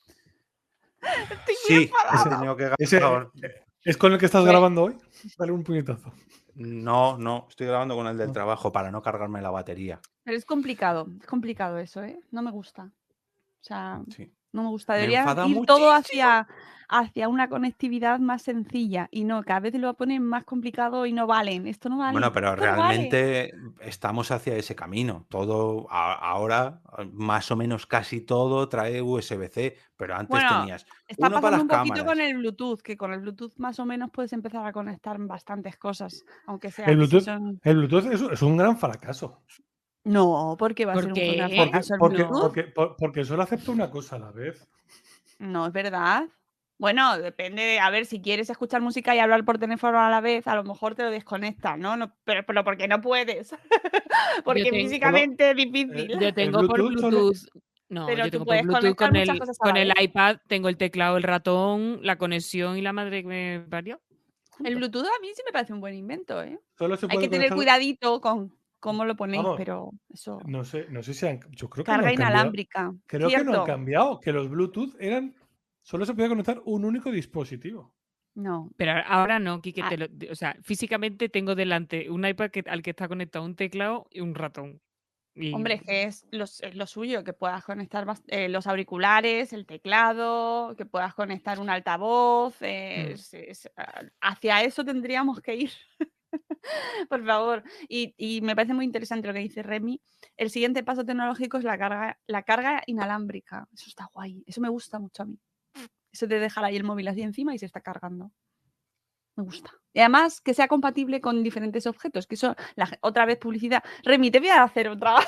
Sí, he tenido que gastar... ¿Es con el que estás grabando hoy? Dale un puñetazo. No, estoy grabando con el del trabajo para no cargarme la batería. Pero es complicado eso, ¿eh? No me gusta. O sea, sí. No me gusta. Me Debería enfada ir muchísimo. todo hacia una conectividad más sencilla y no, cada vez lo ponen más complicado y no valen. Esto no vale. Bueno, pero esto no vale. realmente estamos hacia ese camino. Todo ahora, más o menos casi todo trae USB-C, pero antes tenías está uno para pasando las un poquito cámaras. con el Bluetooth, que con el Bluetooth más o menos puedes empezar a conectar bastantes cosas, aunque sea El Bluetooth, si son... el Bluetooth es un gran fracaso. No, porque va a ser un gran fracaso el Bluetooth. Porque solo acepta una cosa a la vez. No, es verdad. Bueno, depende de, a ver, si quieres escuchar música y hablar por teléfono a la vez, a lo mejor te lo desconectas, ¿no? Pero porque no puedes. Porque físicamente es difícil. Yo tengo por Bluetooth. No, pero yo tengo tú por puedes Bluetooth conectar muchas cosas a la con el vez. iPad, tengo el teclado, el ratón, la conexión y la madre que me parió. El Bluetooth a mí sí me parece un buen invento, ¿eh? Solo se Hay puede que tener conectar- cuidadito con cómo lo ponéis, Vamos, pero eso. no sé si yo creo que no Carga han cambiado. inalámbrica. Creo que no han ¿Cierto? cambiado, que los Bluetooth solo se podía conectar un único dispositivo. No. Pero ahora no, Quique, Ah. o sea, físicamente tengo delante un iPad al que está conectado un teclado y un ratón. Y Hombre, es que es lo suyo, que puedas conectar los auriculares, el teclado, que puedas conectar un altavoz. Hacia eso tendríamos que ir. Por favor. Y me parece muy interesante lo que dice Remy. El siguiente paso tecnológico es la carga inalámbrica. Eso está guay. Eso me gusta mucho a mí. Eso de dejar ahí el móvil así encima y se está cargando. Me gusta. Y además que sea compatible con diferentes objetos, que eso, otra vez publicidad. Remy, te voy a hacer otra.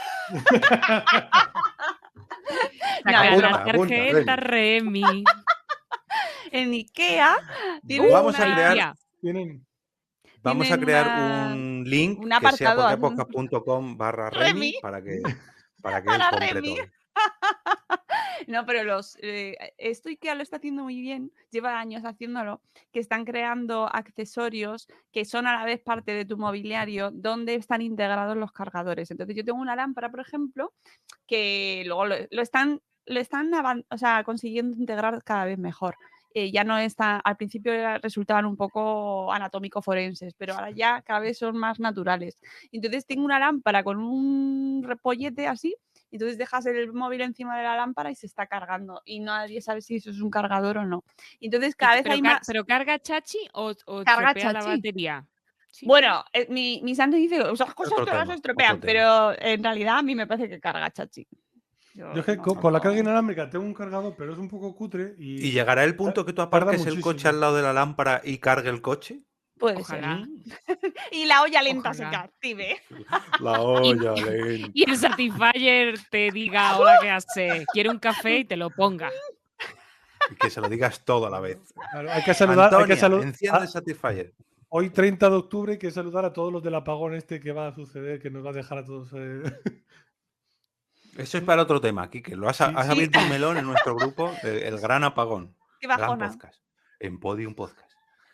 saca No, la apunta, tarjeta Remy. Remy. En Ikea tienen Vamos a una- crear, Tienen vamos a tienen crear una- un link un que sea apartado, porquepodcast.com/Remy Remy. para que él Para compre Remy. todo. No, pero esto IKEA lo está haciendo muy bien, lleva años haciéndolo, que están creando accesorios que son a la vez parte de tu mobiliario, donde están integrados los cargadores. Entonces yo tengo una lámpara, por ejemplo, que luego lo están consiguiendo integrar cada vez mejor. Ya no está, al principio resultaban un poco anatómico forenses, pero ahora ya cada vez son más naturales. Entonces tengo una lámpara con un repollete así. Entonces dejas el móvil encima de la lámpara y se está cargando. Y nadie sabe si eso es un cargador o no. Entonces cada vez hay más. ¿Pero carga chachi o Carga estropea la chachi. batería? ¿Sí? Bueno, mi santo dice que esas cosas Otro te las tema, estropean, otro tema. pero en realidad a mí me parece que carga chachi. Yo es que no, con la no. carga inalámbrica tengo un cargador, pero es un poco cutre ¿Y llegará el punto que tú tarda aparques el coche muchísimo. al lado de la lámpara y cargue el coche? Puede Ojalá. ser. Y la olla lenta se Ojalá. active. La olla lenta. Y el Satisfyer te diga, hola, ¿qué haces? Quiero un café y te lo ponga. Y que se lo digas todo a la vez. Claro, hay que saludar. Antonia, enciende el Satisfyer. Hoy 30 de octubre hay que saludar a todos los del apagón que va a suceder, que nos va a dejar a todos. Eso es para otro tema, Quique. Has Sí. abierto un melón en nuestro grupo, el Gran Apagón. Qué Gran bajona. podcast. En Podium Podcast.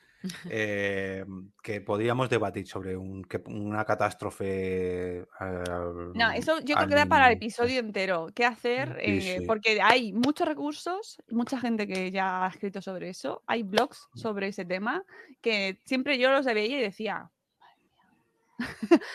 Que podríamos debatir sobre una catástrofe. No, eso yo creo que da para el episodio entero. ¿Qué hacer? Sí. Porque hay muchos recursos, mucha gente que ya ha escrito sobre eso. Hay blogs sobre ese tema que siempre yo los veía y decía, madre mía.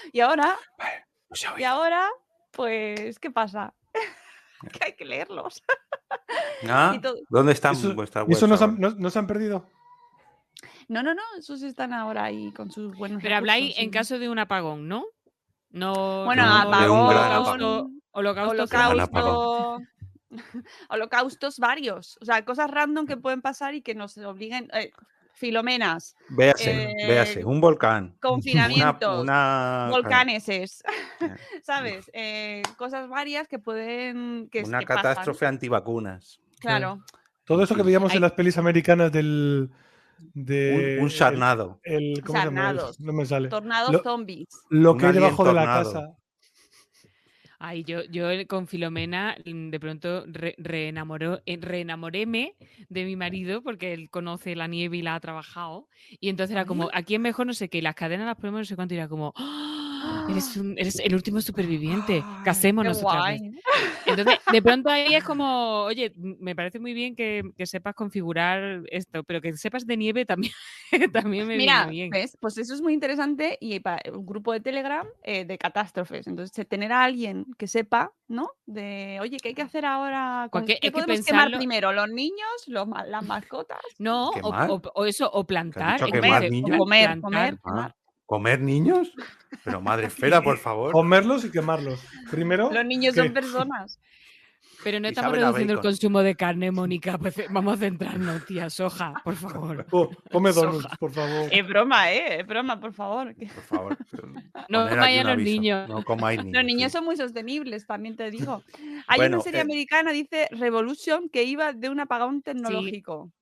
Y ahora, pues, ¿qué pasa? Que hay que leerlos. ¿Ah? Y todo. ¿Dónde están Eso- vuestras ¿Y webs? eso no ahora? se han perdido? No, esos están ahora ahí con sus buenos Pero habláis recursos, en sí. caso de un apagón, ¿no? No, Bueno, de un gran apagón, holocausto, holocaustos varios. O sea, cosas random que pueden pasar y que nos obliguen. Filomenas. Véase, un volcán. Confinamientos. Una Volcaneses. ¿Sabes? Cosas varias que pueden. Una que catástrofe pasan. antivacunas. Claro. Todo eso que veíamos en las pelis americanas Un sarnado. ¿cómo se llama? Sarnados. No me sale. Tornados zombies. Lo que hay Un debajo de la alien casa. Ay, yo con Filomena de pronto reenamoréme de mi marido porque él conoce la nieve y la ha trabajado. Y entonces era como, aquí es mejor no sé qué, y las cadenas las ponemos no sé cuánto, y era como, ¡oh! eres el último superviviente, casémonos Qué otra vez. guay. Entonces, de pronto ahí es como, oye, me parece muy bien que sepas configurar esto, pero que sepas de nieve también, también me Mira, viene bien. ¿ves? Pues eso es muy interesante y para un grupo de Telegram de catástrofes. Entonces, tener a alguien que sepa, ¿no? De, oye, ¿qué hay que hacer ahora? Porque ¿Qué es que podemos quemar pensarlo- primero? ¿Los niños? ¿Las mascotas? No, ¿Quemar? o eso, o plantar. dicho es quemar decir, niños? Comer, plantar. quemar. ¿Comer niños? Pero madre esfera, por favor. Comerlos y quemarlos. Primero. Los niños ¿qué? son personas. Pero no Y estamos saben a reduciendo el bacon. consumo de carne, Mónica. Pues vamos a centrarnos, tía. Soja, por favor. Come Soja. donuts, por favor. Es broma, es broma, por favor. Por favor. No poner comáis aquí a un los aviso. niños. No comáis niños. Los niños sí. son muy sostenibles, también te digo. Hay Bueno, una serie americana, dice Revolution, que iba de un apagón tecnológico.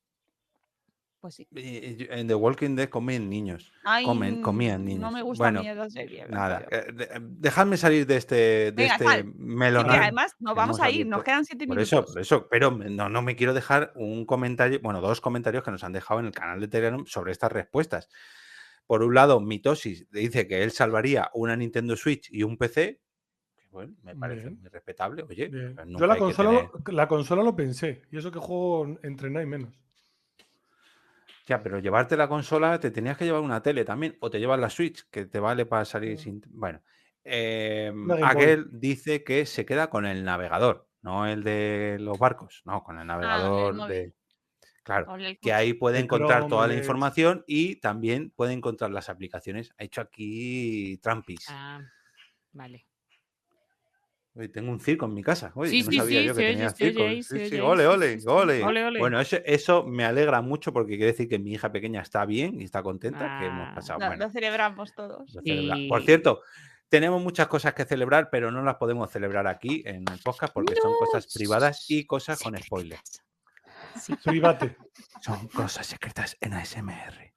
Pues sí. En The Walking Dead comen niños. Ay, Comían niños. no me gusta a Bueno, mí esa serie. nada. pero- Dejadme salir de este Venga, sal. Sí, melonal. que además nos que vamos hemos a ir, nos abierto. quedan 7 Por minutos. eso, pero no me quiero dejar un comentario, bueno, dos comentarios que nos han dejado en el canal de Telegram sobre estas respuestas. por un lado, Mitosis dice que él salvaría una Nintendo Switch y un PC. Que, bueno, me parece Bien. muy respetable. Oye, Bien. pues Yo nunca la hay que consola, tener... la consola lo pensé. Y eso que juego entre nada y menos. Ya, pero llevarte la consola te tenías que llevar una tele también. O te llevas la Switch, que te vale para salir sin... Bueno, Una Game Boy. aquel dice que se queda con el navegador, no el de los barcos. No, con el el navegador móvil. de... Claro, O el que coche. ahí puede El encontrar Chrome, toda el la Edge. información y también puede encontrar las aplicaciones. Ha hecho aquí Trumpis. Ah, vale. Oye, tengo un circo en mi casa. Oye, Sí, que no sí, sabía sí, yo que se oye, tenía se oye circo. ahí, Sí, se sí, oye ahí. ole, Sí, ole, sí, sí. ole. Ole, ole. Bueno, eso me alegra mucho porque quiere decir que mi hija pequeña está bien y está contenta, que hemos Ah, pasado. Lo Bueno, celebramos todos. lo celebra. sí. Por cierto, tenemos muchas cosas que celebrar, pero no las podemos celebrar aquí en el podcast porque son cosas privadas y cosas con spoiler. Sí. Private. Son cosas secretas en ASMR.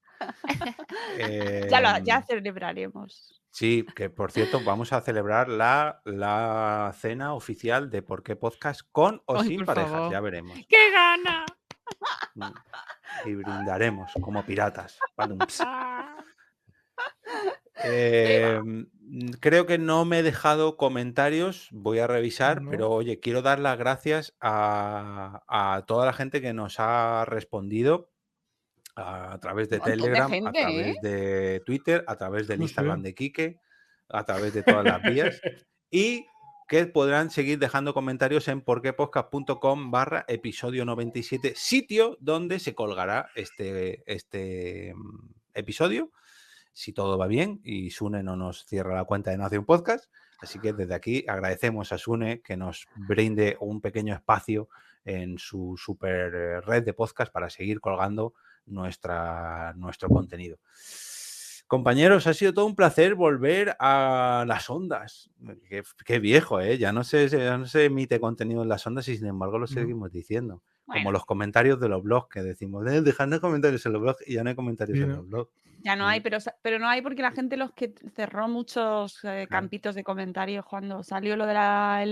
Ya celebraremos. Sí, que por cierto, vamos a celebrar la cena oficial de Por qué Podcast con o Ay, sin por parejas, favor. ya veremos. ¡Qué gana! Y brindaremos como piratas. Badumps. Ah. Creo que no me he dejado comentarios, voy a revisar, No. pero oye, quiero dar las gracias a toda la gente que nos ha respondido a través de Un montón de Telegram, a gente, ¿eh? través de Twitter, a través del Sí, Instagram sí. de Quique, a través de todas las vías y que podrán seguir dejando comentarios en porquepodcast.com/episodio 97, sitio donde se colgará este episodio, si todo va bien y Sune no nos cierra la cuenta de Nación Podcast. Así que desde aquí agradecemos a Sune que nos brinde un pequeño espacio en su super red de podcast para seguir colgando nuestro contenido. Compañeros, ha sido todo un placer volver a las ondas. Qué viejo, ¿eh? Ya no se emite contenido en las ondas y sin embargo lo seguimos diciendo. Como Bueno. los comentarios de los blogs que decimos, dejadnos comentarios en los blogs y ya no hay comentarios Sí, en ¿no? los blogs. Ya no hay, pero no hay porque la gente los que cerró muchos campitos de comentarios cuando salió lo de la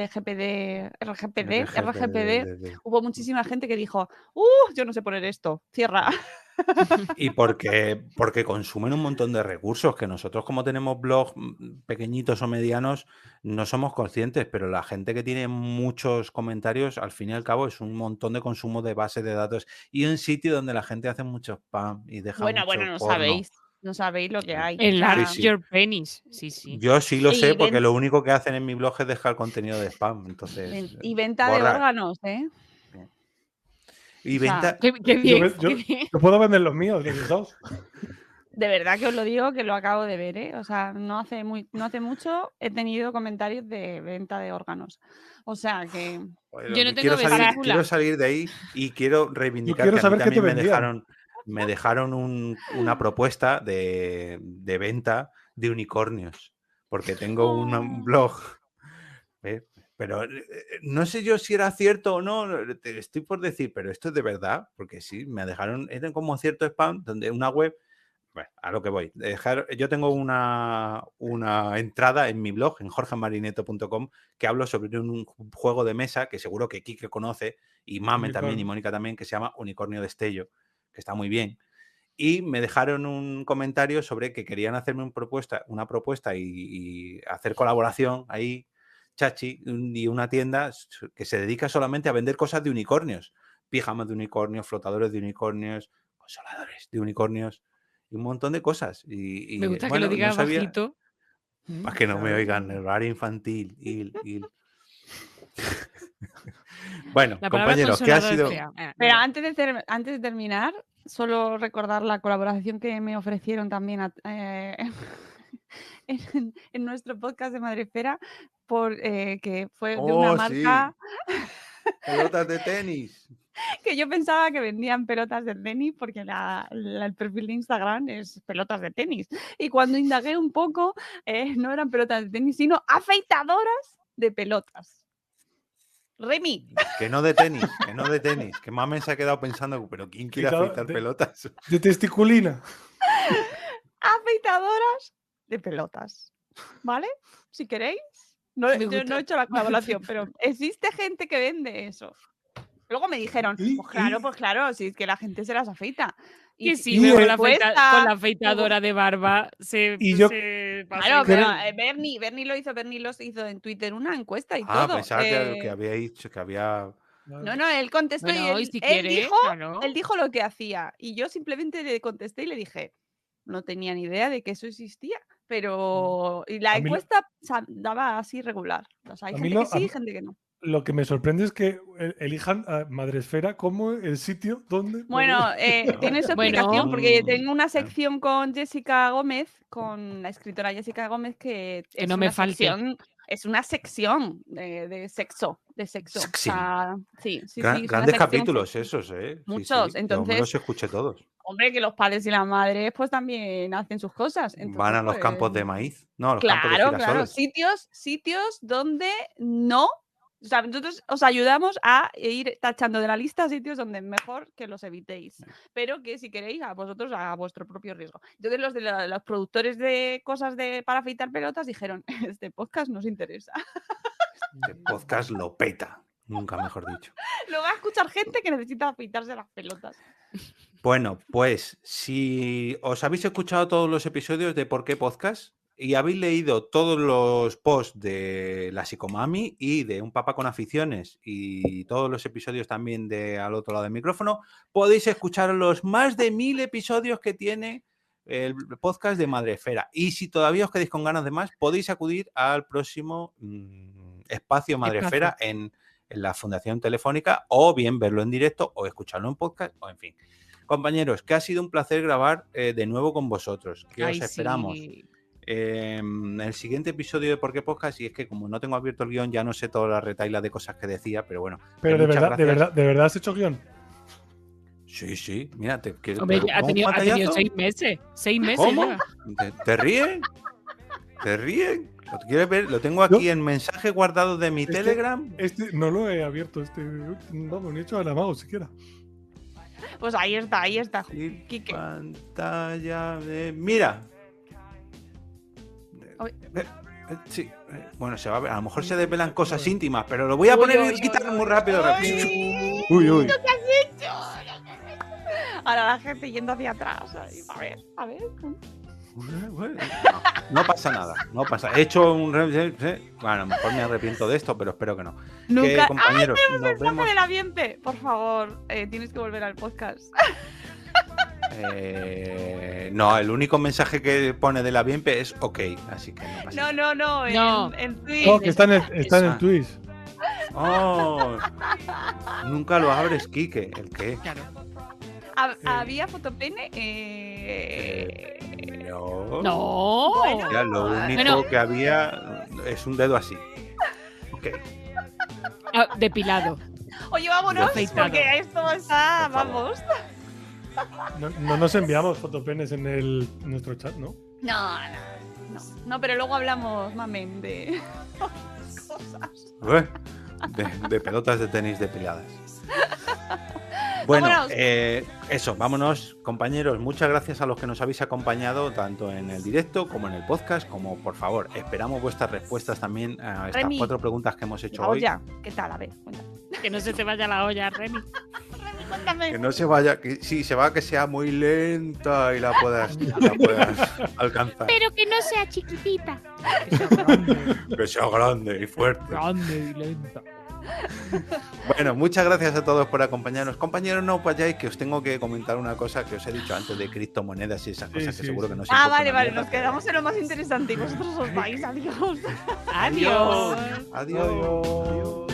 RGPD, hubo muchísima gente que dijo, yo no sé poner esto, cierra. Y porque consumen un montón de recursos que nosotros, como tenemos blogs pequeñitos o medianos, no somos conscientes, pero la gente que tiene muchos comentarios, al fin y al cabo, es un montón de consumo de base de datos y un sitio donde la gente hace mucho spam y deja Bueno, mucho no porno. sabéis lo que hay. Enlarge Sí. your penis. Sí, sí. Yo sí lo sé Y porque lo único que hacen en mi blog es dejar contenido de spam. Entonces, y venta de órganos, ¿eh? Y O sea, venta. Qué bien. Yo qué bien. puedo vender los míos, los dos. De verdad que os lo digo, que lo acabo de ver, ¿eh? O sea, no hace mucho he tenido comentarios de venta de órganos. O sea que... Bueno, Yo no tengo vesícula. quiero salir de ahí y quiero reivindicar quiero que a mí saber qué te también vendían. me dejaron una propuesta de venta de unicornios, porque tengo un blog, pero no sé yo si era cierto o no, te estoy por decir, pero esto es de verdad, porque sí, me dejaron, era como cierto spam, donde una web. Bueno, a lo que voy. Yo tengo una entrada en mi blog, en jorgemarineto.com, que hablo sobre un juego de mesa que seguro que Quique conoce, y Mame también, y Mónica también, que se llama Unicornio Destello, que está muy bien. Y me dejaron un comentario sobre que querían hacerme una propuesta y hacer colaboración ahí, chachi, y una tienda que se dedica solamente a vender cosas de unicornios. Pijamas de unicornios, flotadores de unicornios, consoladores de unicornios y un montón de cosas. Y Me gusta bueno, que lo diga no sabía, bajito. para que no me oigan, el horario infantil. Bueno, La palabra compañeros, ¿qué ha consolador sido? es fea. Pero antes de terminar, solo recordar la colaboración que me ofrecieron también en nuestro podcast de Madrefera, que fue de una marca Pelotas de tenis. que yo pensaba que vendían pelotas de tenis porque el perfil de Instagram es pelotas de tenis. Y cuando indagué un poco, no eran pelotas de tenis, sino afeitadoras de pelotas. Remy. Que no de tenis, que Mamen se ha quedado pensando, pero ¿quién quiere afeitar pelotas? De testiculina. Afeitadoras de pelotas. ¿Vale? Si queréis. Yo no he hecho la colaboración, pero existe gente que vende eso. Luego me dijeron, pues claro, si es que la gente se las afeita. Y sí, y luego el- con la afeitadora de barba se pasa Claro, igual. pero Bernie los hizo en Twitter una encuesta y Ah, todo. pensaba que había dicho que había... No, él contestó Bueno, y y si él quiere, claro. dijo lo que hacía. Y yo simplemente le contesté y le dije, no tenía ni idea de que eso existía. Pero y la A mí lo- encuesta daba así regular. O sea, hay a mí gente que lo- a sí y mí- gente que no. Lo que me sorprende es que elijan a Madresfera como el sitio donde... Bueno, tiene su Bueno. explicación porque tengo una Claro. sección con Jessica Gómez, con la escritora Jessica Gómez, que Que es no me una falte. sección, es una sección de sexo. O sea, sí, es una Grandes sección capítulos sexy. esos, ¿eh? Sí, Muchos, sí. Yo me entonces, los escuché todos. hombre, que los padres y las madres pues también hacen sus cosas. Van Entonces, a los pues, campos de maíz. No, a los campos de claro, girasoles. sitios donde no. O sea, nosotros os ayudamos a ir tachando de la lista sitios donde mejor que los evitéis. Pero que si queréis, a vosotros a vuestro propio riesgo. Entonces los de los productores de cosas para afeitar pelotas dijeron, este podcast nos interesa. Este podcast lo peta. Nunca mejor dicho. Lo va a escuchar gente que necesita afeitarse las pelotas. Bueno, pues si os habéis escuchado todos los episodios de ¿Por qué Podcast? Y habéis leído todos los posts de la Psicomami y de Un Papá con Aficiones y todos los episodios también de Al Otro Lado del Micrófono, podéis escuchar los más de 1000 episodios que tiene el podcast de Madresfera. Y si todavía os quedáis con ganas de más, podéis acudir al próximo espacio Madresfera en la Fundación Telefónica, o bien verlo en directo o escucharlo en podcast, o en fin. Compañeros, que ha sido un placer grabar de nuevo con vosotros. Que os esperamos en el siguiente episodio de ¿Por qué Podcast? Y es que como no tengo abierto el guión, ya no sé toda la retaila de cosas que decía, pero bueno. Pero de muchas gracias. verdad has hecho guión. Sí, mira, Hombre, ha tenido 6 meses. 6 meses. ¿Cómo? Lleva. ¿Te ríen? ¿Te ríen? ¿Lo quieres ver? Lo tengo aquí en mensaje guardado de mi Telegram. No lo he abierto, vamos, ni he hecho al amago siquiera. Pues ahí está. Sí, Quique. pantalla de... Mira. Uy. Sí, bueno, se va a ver. A lo mejor se desvelan cosas íntimas, pero lo voy a poner y quitar muy rápido. Uy. ¿Qué has hecho? Ahora la gente yendo hacia atrás. A ver. No pasa nada, no pasa. He hecho un... Bueno, a lo mejor me arrepiento de esto, pero espero que no. Nunca. Compañeros, ¡Ay, nos vemos. de la Bienpe! Por favor, tienes que volver al podcast. No, el único mensaje que pone de la Bienpe es OK, así que no pasa nada. No. En Twitch. No, que está en el Twitch. Oh, nunca lo abres, Quique. ¿El qué? Claro. ¿Había fotopene? No. No. Bueno. Ya, lo único Bueno. que había es un dedo así. OK. Depilado. Oye, vámonos, Afeitado. porque esto está... Por favor. Vamos. No nos enviamos fotopenes en nuestro chat, ¿no? No, pero luego hablamos, mamen, de cosas. De pelotas de tenis depiladas. Bueno, Vámonos. eso, vámonos, compañeros. Muchas gracias a los que nos habéis acompañado tanto en el directo como en el podcast. Como por favor, esperamos vuestras respuestas también a estas Remy, 4 preguntas que hemos hecho La hoy. olla, ¿qué tal? A ver, cuéntame. Que no se te vaya la olla, Remy. Cuéntame. Que no se vaya, que si se va, que sea muy lenta y la puedas alcanzar. Pero que no sea chiquitita. Que sea grande y fuerte. Grande y lenta. Bueno, muchas gracias a todos por acompañarnos. Compañeros, no os vayáis, que os tengo que comentar una cosa que os he dicho antes de criptomonedas y esas cosas que seguro que no os importa Vale, una mierda, nos quedamos en lo más interesante y vosotros os vais. Adiós. Adiós. Adiós.